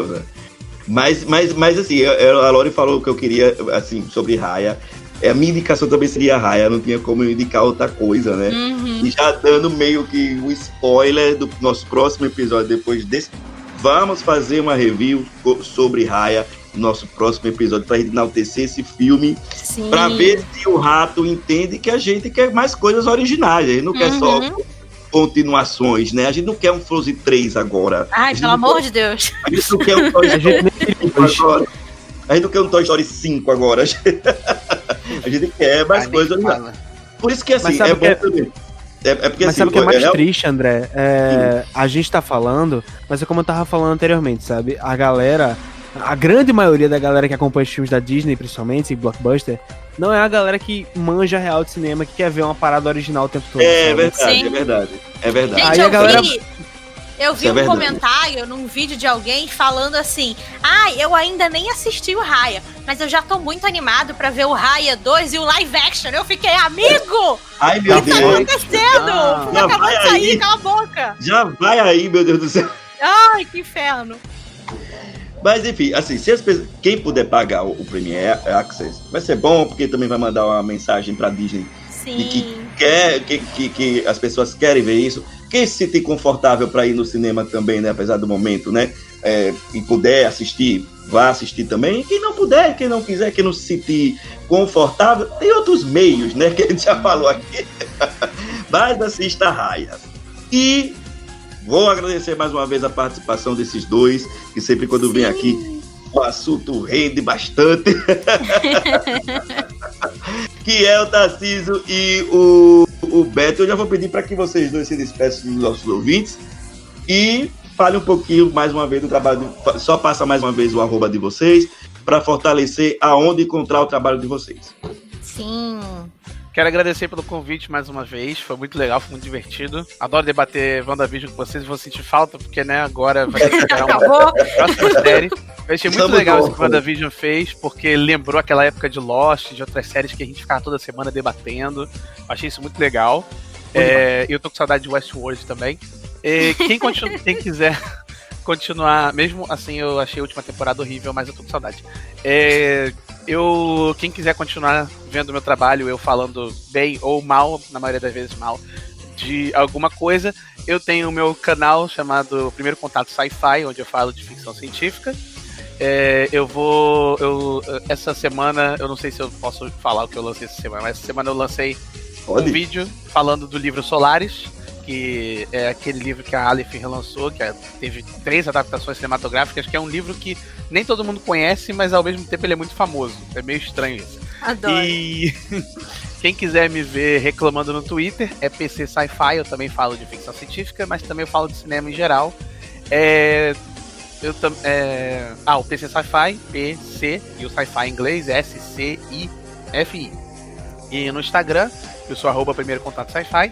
Mas assim, a Lori falou o que eu queria, assim, sobre Raya. A minha indicação também seria Raya, não tinha como eu indicar outra coisa, né? E já dando meio que o spoiler do nosso próximo episódio, depois desse, vamos fazer uma review sobre Raya no nosso próximo episódio, pra gente enaltecer esse filme, pra ver se o Rato entende que a gente quer mais coisas originais, a gente não quer só continuações, né? A gente não quer um Frozen 3 agora. Ai, pelo amor de Deus. A gente não quer um Toy Story 5 agora. A gente não quer um Toy Story 5 agora. A gente quer mais coisas. Por isso que assim, é bom também. Porque, mas assim, sabe o que é mais triste, André? A gente tá falando, mas é como eu tava falando anteriormente, sabe? A grande maioria da galera que acompanha os filmes da Disney, principalmente, e blockbuster, não é a galera que manja real de cinema, que quer ver uma parada original o tempo todo. É verdade. Gente, aí a galera... Eu vi um comentário num vídeo de alguém falando assim: eu ainda nem assisti o Raya, mas eu já tô muito animado pra ver o Raya 2 e o live action. Eu fiquei, amigo! Ai, meu Deus! O que tá acontecendo? O filme acabou de sair, cala a boca! Já vai aí, meu Deus do céu! Ai, que inferno! Mas enfim, assim, se as pessoas, quem puder pagar o Premiere Access, vai ser bom, porque também vai mandar uma mensagem pra Disney de que as pessoas querem ver isso. Quem se sentir confortável para ir no cinema também, né, apesar do momento, né, e puder assistir, vá assistir também. E quem não puder, quem não quiser, quem não se sentir confortável, tem outros meios, né, que a gente já falou aqui. Mas assista a Raya. E vou agradecer mais uma vez a participação desses dois, que sempre quando vem aqui o assunto rende bastante. Que é o Tarcísio e o Beto. Eu já vou pedir para que vocês dois se despeçam dos nossos ouvintes e fale um pouquinho mais uma vez do trabalho. Só passa mais uma vez o @ de vocês para fortalecer aonde encontrar o trabalho de vocês. Sim. Quero agradecer pelo convite mais uma vez, foi muito legal, foi muito divertido. Adoro debater WandaVision com vocês, vou sentir falta, porque, né, agora vai ter que uma próxima série. Eu achei muito legal isso que o WandaVision fez, porque lembrou aquela época de Lost, de outras séries que a gente ficava toda semana debatendo. Achei isso muito legal. Eu tô com saudade de Westworld também. Quem quiser continuar, mesmo assim, eu achei a última temporada horrível, mas eu tô com saudade. Quem quiser continuar vendo o meu trabalho, eu falando bem ou mal, na maioria das vezes mal, de alguma coisa, eu tenho o meu canal chamado Primeiro Contato Sci-Fi, onde eu falo de ficção científica. Essa semana, eu não sei se eu posso falar o que eu lancei essa semana, mas essa semana eu lancei um vídeo falando do livro Solaris, que é aquele livro que a Aleph relançou, que teve 3 adaptações cinematográficas, que é um livro que nem todo mundo conhece, mas ao mesmo tempo ele é muito famoso. É meio estranho isso. Adoro. E quem quiser me ver reclamando no Twitter é PC Sci-Fi, eu também falo de ficção científica, mas também eu falo de cinema em geral. O PC Sci-Fi, PC, e o Sci-Fi em inglês é SCIFI. E no Instagram, eu sou @Primeiro Contato Sci-Fi.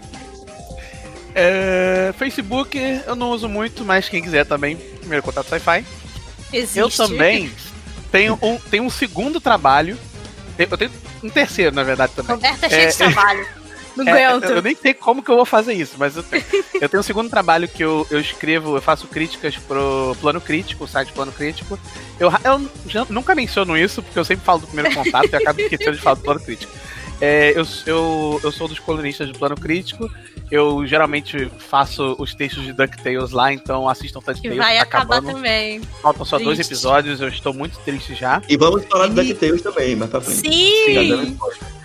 Facebook eu não uso muito, mas quem quiser também, Primeiro Contato Sci-Fi. Existe. Eu também tenho um segundo trabalho. Eu tenho um terceiro, na verdade, também. Roberto é cheio de trabalho. Não aguento. Eu nem sei como que eu vou fazer isso, mas eu tenho um segundo trabalho que eu escrevo, eu faço críticas pro Plano Crítico, o site Plano Crítico. Eu já nunca menciono isso, porque eu sempre falo do Primeiro Contato e acabo esquecendo de falar do Plano Crítico. Eu sou dos colunistas do Plano Crítico. Eu geralmente faço os textos de DuckTales lá, então assistam DuckTales. Que vai tá acabar acabando. Também. Faltam só 2 Triste. episódios, eu estou muito triste já. E vamos falar do DuckTales também, mais pra frente. Sim!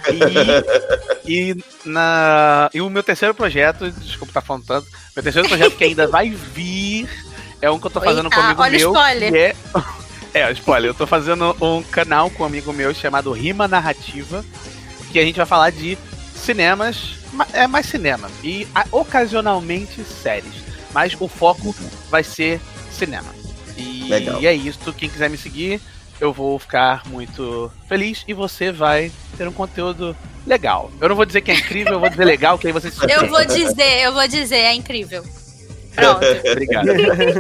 E o meu terceiro projeto, desculpa estar falando tanto, meu terceiro projeto que ainda vai vir é um que eu tô fazendo com um amigo meu. Spoiler. Spoiler. Eu tô fazendo um canal com um amigo meu chamado Rima Narrativa, que a gente vai falar de cinemas, mais cinema, e ocasionalmente séries, mas o foco vai ser cinema. E Legal. é isso, quem quiser me seguir, eu vou ficar muito feliz e você vai ter um conteúdo legal. Eu não vou dizer que é incrível, eu vou dizer legal, que aí você se Eu vou dizer, é incrível. Pronto. Obrigado.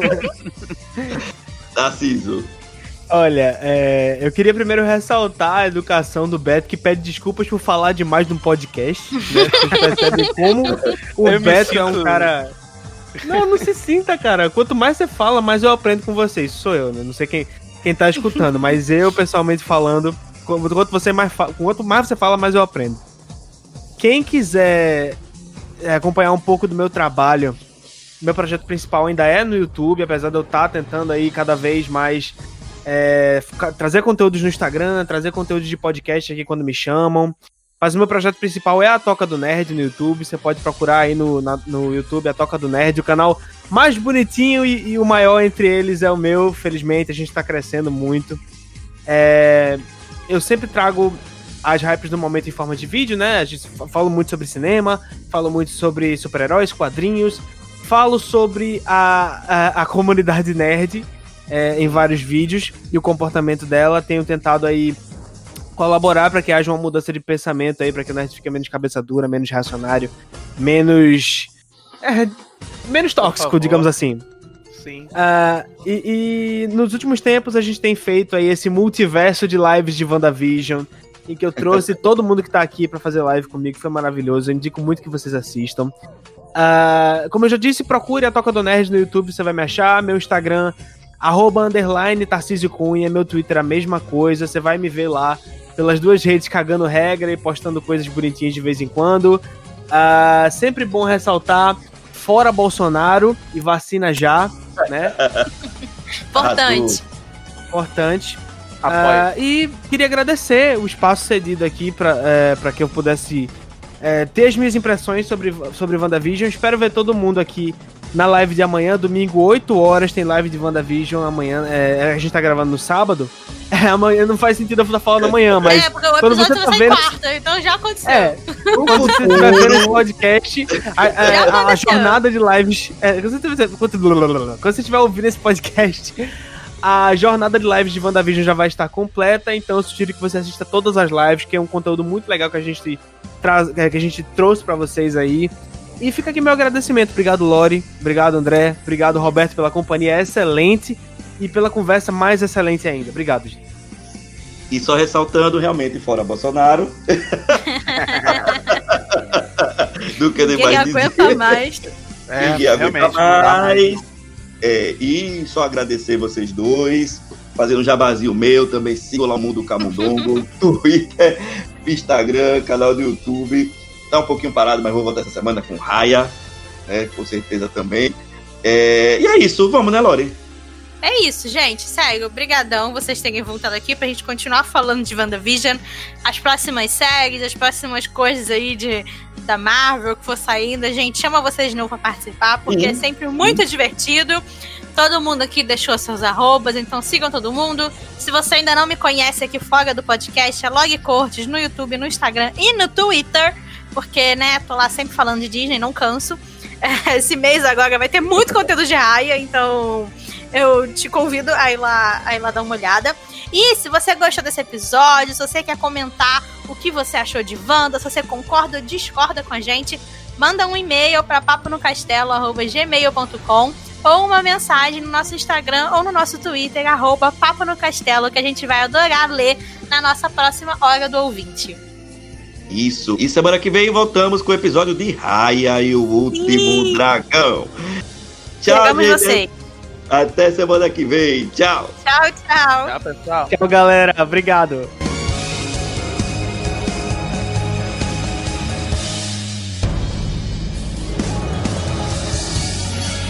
Narciso. Olha, eu queria primeiro ressaltar a educação do Beto, que pede desculpas por falar demais no podcast, né? Vocês percebem como o Beto é um cara... Não se sinta, cara. Quanto mais você fala, mais eu aprendo com você. Isso sou eu, né? Não sei quem tá escutando, mas eu, pessoalmente falando, quanto mais você fala, mais eu aprendo. Quem quiser acompanhar um pouco do meu trabalho, meu projeto principal ainda é no YouTube, apesar de eu estar tentando aí cada vez mais trazer conteúdos no Instagram, trazer conteúdos de podcast aqui quando me chamam. Mas o meu projeto principal é a Toca do Nerd no YouTube. Você pode procurar aí no YouTube a Toca do Nerd. O canal mais bonitinho e o maior entre eles é o meu. Felizmente, a gente tá crescendo muito. Eu sempre trago as hypes do momento em forma de vídeo, né? A gente falo muito sobre cinema, falo muito sobre super-heróis, quadrinhos. Falo sobre a comunidade nerd em vários vídeos e o comportamento dela. Tenho tentado aí colaborar para que haja uma mudança de pensamento aí, para que o nerd fique menos cabeça dura, menos reacionário, menos tóxico, digamos assim. Sim. E nos últimos tempos a gente tem feito aí esse multiverso de lives de WandaVision, em que eu trouxe todo mundo que tá aqui para fazer live comigo, foi maravilhoso. Eu indico muito que vocês assistam. Como eu já disse, procure a Toca do Nerd no YouTube, você vai me achar. Meu Instagram, @_Tarcísio Cunha, meu Twitter a mesma coisa, você vai me ver lá pelas duas redes cagando regra e postando coisas bonitinhas de vez em quando. Sempre bom ressaltar, fora Bolsonaro e vacina já, né? Importante. E queria agradecer o espaço cedido aqui para que eu pudesse ter as minhas impressões sobre WandaVision. Espero ver todo mundo aqui na live de amanhã, domingo, 8 horas, tem live de WandaVision amanhã. A gente tá gravando no sábado. Amanhã não faz sentido eu estar falando amanhã, mas porque o episódio quando você tá vai vendo... quarta, então já aconteceu. Quando você estiver vendo esse podcast, a jornada de lives... Quando você estiver ouvindo esse podcast, a jornada de lives de WandaVision já vai estar completa, então eu sugiro que você assista todas as lives, que é um conteúdo muito legal que a gente trouxe pra vocês aí. E fica aqui meu agradecimento. Obrigado, Lori. Obrigado, André. Obrigado, Roberto, pela companhia excelente e pela conversa mais excelente ainda. Obrigado, gente. E só ressaltando, realmente, fora Bolsonaro. Do que Ninguém aguenta mais. Ninguém aguenta mais. E só agradecer vocês dois. Fazendo um jabazinho meu. Também sigam lá o Mundo Camundongo. Twitter, Instagram, canal do YouTube. Tá um pouquinho parado, mas vou voltar essa semana com Raya, né? Com certeza também. E é isso, vamos, né, Lori? É isso, gente. Sério, brigadão vocês terem voltado aqui pra gente continuar falando de WandaVision, as próximas séries, as próximas coisas aí da Marvel que for saindo. A gente chama vocês de novo pra participar, porque é sempre muito divertido. Todo mundo aqui deixou seus arrobas, então sigam todo mundo. Se você ainda não me conhece aqui fora do podcast, é Log Cortes no YouTube, no Instagram e no Twitter. Porque, né, tô lá sempre falando de Disney, não canso. Esse mês agora vai ter muito conteúdo de Raya, então eu te convido a ir lá dar uma olhada. E se você gostou desse episódio, se você quer comentar o que você achou de Wanda, se você concorda ou discorda com a gente, manda um e-mail para paponocastelo@gmail.com ou uma mensagem no nosso Instagram ou no nosso Twitter, @paponocastelo, que a gente vai adorar ler na nossa próxima Hora do Ouvinte. Isso. E semana que vem voltamos com o episódio de Raya e o Último Dragão. Tchau, chegamos gente. Vocês. Até semana que vem. Tchau. Tchau, tchau. Tchau, pessoal. Tchau, galera. Obrigado.